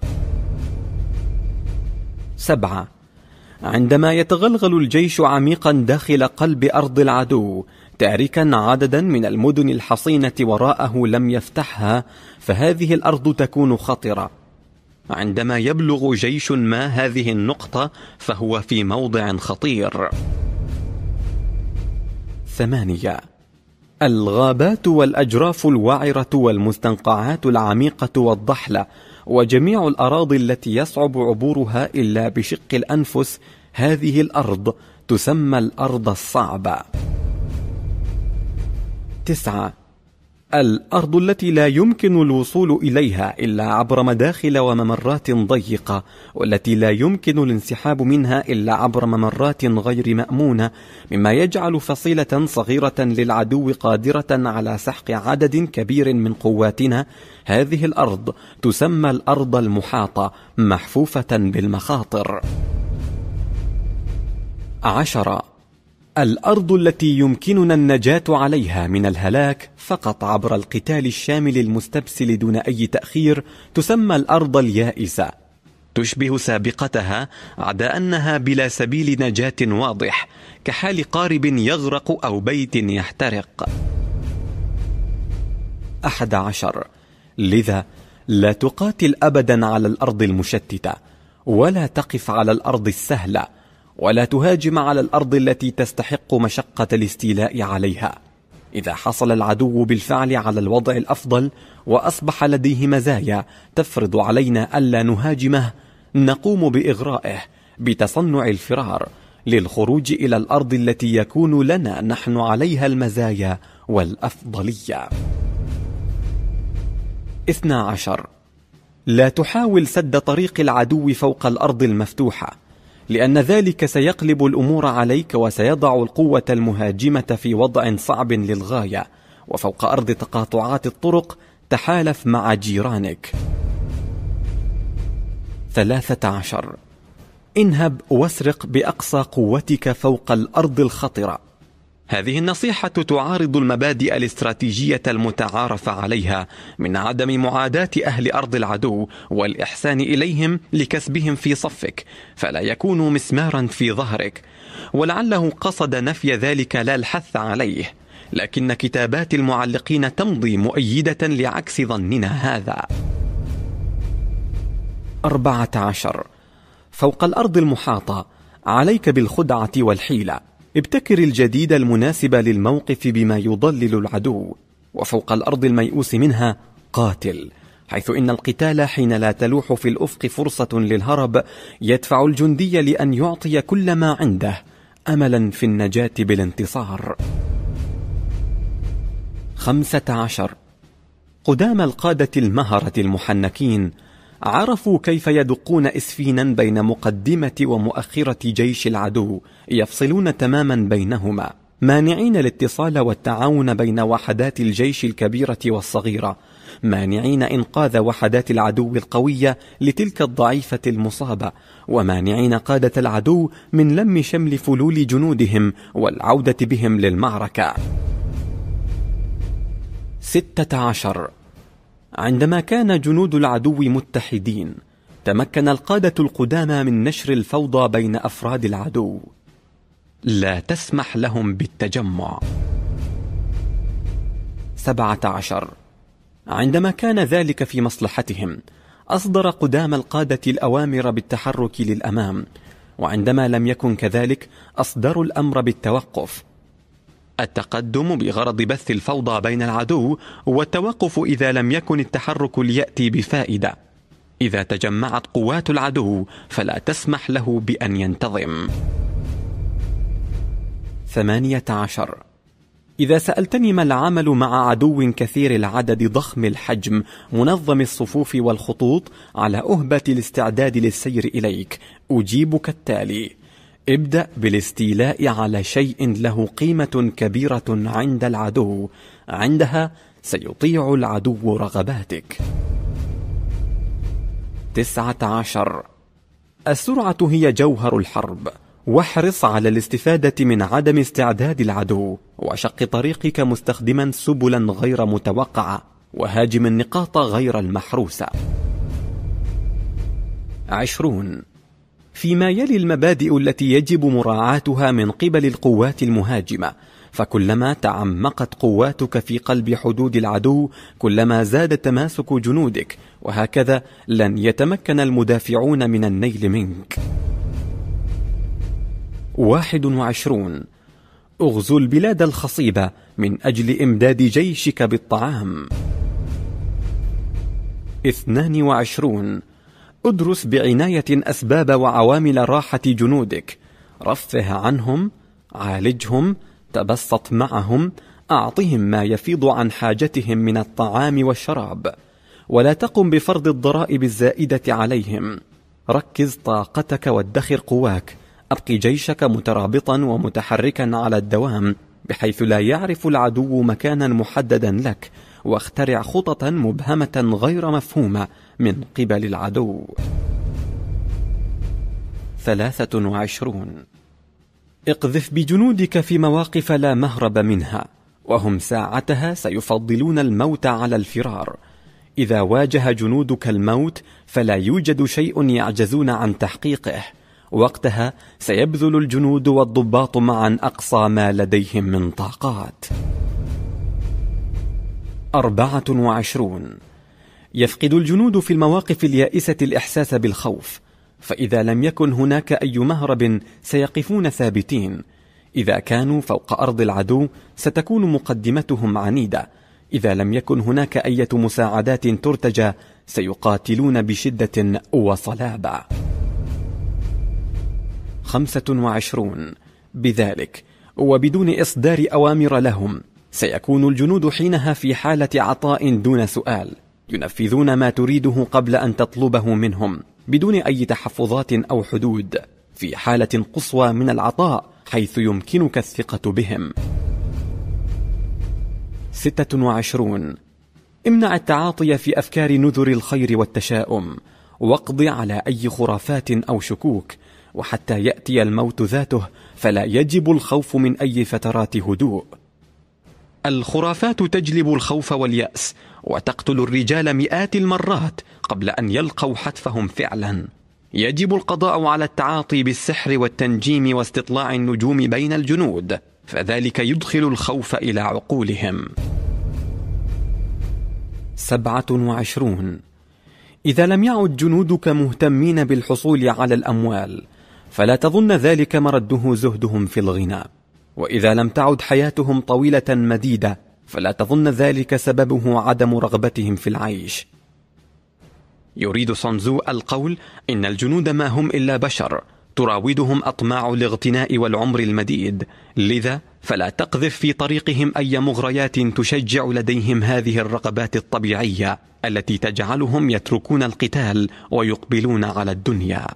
7. عندما يتغلغل الجيش عميقا داخل قلب أرض العدو تاركا عددا من المدن الحصينة وراءه لم يفتحها، فهذه الأرض تكون خطرة. عندما يبلغ جيش ما هذه النقطة فهو في موضع خطير. 8. الغابات والأجراف الوعرة والمستنقعات العميقة والضحلة وجميع الأراضي التي يصعب عبورها إلا بشق الأنفس، هذه الأرض تسمى الأرض الصعبة. 9. الأرض التي لا يمكن الوصول إليها إلا عبر مداخل وممرات ضيقة، والتي لا يمكن الانسحاب منها إلا عبر ممرات غير مأمونة، مما يجعل فصيلة صغيرة للعدو قادرة على سحق عدد كبير من قواتنا. هذه الأرض تسمى الأرض المحاطة، محفوفة بالمخاطر. 10. الأرض التي يمكننا النجاة عليها من الهلاك فقط عبر القتال الشامل المستبسل دون أي تأخير تسمى الأرض اليائسة، تشبه سابقتها عدا أنها بلا سبيل نجاة واضح، كحال قارب يغرق أو بيت يحترق. 11. لذا لا تقاتل أبدا على الأرض المشتتة، ولا تقف على الأرض السهلة، ولا تهاجم على الأرض التي تستحق مشقة الاستيلاء عليها. إذا حصل العدو بالفعل على الوضع الأفضل وأصبح لديه مزايا تفرض علينا ألا نهاجمه، نقوم بإغرائه بتصنع الفرار للخروج إلى الأرض التي يكون لنا نحن عليها المزايا والأفضلية. 12. لا تحاول سد طريق العدو فوق الأرض المفتوحة، لأن ذلك سيقلب الأمور عليك وسيضع القوة المهاجمة في وضع صعب للغاية. وفوق أرض تقاطعات الطرق تحالف مع جيرانك. 13. انهب واسرق بأقصى قوتك فوق الأرض الخطرة. هذه النصيحة تعارض المبادئ الاستراتيجية المتعارف عليها من عدم معاداة أهل أرض العدو والإحسان إليهم لكسبهم في صفك، فلا يكونوا مسمارا في ظهرك. ولعله قصد نفي ذلك لا الحث عليه، لكن كتابات المعلقين تمضي مؤيدة لعكس ظننا هذا. 14. فوق الأرض المحاطة عليك بالخدعة والحيلة، ابتكر الجديد المناسب للموقف بما يضلل العدو. وفوق الأرض الميؤوس منها قاتل، حيث إن القتال حين لا تلوح في الأفق فرصة للهرب يدفع الجندي لأن يعطي كل ما عنده أملا في النجاة بالانتصار. 15. قدام القادة المهرة المحنكين عرفوا كيف يدقون إسفينا بين مقدمة ومؤخرة جيش العدو، يفصلون تماما بينهما، مانعين الاتصال والتعاون بين وحدات الجيش الكبيرة والصغيرة، مانعين إنقاذ وحدات العدو القوية لتلك الضعيفة المصابة، ومانعين قادة العدو من لم شمل فلول جنودهم والعودة بهم للمعركة. 16. عندما كان جنود العدو متحدين تمكن القادة القدامى من نشر الفوضى بين أفراد العدو. لا تسمح لهم بالتجمع. 17. عندما كان ذلك في مصلحتهم أصدر قدام القادة الأوامر بالتحرك للأمام، وعندما لم يكن كذلك أصدروا الأمر بالتوقف. التقدم بغرض بث الفوضى بين العدو، والتوقف إذا لم يكن التحرك ليأتي بفائدة. إذا تجمعت قوات العدو فلا تسمح له بأن ينتظم. 18. إذا سألتني ما العمل مع عدو كثير العدد ضخم الحجم منظم الصفوف والخطوط على أهبة الاستعداد للسير إليك، أجيب كالتالي: ابدأ بالاستيلاء على شيء له قيمة كبيرة عند العدو، عندها سيطيع العدو رغباتك. 19. السرعة هي جوهر الحرب، واحرص على الاستفادة من عدم استعداد العدو وشق طريقك مستخدما سبلا غير متوقعة، وهاجم النقاط غير المحروسة. 20. فيما يلي المبادئ التي يجب مراعاتها من قبل القوات المهاجمة، فكلما تعمقت قواتك في قلب حدود العدو كلما زاد تماسك جنودك، وهكذا لن يتمكن المدافعون من النيل منك. 21. اغزو البلاد الخصيبة من أجل إمداد جيشك بالطعام. 22. ادرس بعناية أسباب وعوامل راحة جنودك، رفه عنهم، عالجهم، تبسط معهم، أعطهم ما يفيض عن حاجتهم من الطعام والشراب، ولا تقم بفرض الضرائب الزائدة عليهم. ركز طاقتك وادخر قواك، أبقي جيشك مترابطا ومتحركا على الدوام بحيث لا يعرف العدو مكانا محددا لك، واخترع خططا مبهمة غير مفهومة من قبل العدو. 23. اقذف بجنودك في مواقف لا مهرب منها، وهم ساعتها سيفضلون الموت على الفرار. إذا واجه جنودك الموت فلا يوجد شيء يعجزون عن تحقيقه، وقتها سيبذل الجنود والضباط معا أقصى ما لديهم من طاقات. 24. يفقد الجنود في المواقف اليائسة الإحساس بالخوف، فإذا لم يكن هناك أي مهرب سيقفون ثابتين. إذا كانوا فوق أرض العدو ستكون مقدمتهم عنيدة، إذا لم يكن هناك أي مساعدات ترتجى سيقاتلون بشدة وصلابة. 25. بذلك وبدون إصدار أوامر لهم سيكون الجنود حينها في حالة عطاء دون سؤال، ينفذون ما تريده قبل أن تطلبه منهم بدون أي تحفظات أو حدود، في حالة قصوى من العطاء حيث يمكنك الثقة بهم. 26. امنع التعاطي في أفكار نذر الخير والتشاؤم، واقض على أي خرافات أو شكوك، وحتى يأتي الموت ذاته فلا يجب الخوف من أي فترات هدوء. الخرافات تجلب الخوف واليأس وتقتل الرجال مئات المرات قبل أن يلقوا حتفهم فعلا. يجب القضاء على التعاطي بالسحر والتنجيم واستطلاع النجوم بين الجنود، فذلك يدخل الخوف إلى عقولهم. 27. إذا لم يعد جنودك مهتمين بالحصول على الأموال فلا تظن ذلك مرده زهدهم في الغنى، وإذا لم تعد حياتهم طويلة مديدة فلا تظن ذلك سببه عدم رغبتهم في العيش. يريد سون تزو القول إن الجنود ما هم إلا بشر تراودهم أطماع الاغتناء والعمر المديد، لذا فلا تقذف في طريقهم أي مغريات تشجع لديهم هذه الرغبات الطبيعية التي تجعلهم يتركون القتال ويقبلون على الدنيا.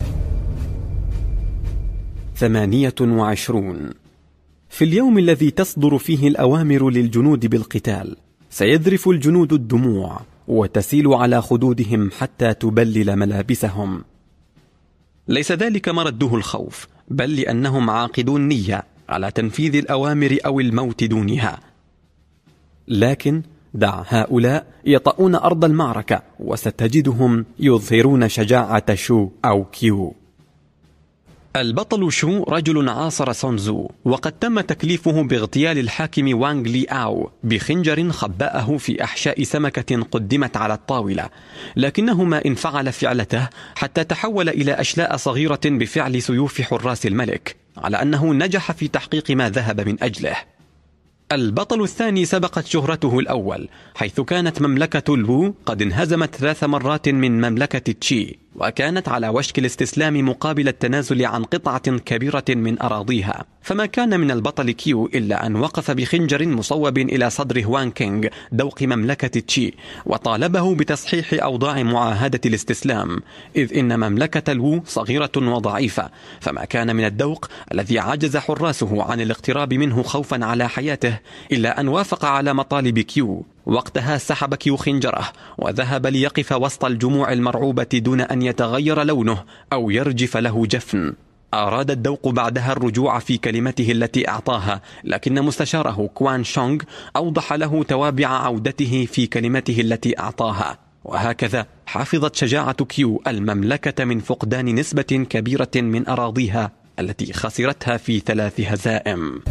28. في اليوم الذي تصدر فيه الأوامر للجنود بالقتال سيذرف الجنود الدموع وتسيل على خدودهم حتى تبلل ملابسهم. ليس ذلك مرده الخوف، بل لأنهم عاقدو النية على تنفيذ الأوامر أو الموت دونها. لكن دع هؤلاء يطؤون أرض المعركة وستجدهم يظهرون شجاعة شو أو كيو. البطل شو رجل عاصر سون تزو، وقد تم تكليفه باغتيال الحاكم وانغ لي آو بخنجر خبأه في أحشاء سمكة قدمت على الطاولة، لكنه ما انفعل فعلته حتى تحول إلى أشلاء صغيرة بفعل سيوف حراس الملك، على أنه نجح في تحقيق ما ذهب من أجله. البطل الثاني سبقت شهرته الأول، حيث كانت مملكة الوو قد انهزمت 3 مرات من مملكة تشي، وكانت على وشك الاستسلام مقابل التنازل عن قطعة كبيرة من أراضيها، فما كان من البطل كيو إلا أن وقف بخنجر مصوب إلى صدر هوان كينغ دوق مملكة تشي وطالبه بتصحيح أوضاع معاهدة الاستسلام، إذ إن مملكة الوو صغيرة وضعيفة، فما كان من الدوق الذي عجز حراسه عن الاقتراب منه خوفا على حياته إلا أن وافق على مطالب كيو. وقتها سحب كيو خنجره وذهب ليقف وسط الجموع المرعوبة دون أن يتغير لونه أو يرجف له جفن. أراد الدوق بعدها الرجوع في كلمته التي أعطاها، لكن مستشاره كوان شونغ أوضح له توابع عودته في كلمته التي أعطاها، وهكذا حافظت شجاعة كيو المملكة من فقدان نسبة كبيرة من أراضيها التي خسرتها في 3 هزائم.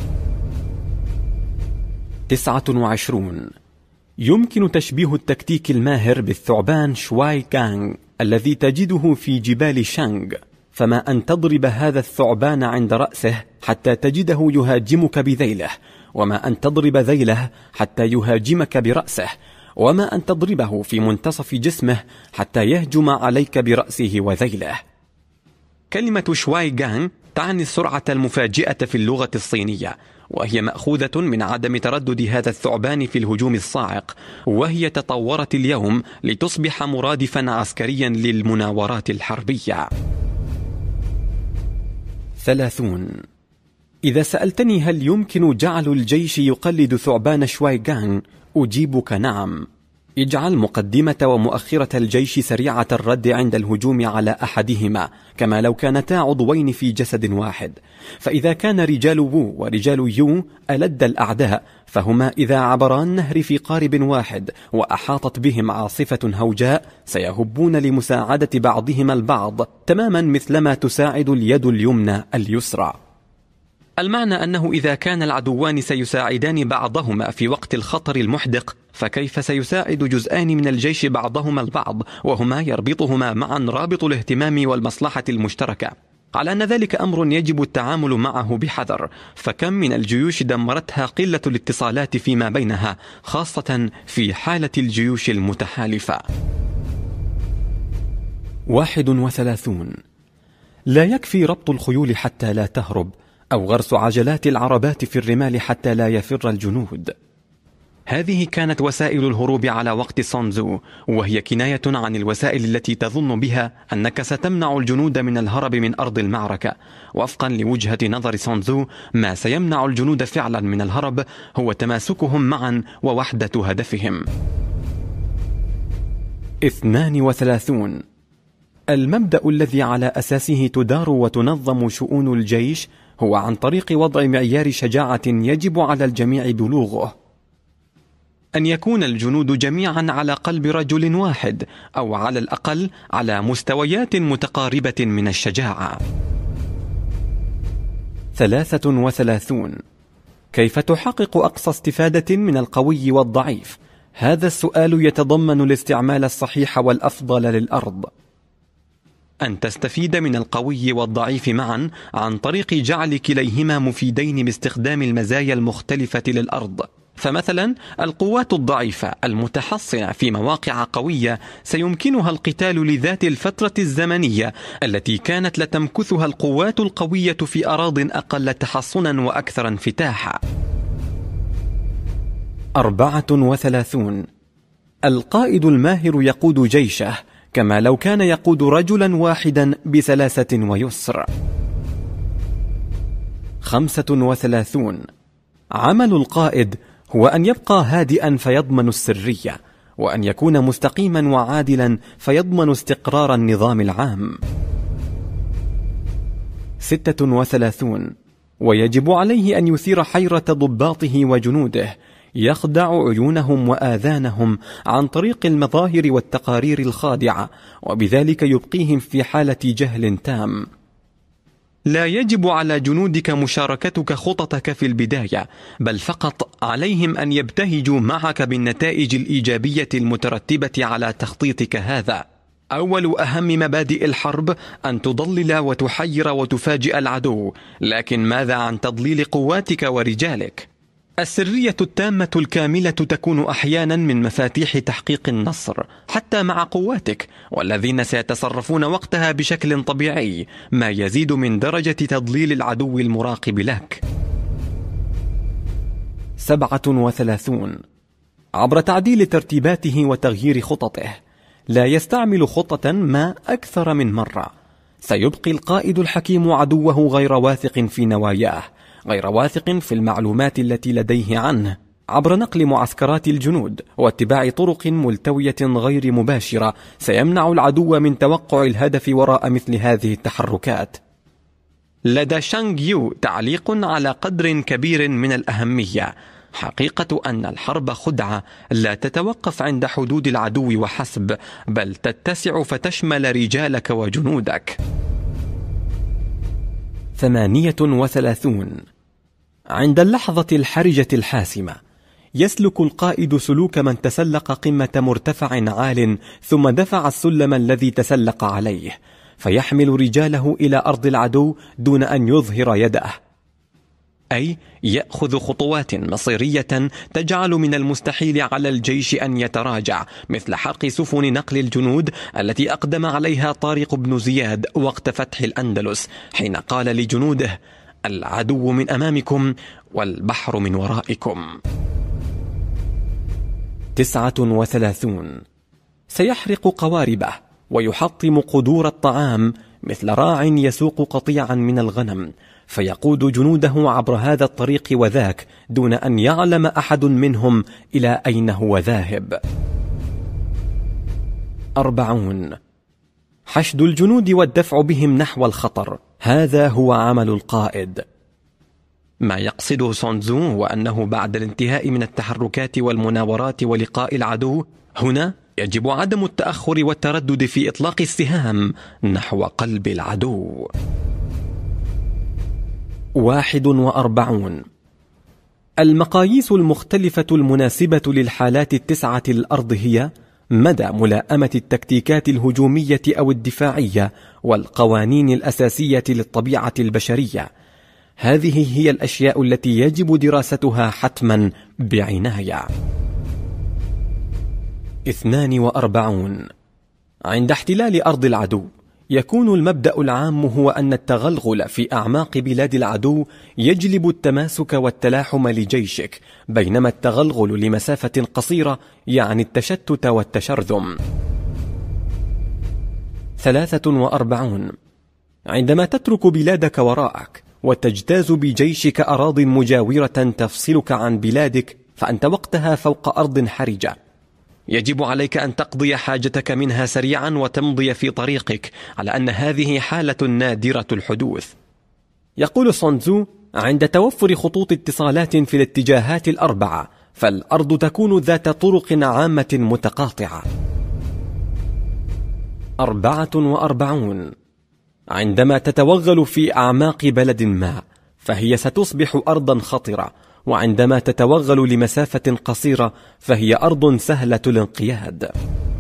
29. يمكن تشبيه التكتيك الماهر بالثعبان شواي كانغ الذي تجده في جبال شانغ، فما أن تضرب هذا الثعبان عند رأسه حتى تجده يهاجمك بذيله، وما أن تضرب ذيله حتى يهاجمك برأسه، وما أن تضربه في منتصف جسمه حتى يهجم عليك برأسه وذيله. كلمة شواي جانغ تعني السرعة المفاجئة في اللغة الصينية، وهي مأخوذة من عدم تردد هذا الثعبان في الهجوم الصاعق، وهي تطورت اليوم لتصبح مرادفا عسكريا للمناورات الحربية. 30. إذا سألتني هل يمكن جعل الجيش يقلد ثعبان شواي جانغ أجيبك نعم. اجعل مقدمة ومؤخرة الجيش سريعة الرد عند الهجوم على أحدهما كما لو كانتا عضوين في جسد واحد، فإذا كان رجال وو ورجال يو ألد الأعداء فهما إذا عبرا النهر في قارب واحد وأحاطت بهم عاصفة هوجاء سيهبون لمساعدة بعضهما البعض تماما مثلما تساعد اليد اليمنى اليسرى. المعنى أنه إذا كان العدوان سيساعدان بعضهما في وقت الخطر المحدق، فكيف سيساعد جزءان من الجيش بعضهما البعض وهما يربطهما معا رابط الاهتمام والمصلحة المشتركة، على أن ذلك أمر يجب التعامل معه بحذر، فكم من الجيوش دمرتها قلة الاتصالات فيما بينها، خاصة في حالة الجيوش المتحالفة. 31. لا يكفي ربط الخيول حتى لا تهرب، أو غرس عجلات العربات في الرمال حتى لا يفر الجنود. هذه كانت وسائل الهروب على وقت سون تزو، وهي كناية عن الوسائل التي تظن بها أنك ستمنع الجنود من الهرب من أرض المعركة. وفقا لوجهة نظر سون تزو، ما سيمنع الجنود فعلا من الهرب هو تماسكهم معا ووحدة هدفهم. 32. المبدأ الذي على أساسه تدار وتنظم شؤون الجيش هو عن طريق وضع معيار شجاعة يجب على الجميع بلوغه، أن يكون الجنود جميعا على قلب رجل واحد، أو على الأقل على مستويات متقاربة من الشجاعة. 33. كيف تحقق أقصى استفادة من القوي والضعيف؟ هذا السؤال يتضمن الاستعمال الصحيح والأفضل للأرض. أن تستفيد من القوي والضعيف معا عن طريق جعل كليهما مفيدين باستخدام المزايا المختلفة للأرض. فمثلا القوات الضعيفة المتحصنة في مواقع قوية سيمكنها القتال لذات الفترة الزمنية التي كانت لتمكثها القوات القوية في أراضٍ أقل تحصنا وأكثر انفتاحا. 34. القائد الماهر يقود جيشه كما لو كان يقود رجلا واحدا بسلاسة ويسر. 35. عمل القائد هو أن يبقى هادئا فيضمن السرية، وأن يكون مستقيما وعادلا فيضمن استقرار النظام العام. 36. ويجب عليه أن يثير حيرة ضباطه وجنوده، يخدع عيونهم وآذانهم عن طريق المظاهر والتقارير الخادعة، وبذلك يبقيهم في حالة جهل تام. لا يجب على جنودك مشاركتك خططك في البداية، بل فقط عليهم أن يبتهجوا معك بالنتائج الإيجابية المترتبة على تخطيطك هذا. أول أهم مبادئ الحرب أن تضلل وتحير وتفاجئ العدو، لكن ماذا عن تضليل قواتك ورجالك؟ السرية التامة الكاملة تكون أحيانا من مفاتيح تحقيق النصر حتى مع قواتك، والذين سيتصرفون وقتها بشكل طبيعي، ما يزيد من درجة تضليل العدو المراقب لك. 37. عبر تعديل ترتيباته وتغيير خططه. لا يستعمل خطة ما أكثر من مرة. سيبقي القائد الحكيم عدوه غير واثق في نواياه، غير واثق في المعلومات التي لديه عنه، عبر نقل معسكرات الجنود واتباع طرق ملتوية غير مباشرة سيمنع العدو من توقع الهدف وراء مثل هذه التحركات. لدى شانغ يو تعليق على قدر كبير من الأهمية. حقيقة أن الحرب خدعة لا تتوقف عند حدود العدو وحسب، بل تتسع فتشمل رجالك وجنودك. 38. عند اللحظة الحرجة الحاسمة يسلك القائد سلوك من تسلق قمة مرتفع عال ثم دفع السلم الذي تسلق عليه، فيحمل رجاله إلى أرض العدو دون أن يظهر يده، أي يأخذ خطوات مصيرية تجعل من المستحيل على الجيش أن يتراجع، مثل حرق سفن نقل الجنود التي أقدم عليها طارق بن زياد وقت فتح الأندلس، حين قال لجنوده: العدو من أمامكم والبحر من ورائكم. 39. سيحرق قواربه ويحطم قدور الطعام مثل راع يسوق قطيعا من الغنم، فيقود جنوده عبر هذا الطريق وذاك دون أن يعلم أحد منهم إلى أين هو ذاهب. 40. حشد الجنود والدفع بهم نحو الخطر، هذا هو عمل القائد. ما يقصده سون تزو هو أنه بعد الانتهاء من التحركات والمناورات ولقاء العدو، هنا يجب عدم التأخر والتردد في إطلاق السهام نحو قلب العدو. 41. المقاييس المختلفة المناسبة للحالات التسعة الأرض هي مدى ملائمة التكتيكات الهجومية أو الدفاعية والقوانين الأساسية للطبيعة البشرية. هذه هي الأشياء التي يجب دراستها حتما بعناية. 42. عند احتلال أرض العدو يكون المبدأ العام هو أن التغلغل في أعماق بلاد العدو يجلب التماسك والتلاحم لجيشك، بينما التغلغل لمسافة قصيرة يعني التشتت والتشرذم. 43. عندما تترك بلادك وراءك وتجتاز بجيشك أراضٍ مجاورة تفصلك عن بلادك، فأنت وقتها فوق أرض حرجة، يجب عليك أن تقضي حاجتك منها سريعا وتمضي في طريقك، على أن هذه حالة نادرة الحدوث. يقول سون تزو: عند توفر خطوط اتصالات في الاتجاهات الأربعة، فالأرض تكون ذات طرق عامة متقاطعة. 44. عندما تتوغل في أعماق بلد ما، فهي ستصبح أرضا خطرة، وعندما تتوغل لمسافة قصيرة فهي أرض سهلة الانقياد.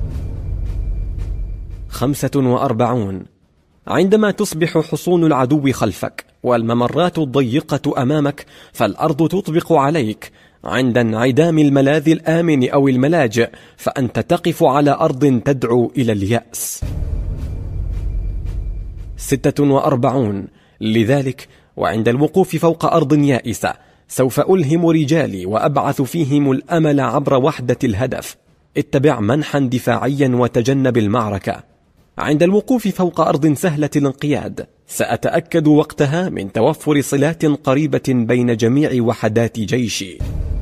45. عندما تصبح حصون العدو خلفك والممرات الضيقة أمامك، فالأرض تطبق عليك. عند انعدام الملاذ الآمن أو الملاجئ، فأنت تقف على أرض تدعو إلى اليأس. 46. لذلك وعند الوقوف فوق أرض يائسة، سوف ألهم رجالي وأبعث فيهم الأمل عبر وحدة الهدف. اتبع منحا دفاعيا وتجنب المعركة. عند الوقوف فوق أرض سهلة الانقياد، سأتأكد وقتها من توفر صلات قريبة بين جميع وحدات جيشي.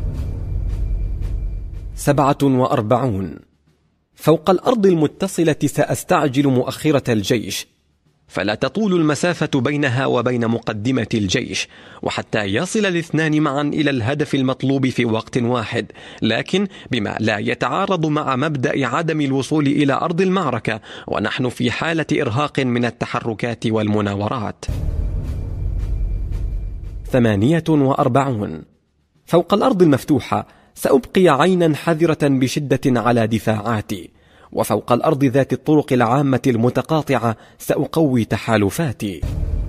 47. فوق الأرض المتصلة سأستعجل مؤخرة الجيش، فلا تطول المسافة بينها وبين مقدمة الجيش، وحتى يصل الاثنان معا إلى الهدف المطلوب في وقت واحد، لكن بما لا يتعارض مع مبدأ عدم الوصول إلى أرض المعركة، ونحن في حالة إرهاق من التحركات والمناورات. 48. فوق الأرض المفتوحة سأبقي عينا حذرة بشدة على دفاعاتي، وفوق الأرض ذات الطرق العامة المتقاطعة سأقوي تحالفاتي.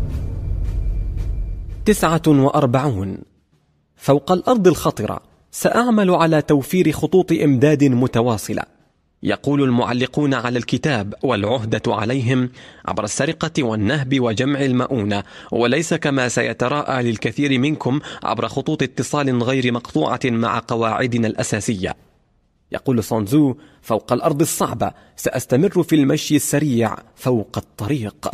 49. فوق الأرض الخطرة سأعمل على توفير خطوط إمداد متواصلة. يقول المعلقون على الكتاب والعهدة عليهم عبر السرقة والنهب وجمع المؤونة، وليس كما سيتراءى للكثير منكم عبر خطوط اتصال غير مقطوعة مع قواعدنا الأساسية. يقول سون تزو: فوق الأرض الصعبة سأستمر في المشي السريع فوق الطريق.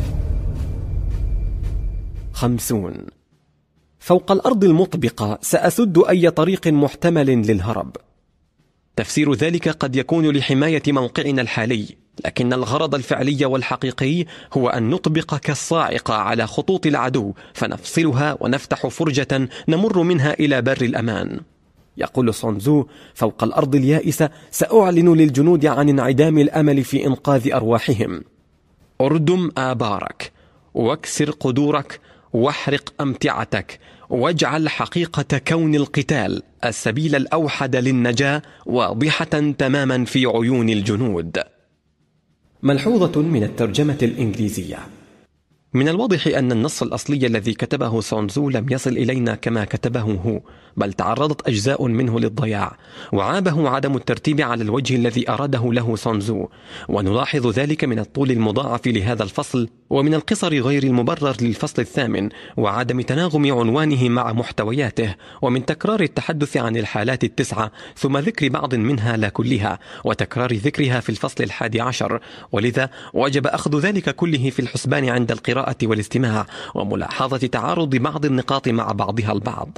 50. فوق الأرض المطبقة سأسد أي طريق محتمل للهرب. تفسير ذلك قد يكون لحماية موقعنا الحالي، لكن الغرض الفعلي والحقيقي هو أن نطبق كالصاعقة على خطوط العدو، فنفصلها ونفتح فرجة نمر منها إلى بر الأمان. يقول سون تزو: فوق الأرض اليائسة سأعلن للجنود عن انعدام الأمل في إنقاذ أرواحهم. أردم آبارك، واكسر قدورك، واحرق أمتعتك، واجعل حقيقة كون القتال السبيل الأوحد للنجاة واضحة تماما في عيون الجنود. ملحوظة من الترجمة الإنجليزية: من الواضح أن النص الأصلي الذي كتبه سون تزو لم يصل إلينا كما كتبه هو، بل تعرضت أجزاء منه للضياع، وعابه عدم الترتيب على الوجه الذي أراده له سون تزو، ونلاحظ ذلك من الطول المضاعف لهذا الفصل، ومن القصر غير المبرر للفصل الثامن، وعدم تناغم عنوانه مع محتوياته، ومن تكرار التحدث عن الحالات التسعة ثم ذكر بعض منها لا كلها، وتكرار ذكرها في الفصل 11، ولذا وجب أخذ ذلك كله في الحسبان عند القراءة والاستماع، وملاحظة تعارض بعض النقاط مع بعضها البعض.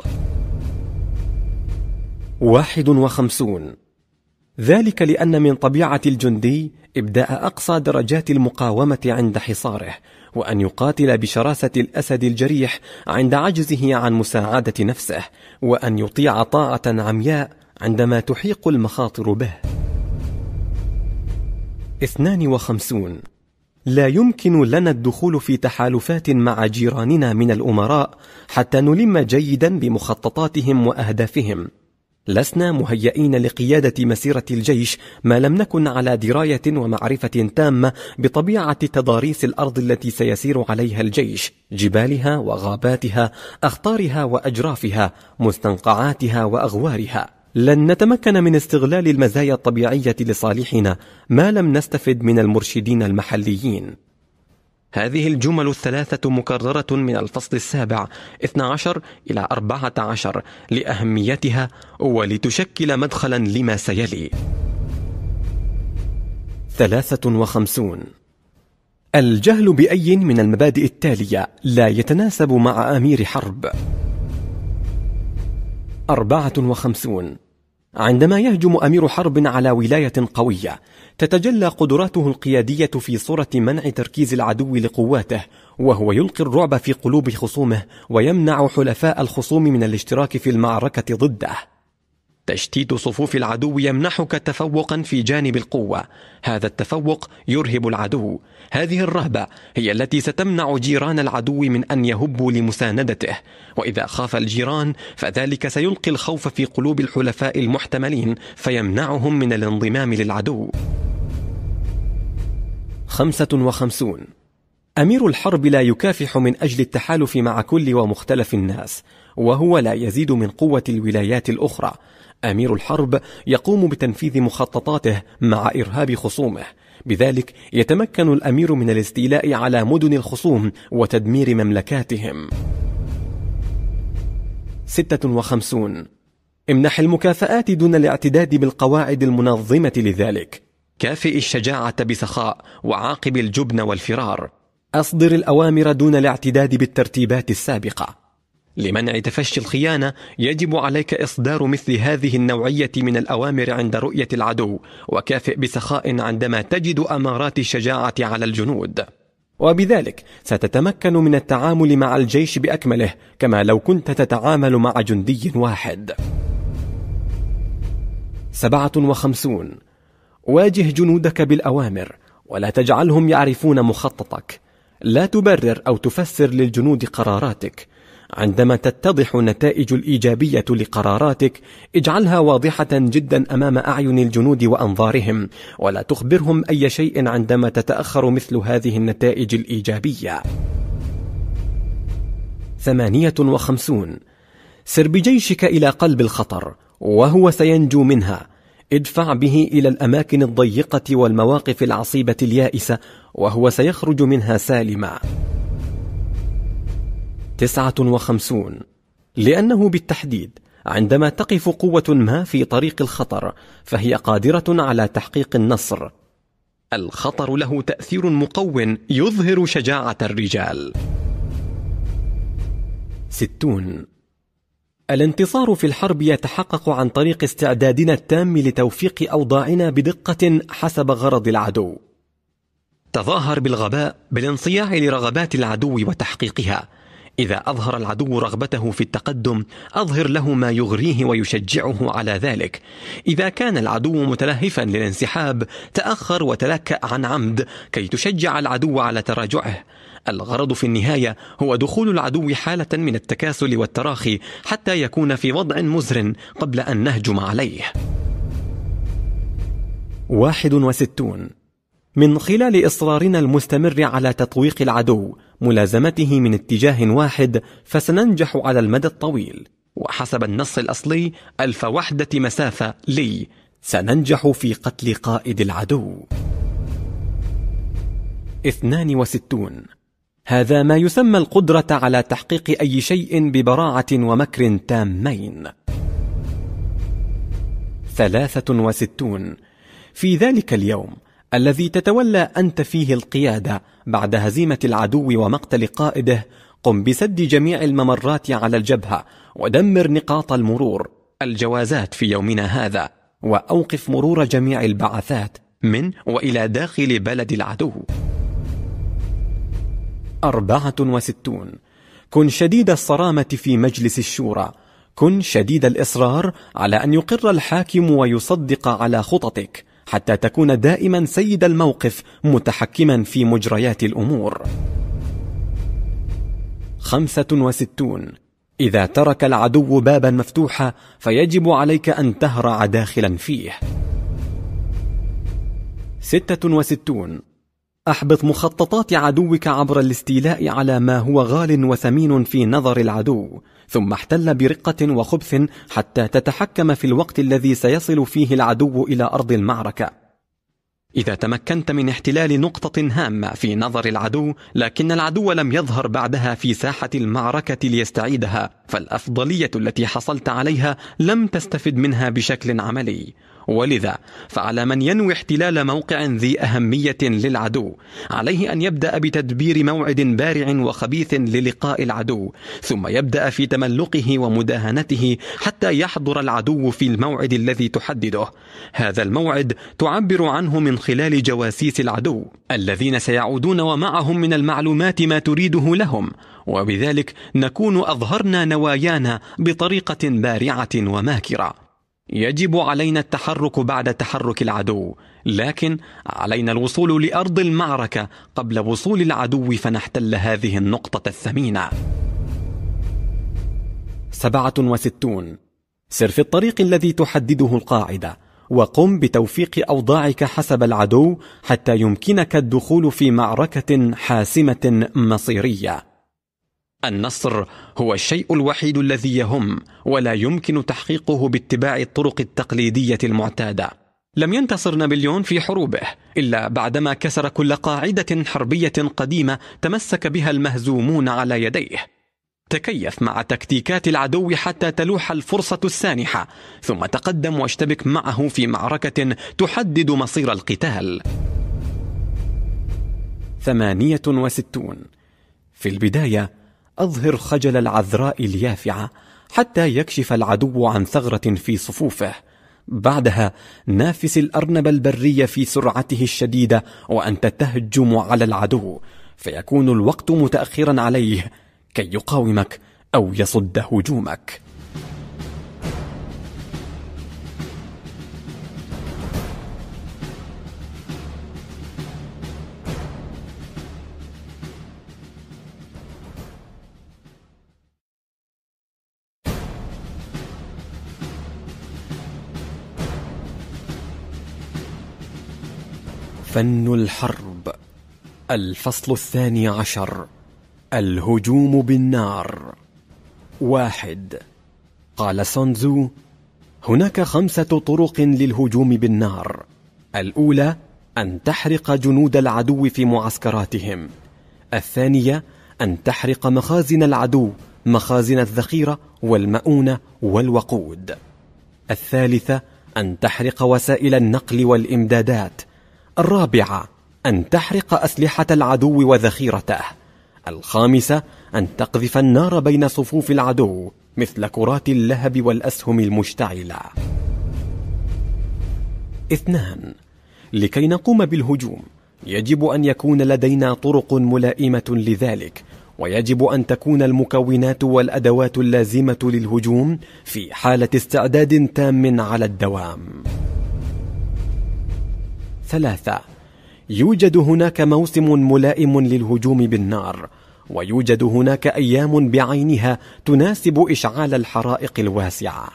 51. ذلك لأن من طبيعة الجندي إبداء أقصى درجات المقاومة عند حصاره، وأن يقاتل بشراسة الأسد الجريح عند عجزه عن مساعدة نفسه، وأن يطيع طاعة عمياء عندما تحيق المخاطر به. 52. لا يمكن لنا الدخول في تحالفات مع جيراننا من الأمراء حتى نلم جيدا بمخططاتهم وأهدافهم. لسنا مهيئين لقيادة مسيرة الجيش ما لم نكن على دراية ومعرفة تامة بطبيعة تضاريس الأرض التي سيسير عليها الجيش، جبالها وغاباتها، أخطارها وأجرافها، مستنقعاتها وأغوارها. لن نتمكن من استغلال المزايا الطبيعية لصالحنا ما لم نستفد من المرشدين المحليين. هذه الجمل الثلاثة مكررة من الفصل 7 12 إلى 14 لأهميتها ولتشكل مدخلا لما سيلي. 53. الجهل بأي من المبادئ التالية لا يتناسب مع أمير حرب. 54. عندما يهجم أمير حرب على ولاية قوية، تتجلى قدراته القيادية في صورة منع تركيز العدو لقواته، وهو يلقي الرعب في قلوب خصومه ويمنع حلفاء الخصوم من الاشتراك في المعركة ضده. تشتيت صفوف العدو يمنحك تفوقا في جانب القوة، هذا التفوق يرهب العدو. هذه الرهبة هي التي ستمنع جيران العدو من أن يهبوا لمساندته، وإذا خاف الجيران فذلك سيلقي الخوف في قلوب الحلفاء المحتملين فيمنعهم من الانضمام للعدو. 55. أمير الحرب لا يكافح من أجل التحالف مع كل ومختلف الناس، وهو لا يزيد من قوة الولايات الأخرى. أمير الحرب يقوم بتنفيذ مخططاته مع إرهاب خصومه، بذلك يتمكن الأمير من الاستيلاء على مدن الخصوم وتدمير مملكاتهم. 56. امنح المكافآت دون الاعتداد بالقواعد المنظمة لذلك. كافئ الشجاعة بسخاء وعاقب الجبن والفرار. أصدر الأوامر دون الاعتداد بالترتيبات السابقة. لمنع تفشي الخيانة يجب عليك إصدار مثل هذه النوعية من الأوامر عند رؤية العدو، وكافئ بسخاء عندما تجد أمارات الشجاعة على الجنود، وبذلك ستتمكن من التعامل مع الجيش بأكمله كما لو كنت تتعامل مع جندي واحد. 57. واجه جنودك بالأوامر ولا تجعلهم يعرفون مخططك. لا تبرر أو تفسر للجنود قراراتك. عندما تتضح النتائج الإيجابية لقراراتك اجعلها واضحة جدا أمام أعين الجنود وأنظارهم، ولا تخبرهم أي شيء عندما تتأخر مثل هذه النتائج الإيجابية. 58. سر بجيشك إلى قلب الخطر وهو سينجو منها. ادفع به إلى الأماكن الضيقة والمواقف العصيبة اليائسة وهو سيخرج منها سالما. 59. لأنه بالتحديد عندما تقف قوة ما في طريق الخطر فهي قادرة على تحقيق النصر. الخطر له تأثير مقوٍ يظهر شجاعة الرجال. 60. الانتصار في الحرب يتحقق عن طريق استعدادنا التام لتوفيق أوضاعنا بدقة حسب غرض العدو. تظاهر بالغباء بالانصياع لرغبات العدو وتحقيقها. إذا أظهر العدو رغبته في التقدم أظهر له ما يغريه ويشجعه على ذلك. إذا كان العدو متلهفا للانسحاب تأخر وتلكأ عن عمد كي تشجع العدو على تراجعه. الغرض في النهاية هو دخول العدو حالة من التكاسل والتراخي حتى يكون في وضع مزر قبل أن نهجم عليه. 61. من خلال إصرارنا المستمر على تطويق العدو ملازمته من اتجاه واحد فسننجح على المدى الطويل، وحسب النص الأصلي 1000 وحدة مسافة لي سننجح في قتل قائد العدو. 62. هذا ما يسمى القدرة على تحقيق أي شيء ببراعة ومكر تامين. 63. في ذلك اليوم الذي تتولى أنت فيه القيادة بعد هزيمة العدو ومقتل قائده قم بسد جميع الممرات على الجبهة ودمر نقاط المرور الجوازات في يومنا هذا، وأوقف مرور جميع البعثات من وإلى داخل بلد العدو. 64. كن شديد الصرامة في مجلس الشورى. كن شديد الإصرار على أن يقر الحاكم ويصدق على خططك حتى تكون دائما سيد الموقف متحكما في مجريات الأمور. 65. إذا ترك العدو بابا مفتوحا فيجب عليك أن تهرع داخلا فيه. 66. أحبط مخططات عدوك عبر الاستيلاء على ما هو غال وثمين في نظر العدو، ثم احتل برقة وخبث حتى تتحكم في الوقت الذي سيصل فيه العدو إلى أرض المعركة. إذا تمكنت من احتلال نقطة هامة في نظر العدو لكن العدو لم يظهر بعدها في ساحة المعركة ليستعيدها، فالأفضلية التي حصلت عليها لم تستفد منها بشكل عملي، ولذا فعلى من ينوي احتلال موقع ذي أهمية للعدو عليه أن يبدأ بتدبير موعد بارع وخبيث للقاء العدو، ثم يبدأ في تملقه ومداهنته حتى يحضر العدو في الموعد الذي تحدده. هذا الموعد تعبر عنه من خلال جواسيس العدو الذين سيعودون ومعهم من المعلومات ما تريده لهم، وبذلك نكون أظهرنا نوايانا بطريقة بارعة وماكرة. يجب علينا التحرك بعد تحرك العدو، لكن علينا الوصول لأرض المعركة قبل وصول العدو فنحتل هذه النقطة الثمينة. 67. سر في الطريق الذي تحدده القاعدة، وقم بتوفيق أوضاعك حسب العدو حتى يمكنك الدخول في معركة حاسمة مصيرية. النصر هو الشيء الوحيد الذي يهم، ولا يمكن تحقيقه باتباع الطرق التقليدية المعتادة. لم ينتصر نابليون في حروبه إلا بعدما كسر كل قاعدة حربية قديمة تمسك بها المهزومون على يديه. تكيف مع تكتيكات العدو حتى تلوح الفرصة السانحة، ثم تقدم واشتبك معه في معركة تحدد مصير القتال. 68. في البداية أظهر خجل العذراء اليافعة حتى يكشف العدو عن ثغرة في صفوفه. بعدها نافس الأرنب البري في سرعته الشديدة وأنت تهجم على العدو، فيكون الوقت متأخرا عليه كي يقاومك أو يصد هجومك. فن الحرب. الفصل 12. الهجوم بالنار. 1. قال سون تزو: هناك 5 طرق للهجوم بالنار. الأولى أن تحرق جنود العدو في معسكراتهم. الثانية أن تحرق مخازن العدو، مخازن الذخيرة والمؤونة والوقود. الثالثة أن تحرق وسائل النقل والإمدادات. الرابعة أن تحرق أسلحة العدو وذخيرته. الخامسة أن تقذف النار بين صفوف العدو مثل كرات اللهب والأسهم المشتعلة. 2. لكي نقوم بالهجوم يجب أن يكون لدينا طرق ملائمة لذلك، ويجب أن تكون المكونات والأدوات اللازمة للهجوم في حالة استعداد تام على الدوام. 3. يوجد هناك موسم ملائم للهجوم بالنار، ويوجد هناك أيام بعينها تناسب إشعال الحرائق الواسعة.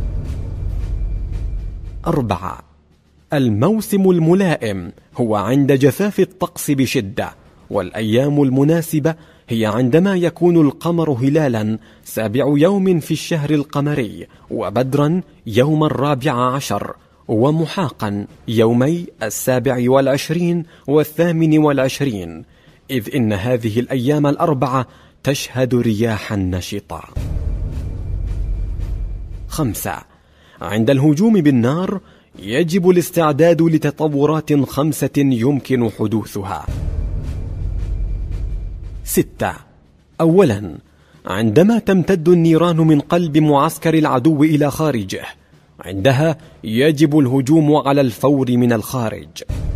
4. الموسم الملائم هو عند جفاف الطقس بشدة، والأيام المناسبة هي عندما يكون القمر هلالا 7 يوم في الشهر القمري، وبدرا يوم 14، ومحاقا يومي 27 و28، إذ إن هذه الأيام ال4 تشهد رياحا نشطة. 5. عند الهجوم بالنار يجب الاستعداد لتطورات 5 يمكن حدوثها. 6. أولا، عندما تمتد النيران من قلب معسكر العدو إلى خارجه، عندها يجب الهجوم على الفور من الخارج.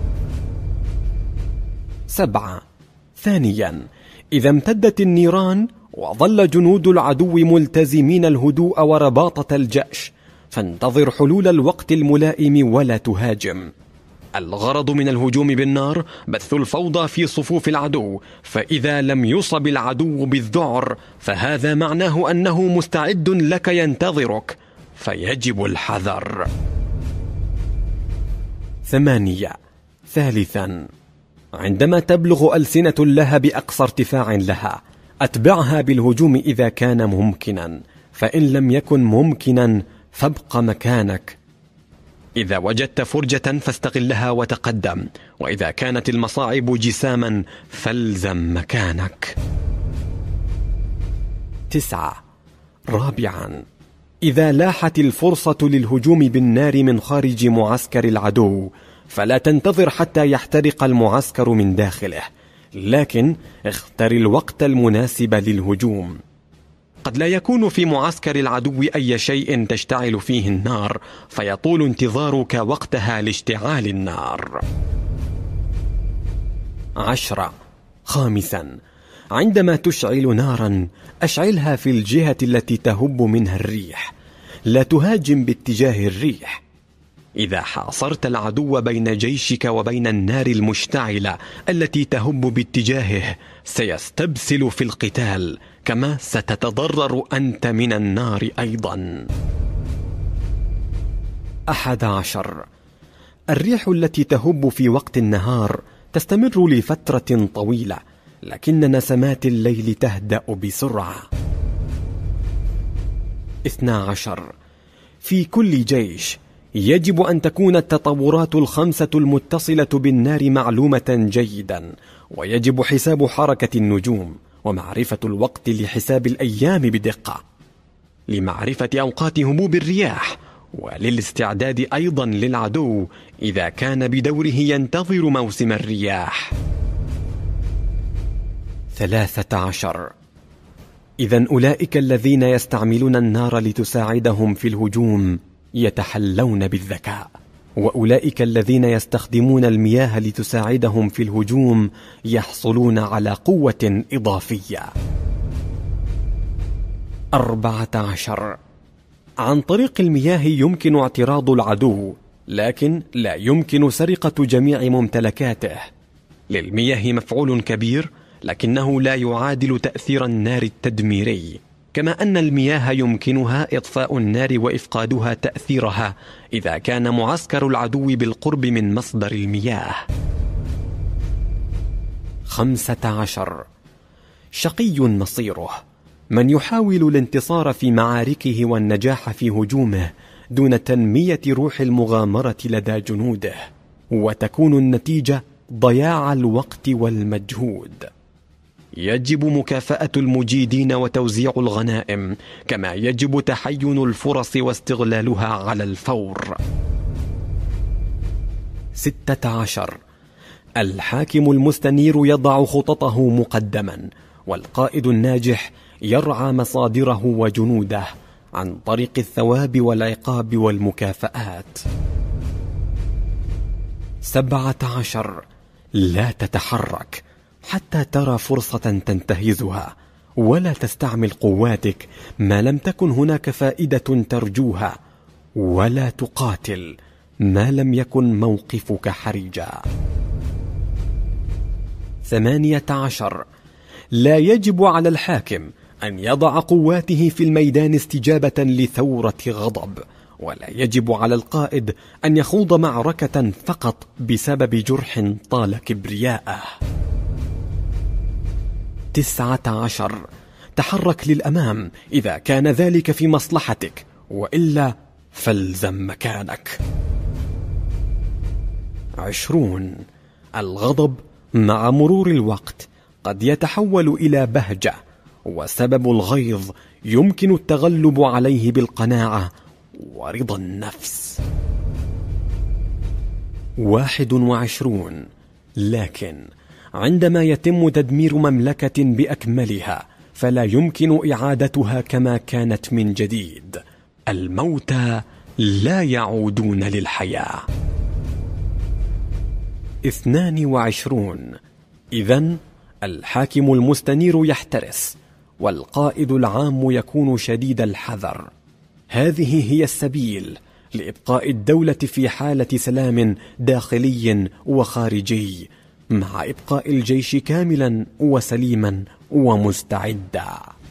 7. ثانيا، إذا امتدت النيران وظل جنود العدو ملتزمين الهدوء ورباطة الجأش، فانتظر حلول الوقت الملائم ولا تهاجم. الغرض من الهجوم بالنار بث الفوضى في صفوف العدو، فإذا لم يصب العدو بالذعر فهذا معناه أنه مستعد لك ينتظرك، فيجب الحذر. 8. ثالثا، عندما تبلغ ألسنة اللهب أقصى ارتفاع لها، أتبعها بالهجوم إذا كان ممكنا، فإن لم يكن ممكنا فابق مكانك. إذا وجدت فرجة فاستغلها وتقدم، وإذا كانت المصاعب جساما فالزم مكانك. 9. رابعا، إذا لاحت الفرصة للهجوم بالنار من خارج معسكر العدو فلا تنتظر حتى يحترق المعسكر من داخله، لكن اختر الوقت المناسب للهجوم. قد لا يكون في معسكر العدو أي شيء تشتعل فيه النار، فيطول انتظارك وقتها لاشتعال النار. 10. خامسا، عندما تشعل نارا أشعلها في الجهة التي تهب منها الريح، لا تهاجم باتجاه الريح. إذا حاصرت العدو بين جيشك وبين النار المشتعلة التي تهب باتجاهه سيستبسل في القتال، كما ستتضرر أنت من النار أيضا. 11. الريح التي تهب في وقت النهار تستمر لفترة طويلة، لكن نسمات الليل تهدأ بسرعة. 12. في كل جيش يجب أن تكون التطورات الخمسة المتصلة بالنار معلومة جيدا، ويجب حساب حركة النجوم ومعرفة الوقت لحساب الأيام بدقة، لمعرفة أوقات هبوب الرياح، وللاستعداد أيضا للعدو إذا كان بدوره ينتظر موسم الرياح. 13. إذن أولئك الذين يستعملون النار لتساعدهم في الهجوم يتحلون بالذكاء، وأولئك الذين يستخدمون المياه لتساعدهم في الهجوم يحصلون على قوة إضافية. 14. عن طريق المياه يمكن اعتراض العدو، لكن لا يمكن سرقة جميع ممتلكاته. للمياه مفعول كبير، لكنه لا يعادل تأثير النار التدميري، كما أن المياه يمكنها إطفاء النار وإفقادها تأثيرها إذا كان معسكر العدو بالقرب من مصدر المياه. 15. شقي مصيره، من يحاول الانتصار في معاركه والنجاح في هجومه دون تنمية روح المغامرة لدى جنوده، وتكون النتيجة ضياع الوقت والمجهود. يجب مكافأة المجيدين وتوزيع الغنائم، كما يجب تحين الفرص واستغلالها على الفور. 16. الحاكم المستنير يضع خططه مقدما، والقائد الناجح يرعى مصادره وجنوده عن طريق الثواب والعقاب والمكافآت. 17. لا تتحرك حتى ترى فرصة تنتهزها، ولا تستعمل قواتك ما لم تكن هناك فائدة ترجوها، ولا تقاتل ما لم يكن موقفك حرجا. 18. لا يجب على الحاكم أن يضع قواته في الميدان استجابة لثورة غضب، ولا يجب على القائد أن يخوض معركة فقط بسبب جرح طال كبرياءه. 19. تحرك للأمام إذا كان ذلك في مصلحتك، وإلا فالزم مكانك. 20. الغضب مع مرور الوقت قد يتحول إلى بهجة، وسبب الغيظ يمكن التغلب عليه بالقناعة ورضا النفس. 21. لكن عندما يتم تدمير مملكة بأكملها فلا يمكن إعادتها كما كانت من جديد. الموتى لا يعودون للحياة. 22. إذن الحاكم المستنير يحترس، والقائد العام يكون شديد الحذر. هذه هي السبيل لإبقاء الدولة في حالة سلام داخلي وخارجي، مع إبقاء الجيش كاملا وسليما ومستعدا.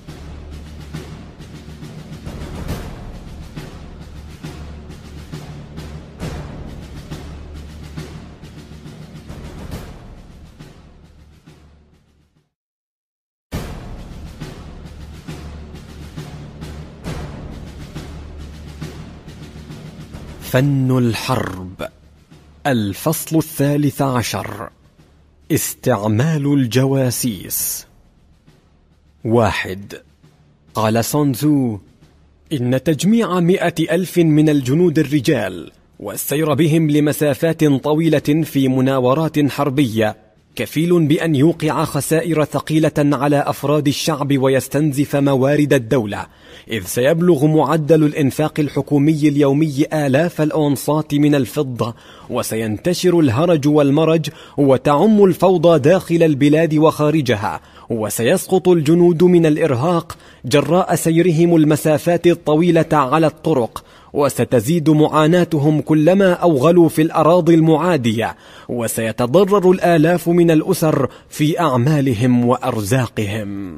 فن الحرب. الفصل 13. استعمال الجواسيس. 1. قال سون تزو: إن تجميع 100,000 من الجنود الرجال والسير بهم لمسافات طويلة في مناورات حربية كفيل بأن يوقع خسائر ثقيلة على أفراد الشعب ويستنزف موارد الدولة، إذ سيبلغ معدل الإنفاق الحكومي اليومي آلاف الأونصات من الفضة، وسينتشر الهرج والمرج وتعم الفوضى داخل البلاد وخارجها، وسيسقط الجنود من الإرهاق جراء سيرهم المسافات الطويلة على الطرق، وستزيد معاناتهم كلما أوغلوا في الأراضي المعادية، وسيتضرر الآلاف من الأسر في أعمالهم وأرزاقهم.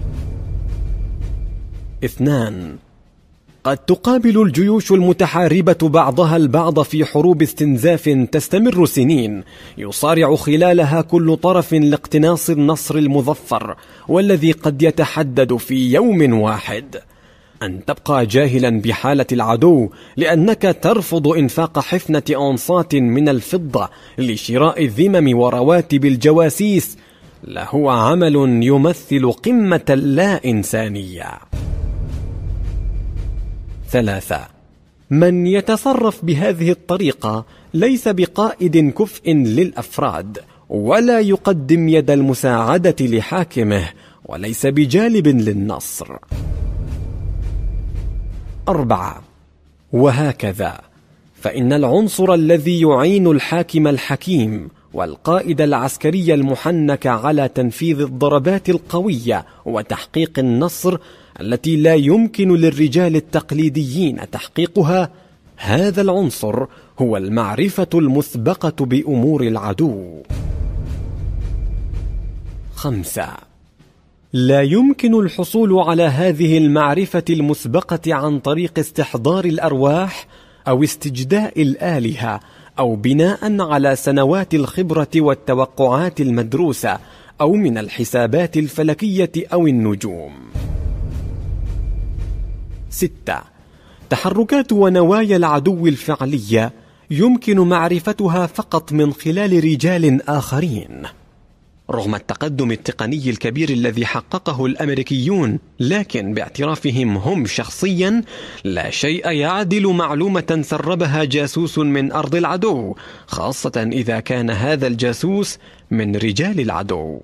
2. قد تقابل الجيوش المتحاربة بعضها البعض في حروب استنزاف تستمر سنين، يصارع خلالها كل طرف لاقتناص النصر المظفر، والذي قد يتحدد في يوم واحد. أن تبقى جاهلا بحالة العدو لأنك ترفض إنفاق حفنة أونصات من الفضة لشراء الذمم ورواتب الجواسيس لهو عمل يمثل قمة اللا إنسانية. 3. من يتصرف بهذه الطريقة ليس بقائد كفء للأفراد، ولا يقدم يد المساعدة لحاكمه، وليس بجالب للنصر. 4. وهكذا فإن العنصر الذي يعين الحاكم الحكيم والقائد العسكري المحنك على تنفيذ الضربات القوية وتحقيق النصر التي لا يمكن للرجال التقليديين تحقيقها، هذا العنصر هو المعرفة المسبقة بأمور العدو. 5. لا يمكن الحصول على هذه المعرفة المسبقة عن طريق استحضار الأرواح أو استجداء الآلهة أو بناء على سنوات الخبرة والتوقعات المدروسة أو من الحسابات الفلكية أو النجوم. 6. تحركات ونوايا العدو الفعلية يمكن معرفتها فقط من خلال رجال آخرين. رغم التقدم التقني الكبير الذي حققه الأمريكيون، لكن باعترافهم هم شخصيا لا شيء يعدل معلومة سربها جاسوس من أرض العدو، خاصة إذا كان هذا الجاسوس من رجال العدو.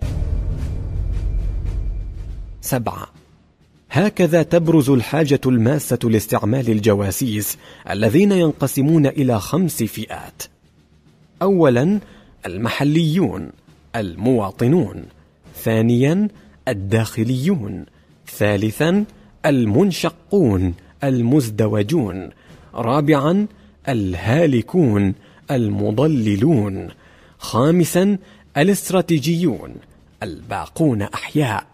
7. هكذا تبرز الحاجة الماسة لاستعمال الجواسيس الذين ينقسمون إلى 5 فئات. أولا المحليون المواطنون، ثانيا الداخليون، ثالثا المنشقون المزدوجون، رابعا الهالكون المضللون، خامسا الاستراتيجيون الباقون أحياء.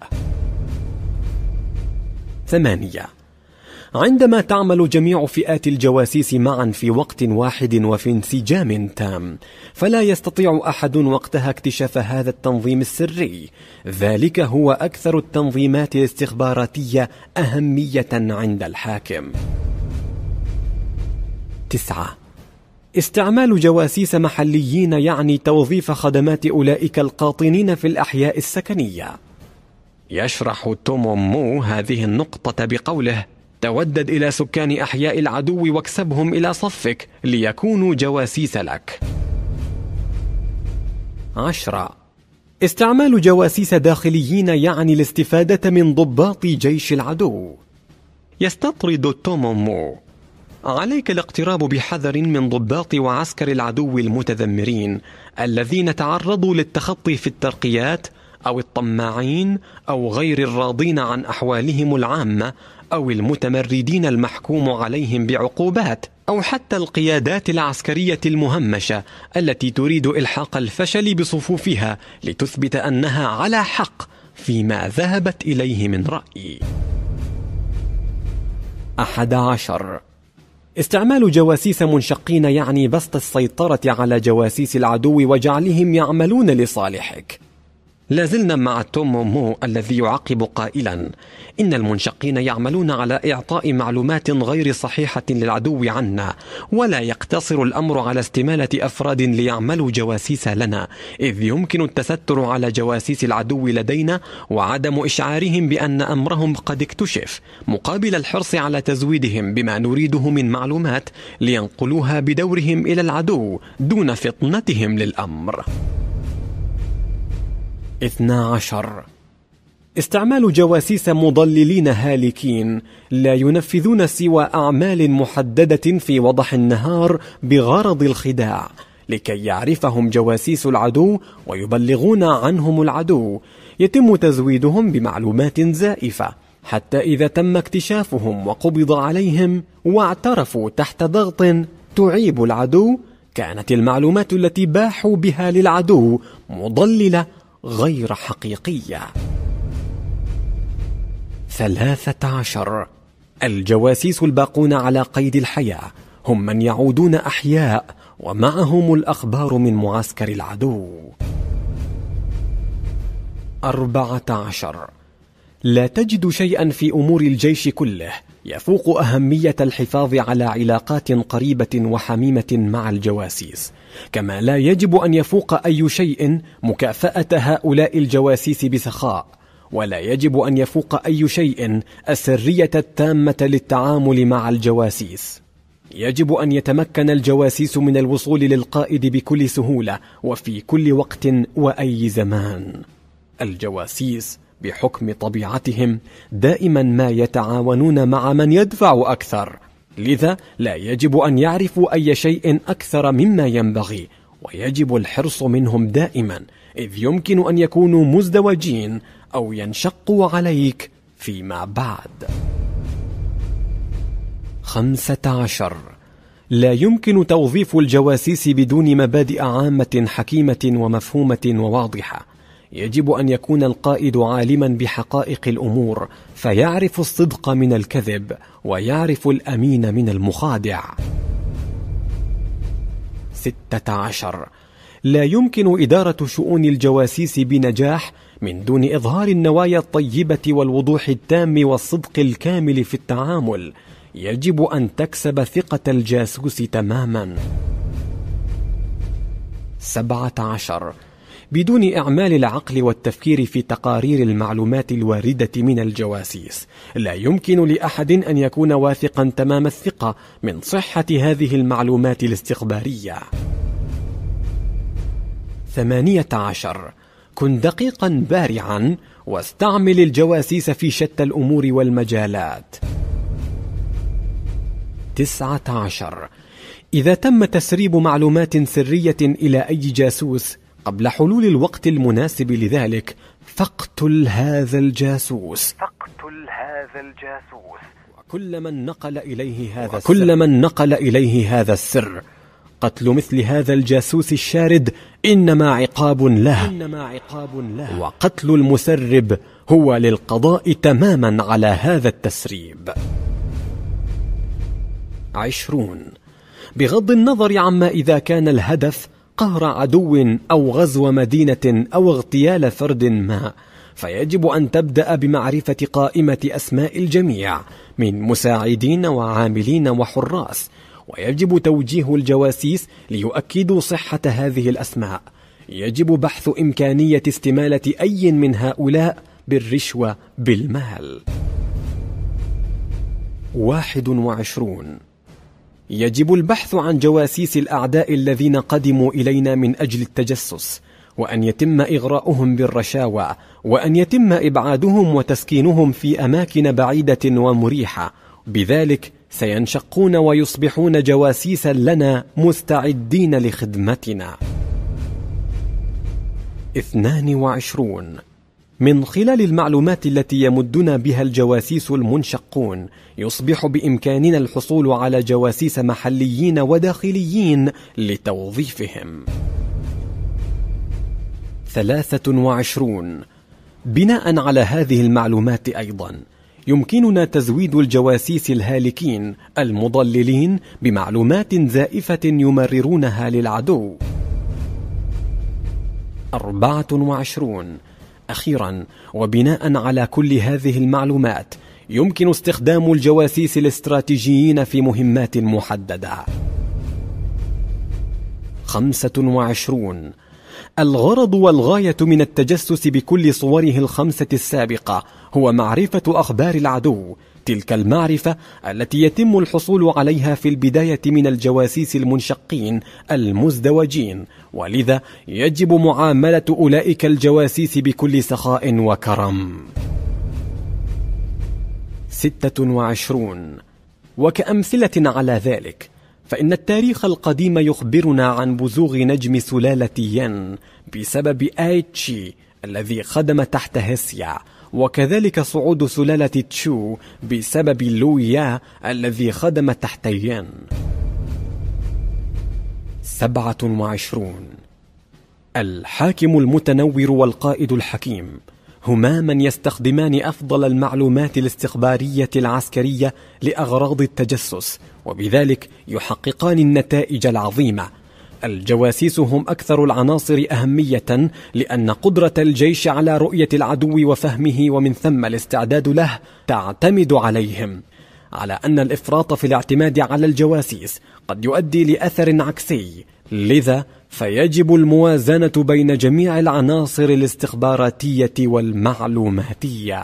8. عندما تعمل جميع فئات الجواسيس معا في وقت واحد وفي انسجام تام، فلا يستطيع أحد وقتها اكتشاف هذا التنظيم السري. ذلك هو أكثر التنظيمات الاستخباراتية أهمية عند الحاكم. 9. استعمال جواسيس محليين يعني توظيف خدمات أولئك القاطنين في الأحياء السكنية. يشرح توم مو هذه النقطة بقوله: تودد إلى سكان أحياء العدو واكسبهم إلى صفك ليكونوا جواسيس لك. 10. استعمال جواسيس داخليين يعني الاستفادة من ضباط جيش العدو. يستطرد توم مو: عليك الاقتراب بحذر من ضباط وعسكر العدو المتذمرين الذين تعرضوا للتخطي في الترقيات أو الطماعين أو غير الراضين عن أحوالهم العامة أو المتمردين المحكوم عليهم بعقوبات، أو حتى القيادات العسكرية المهمشة التي تريد إلحاق الفشل بصفوفها لتثبت أنها على حق فيما ذهبت إليه من رأي. 11. استعمال جواسيس منشقين يعني بسط السيطرة على جواسيس العدو وجعلهم يعملون لصالحك. لازلنا مع توم مو الذي يعقب قائلا: إن المنشقين يعملون على إعطاء معلومات غير صحيحة للعدو عنا، ولا يقتصر الأمر على استمالة أفراد ليعملوا جواسيس لنا، إذ يمكن التستر على جواسيس العدو لدينا وعدم إشعارهم بأن أمرهم قد اكتشف، مقابل الحرص على تزويدهم بما نريده من معلومات لينقلوها بدورهم إلى العدو دون فطنتهم للأمر. 12. استعمال جواسيس مضللين هالكين لا ينفذون سوى أعمال محددة في وضح النهار بغرض الخداع، لكي يعرفهم جواسيس العدو ويبلغون عنهم العدو. يتم تزويدهم بمعلومات زائفة حتى إذا تم اكتشافهم وقبض عليهم واعترفوا تحت ضغط تعيب العدو، كانت المعلومات التي باحوا بها للعدو مضللة غير حقيقية. 13. الجواسيس الباقون على قيد الحياة هم من يعودون أحياء ومعهم الأخبار من معسكر العدو. 14. لا تجد شيئا في أمور الجيش كله يفوق أهمية الحفاظ على علاقات قريبة وحميمة مع الجواسيس، كما لا يجب أن يفوق أي شيء مكافأة هؤلاء الجواسيس بسخاء، ولا يجب أن يفوق أي شيء السرية التامة للتعامل مع الجواسيس. يجب أن يتمكن الجواسيس من الوصول للقائد بكل سهولة وفي كل وقت وأي زمان. الجواسيس بحكم طبيعتهم دائما ما يتعاونون مع من يدفع أكثر، لذا لا يجب أن يعرفوا أي شيء أكثر مما ينبغي، ويجب الحرص منهم دائما، إذ يمكن أن يكونوا مزدوجين أو ينشقوا عليك فيما بعد. 15. لا يمكن توظيف الجواسيس بدون مبادئ عامة حكيمة ومفهومة وواضحة. يجب أن يكون القائد عالما بحقائق الأمور، فيعرف الصدق من الكذب ويعرف الأمين من المخادع. 16. لا يمكن إدارة شؤون الجواسيس بنجاح من دون إظهار النوايا الطيبة والوضوح التام والصدق الكامل في التعامل. يجب أن تكسب ثقة الجاسوس تماما. 17. بدون إعمال العقل والتفكير في تقارير المعلومات الواردة من الجواسيس، لا يمكن لأحد أن يكون واثقا تمام الثقة من صحة هذه المعلومات الاستخبارية. 18. كن دقيقا بارعا واستعمل الجواسيس في شتى الأمور والمجالات. 19. إذا تم تسريب معلومات سرية إلى أي جاسوس قبل حلول الوقت المناسب لذلك، فاقتل هذا الجاسوس. وكل من نقل إليه هذا السر. قتل مثل هذا الجاسوس الشارد إنما عقاب له، وقتل المسرب هو للقضاء تماما على هذا التسريب. 20. بغض النظر عما إذا كان الهدف قهر عدو أو غزو مدينة أو اغتيال فرد ما، فيجب أن تبدأ بمعرفة قائمة أسماء الجميع من مساعدين وعاملين وحراس، ويجب توجيه الجواسيس ليؤكدوا صحة هذه الأسماء. يجب بحث إمكانية استمالة أي من هؤلاء بالرشوة بالمال. 21. يجب البحث عن جواسيس الأعداء الذين قدموا إلينا من أجل التجسس، وأن يتم إغراؤهم بالرشاوى، وأن يتم إبعادهم وتسكينهم في أماكن بعيدة ومريحة. بذلك سينشقون ويصبحون جواسيسا لنا مستعدين لخدمتنا. 22. من خلال المعلومات التي يمدنا بها الجواسيس المنشقون، يصبح بإمكاننا الحصول على جواسيس محليين وداخليين لتوظيفهم. 23. بناء على هذه المعلومات أيضا يمكننا تزويد الجواسيس الهالكين المضللين بمعلومات زائفة يمررونها للعدو. 24. أخيرا، وبناء على كل هذه المعلومات، يمكن استخدام الجواسيس الاستراتيجيين في مهمات محددة. 25. الغرض والغاية من التجسس بكل صوره الخمسة السابقة هو معرفة أخبار العدو، تلك المعرفة التي يتم الحصول عليها في البداية من الجواسيس المنشقين المزدوجين، ولذا يجب معاملة أولئك الجواسيس بكل سخاء وكرم. 26. وكأمثلة على ذلك، فإن التاريخ القديم يخبرنا عن بزوغ نجم سلالة ين بسبب آي تشي الذي خدم تحت هيسيا، وكذلك صعود سلالة تشو بسبب لويا الذي خدم تحت ين. 27. الحاكم المتنور والقائد الحكيم هما من يستخدمان أفضل المعلومات الاستخبارية العسكرية لأغراض التجسس، وبذلك يحققان النتائج العظيمة. الجواسيس هم أكثر العناصر أهمية، لأن قدرة الجيش على رؤية العدو وفهمه ومن ثم الاستعداد له تعتمد عليهم. على أن الإفراط في الاعتماد على الجواسيس قد يؤدي لأثر عكسي، لذا فيجب الموازنة بين جميع العناصر الاستخباراتية والمعلوماتية.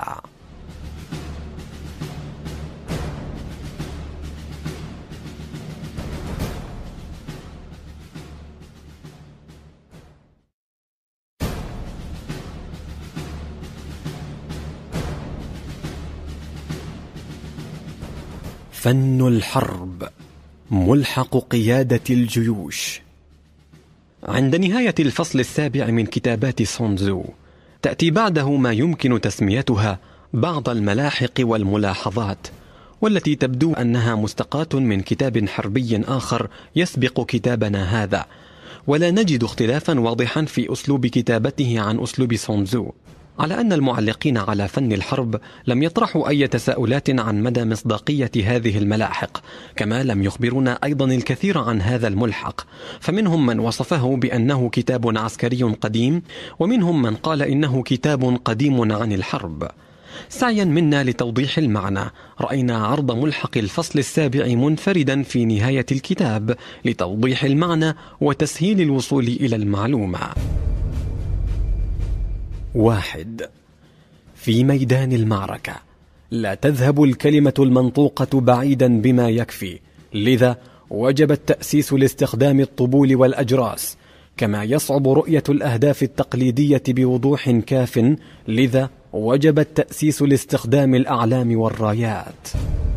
فن الحرب، ملحق قيادة الجيوش. عند نهاية الفصل 7 من كتابات سون تزو تأتي بعده ما يمكن تسميتها بعض الملاحق والملاحظات، والتي تبدو أنها مستقاة من كتاب حربي آخر يسبق كتابنا هذا، ولا نجد اختلافا واضحا في أسلوب كتابته عن أسلوب سون تزو، على أن المعلقين على فن الحرب لم يطرحوا أي تساؤلات عن مدى مصداقية هذه الملاحق، كما لم يخبرنا أيضا الكثير عن هذا الملحق، فمنهم من وصفه بأنه كتاب عسكري قديم، ومنهم من قال إنه كتاب قديم عن الحرب. سعيا منا لتوضيح المعنى، رأينا عرض ملحق الفصل 7 منفردا في نهاية الكتاب لتوضيح المعنى وتسهيل الوصول إلى المعلومة. 1. في ميدان المعركة لا تذهب الكلمة المنطوقة بعيدا بما يكفي، لذا وجب التأسيس لاستخدام الطبول والأجراس، كما يصعب رؤية الأهداف التقليدية بوضوح كاف، لذا وجب التأسيس لاستخدام الأعلام والرايات.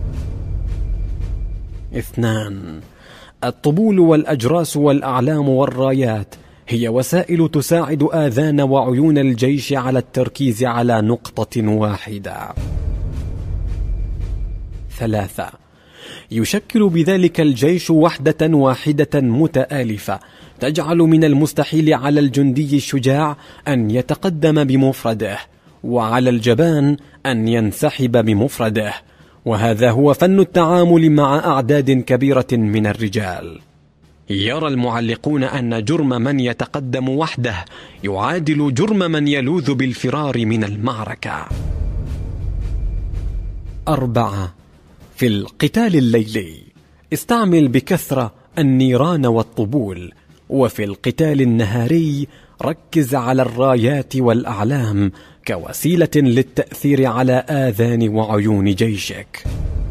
2. الطبول والأجراس والأعلام والرايات هي وسائل تساعد آذان وعيون الجيش على التركيز على نقطة واحدة. 3. يشكل بذلك الجيش وحدة واحدة متآلفة، تجعل من المستحيل على الجندي الشجاع أن يتقدم بمفرده، وعلى الجبان أن ينسحب بمفرده، وهذا هو فن التعامل مع أعداد كبيرة من الرجال. يرى المعلقون أن جرم من يتقدم وحده يعادل جرم من يلوذ بالفرار من المعركة. 4. في القتال الليلي استعمل بكثرة النيران والطبول، وفي القتال النهاري ركز على الرايات والأعلام كوسيلة للتأثير على آذان وعيون جيشك.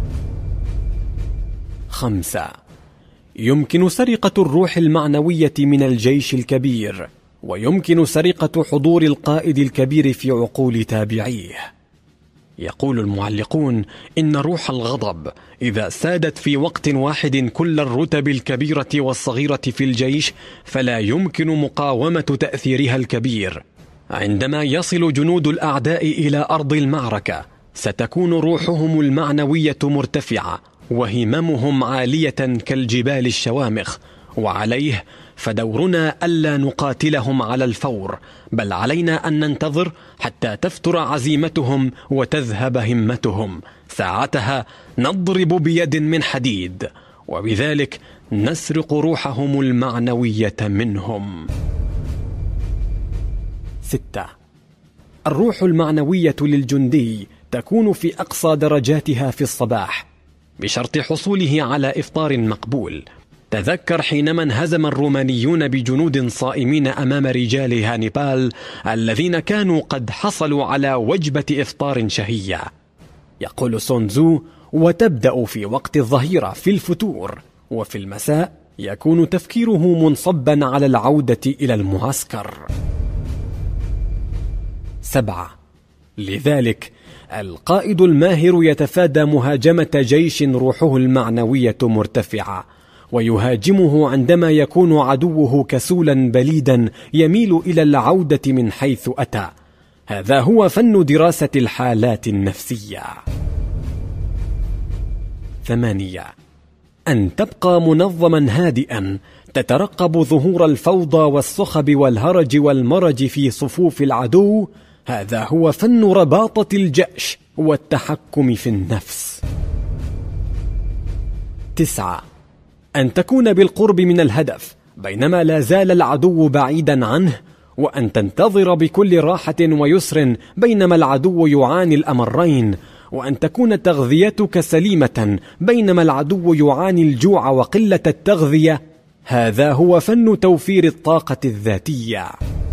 5. يمكن سرقة الروح المعنوية من الجيش الكبير، ويمكن سرقة حضور القائد الكبير في عقول تابعيه. يقول المعلقون إن روح الغضب إذا سادت في وقت واحد كل الرتب الكبيرة والصغيرة في الجيش فلا يمكن مقاومة تأثيرها الكبير. عندما يصل جنود الأعداء إلى أرض المعركة ستكون روحهم المعنوية مرتفعة وهممهم عالية كالجبال الشوامخ، وعليه فدورنا ألا نقاتلهم على الفور، بل علينا أن ننتظر حتى تفتر عزيمتهم وتذهب همتهم، ساعتها نضرب بيد من حديد، وبذلك نسرق روحهم المعنوية منهم. 6. الروح المعنوية للجندي تكون في أقصى درجاتها في الصباح بشرط حصوله على إفطار مقبول. تذكر حينما انهزم الرومانيون بجنود صائمين أمام رجال هانيبال الذين كانوا قد حصلوا على وجبة إفطار شهية. يقول سون تزو: وتبدأ في وقت الظهيرة في الفتور، وفي المساء يكون تفكيره منصبا على العودة إلى المعسكر. 7. لذلك القائد الماهر يتفادى مهاجمة جيش روحه المعنوية مرتفعة، ويهاجمه عندما يكون عدوه كسولا بليدا يميل إلى العودة من حيث أتى. هذا هو فن دراسة الحالات النفسية. 8. أن تبقى منظما هادئا، تترقب ظهور الفوضى والصخب والهرج والمرج في صفوف العدو. هذا هو فن رباطة الجأش والتحكم في النفس. 9. أن تكون بالقرب من الهدف بينما لا زال العدو بعيدا عنه، وأن تنتظر بكل راحة ويسر بينما العدو يعاني الأمرين، وأن تكون تغذيتك سليمة بينما العدو يعاني الجوع وقلة التغذية. هذا هو فن توفير الطاقة الذاتية.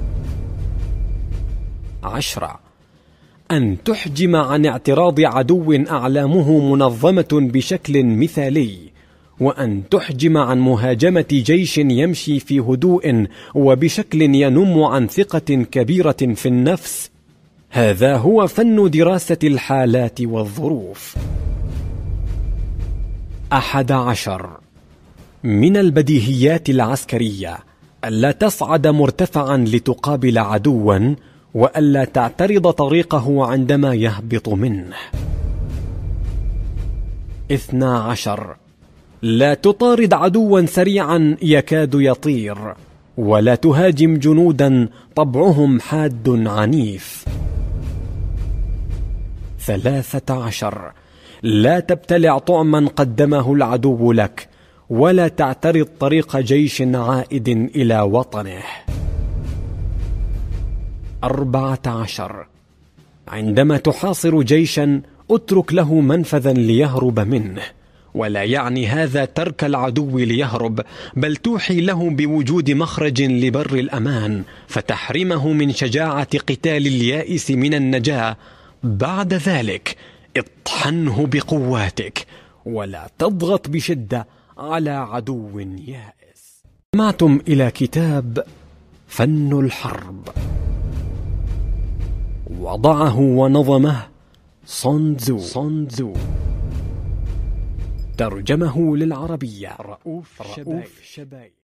10. أن تحجم عن اعتراض عدو أعلامه منظمة بشكل مثالي، وأن تحجم عن مهاجمة جيش يمشي في هدوء وبشكل ينم عن ثقة كبيرة في النفس. هذا هو فن دراسة الحالات والظروف. 11. من البديهيات العسكرية ألا تصعد مرتفعا لتقابل عدوا، وألا تعترض طريقه عندما يهبط منه. 12. لا تطارد عدوا سريعا يكاد يطير، ولا تهاجم جنودا طبعهم حاد عنيف. 13. لا تبتلع طعما قدمه العدو لك، ولا تعترض طريق جيش عائد إلى وطنه. 14. عندما تحاصر جيشا اترك له منفذا ليهرب منه، ولا يعني هذا ترك العدو ليهرب، بل توحي له بوجود مخرج لبر الأمان، فتحرمه من شجاعة قتال اليائس من النجاة. بعد ذلك اطحنه بقواتك، ولا تضغط بشدة على عدو يائس. سمعتم إلى كتاب فن الحرب، وضعه ونظمه سون تزو، ترجمه للعربية رؤوف شباي.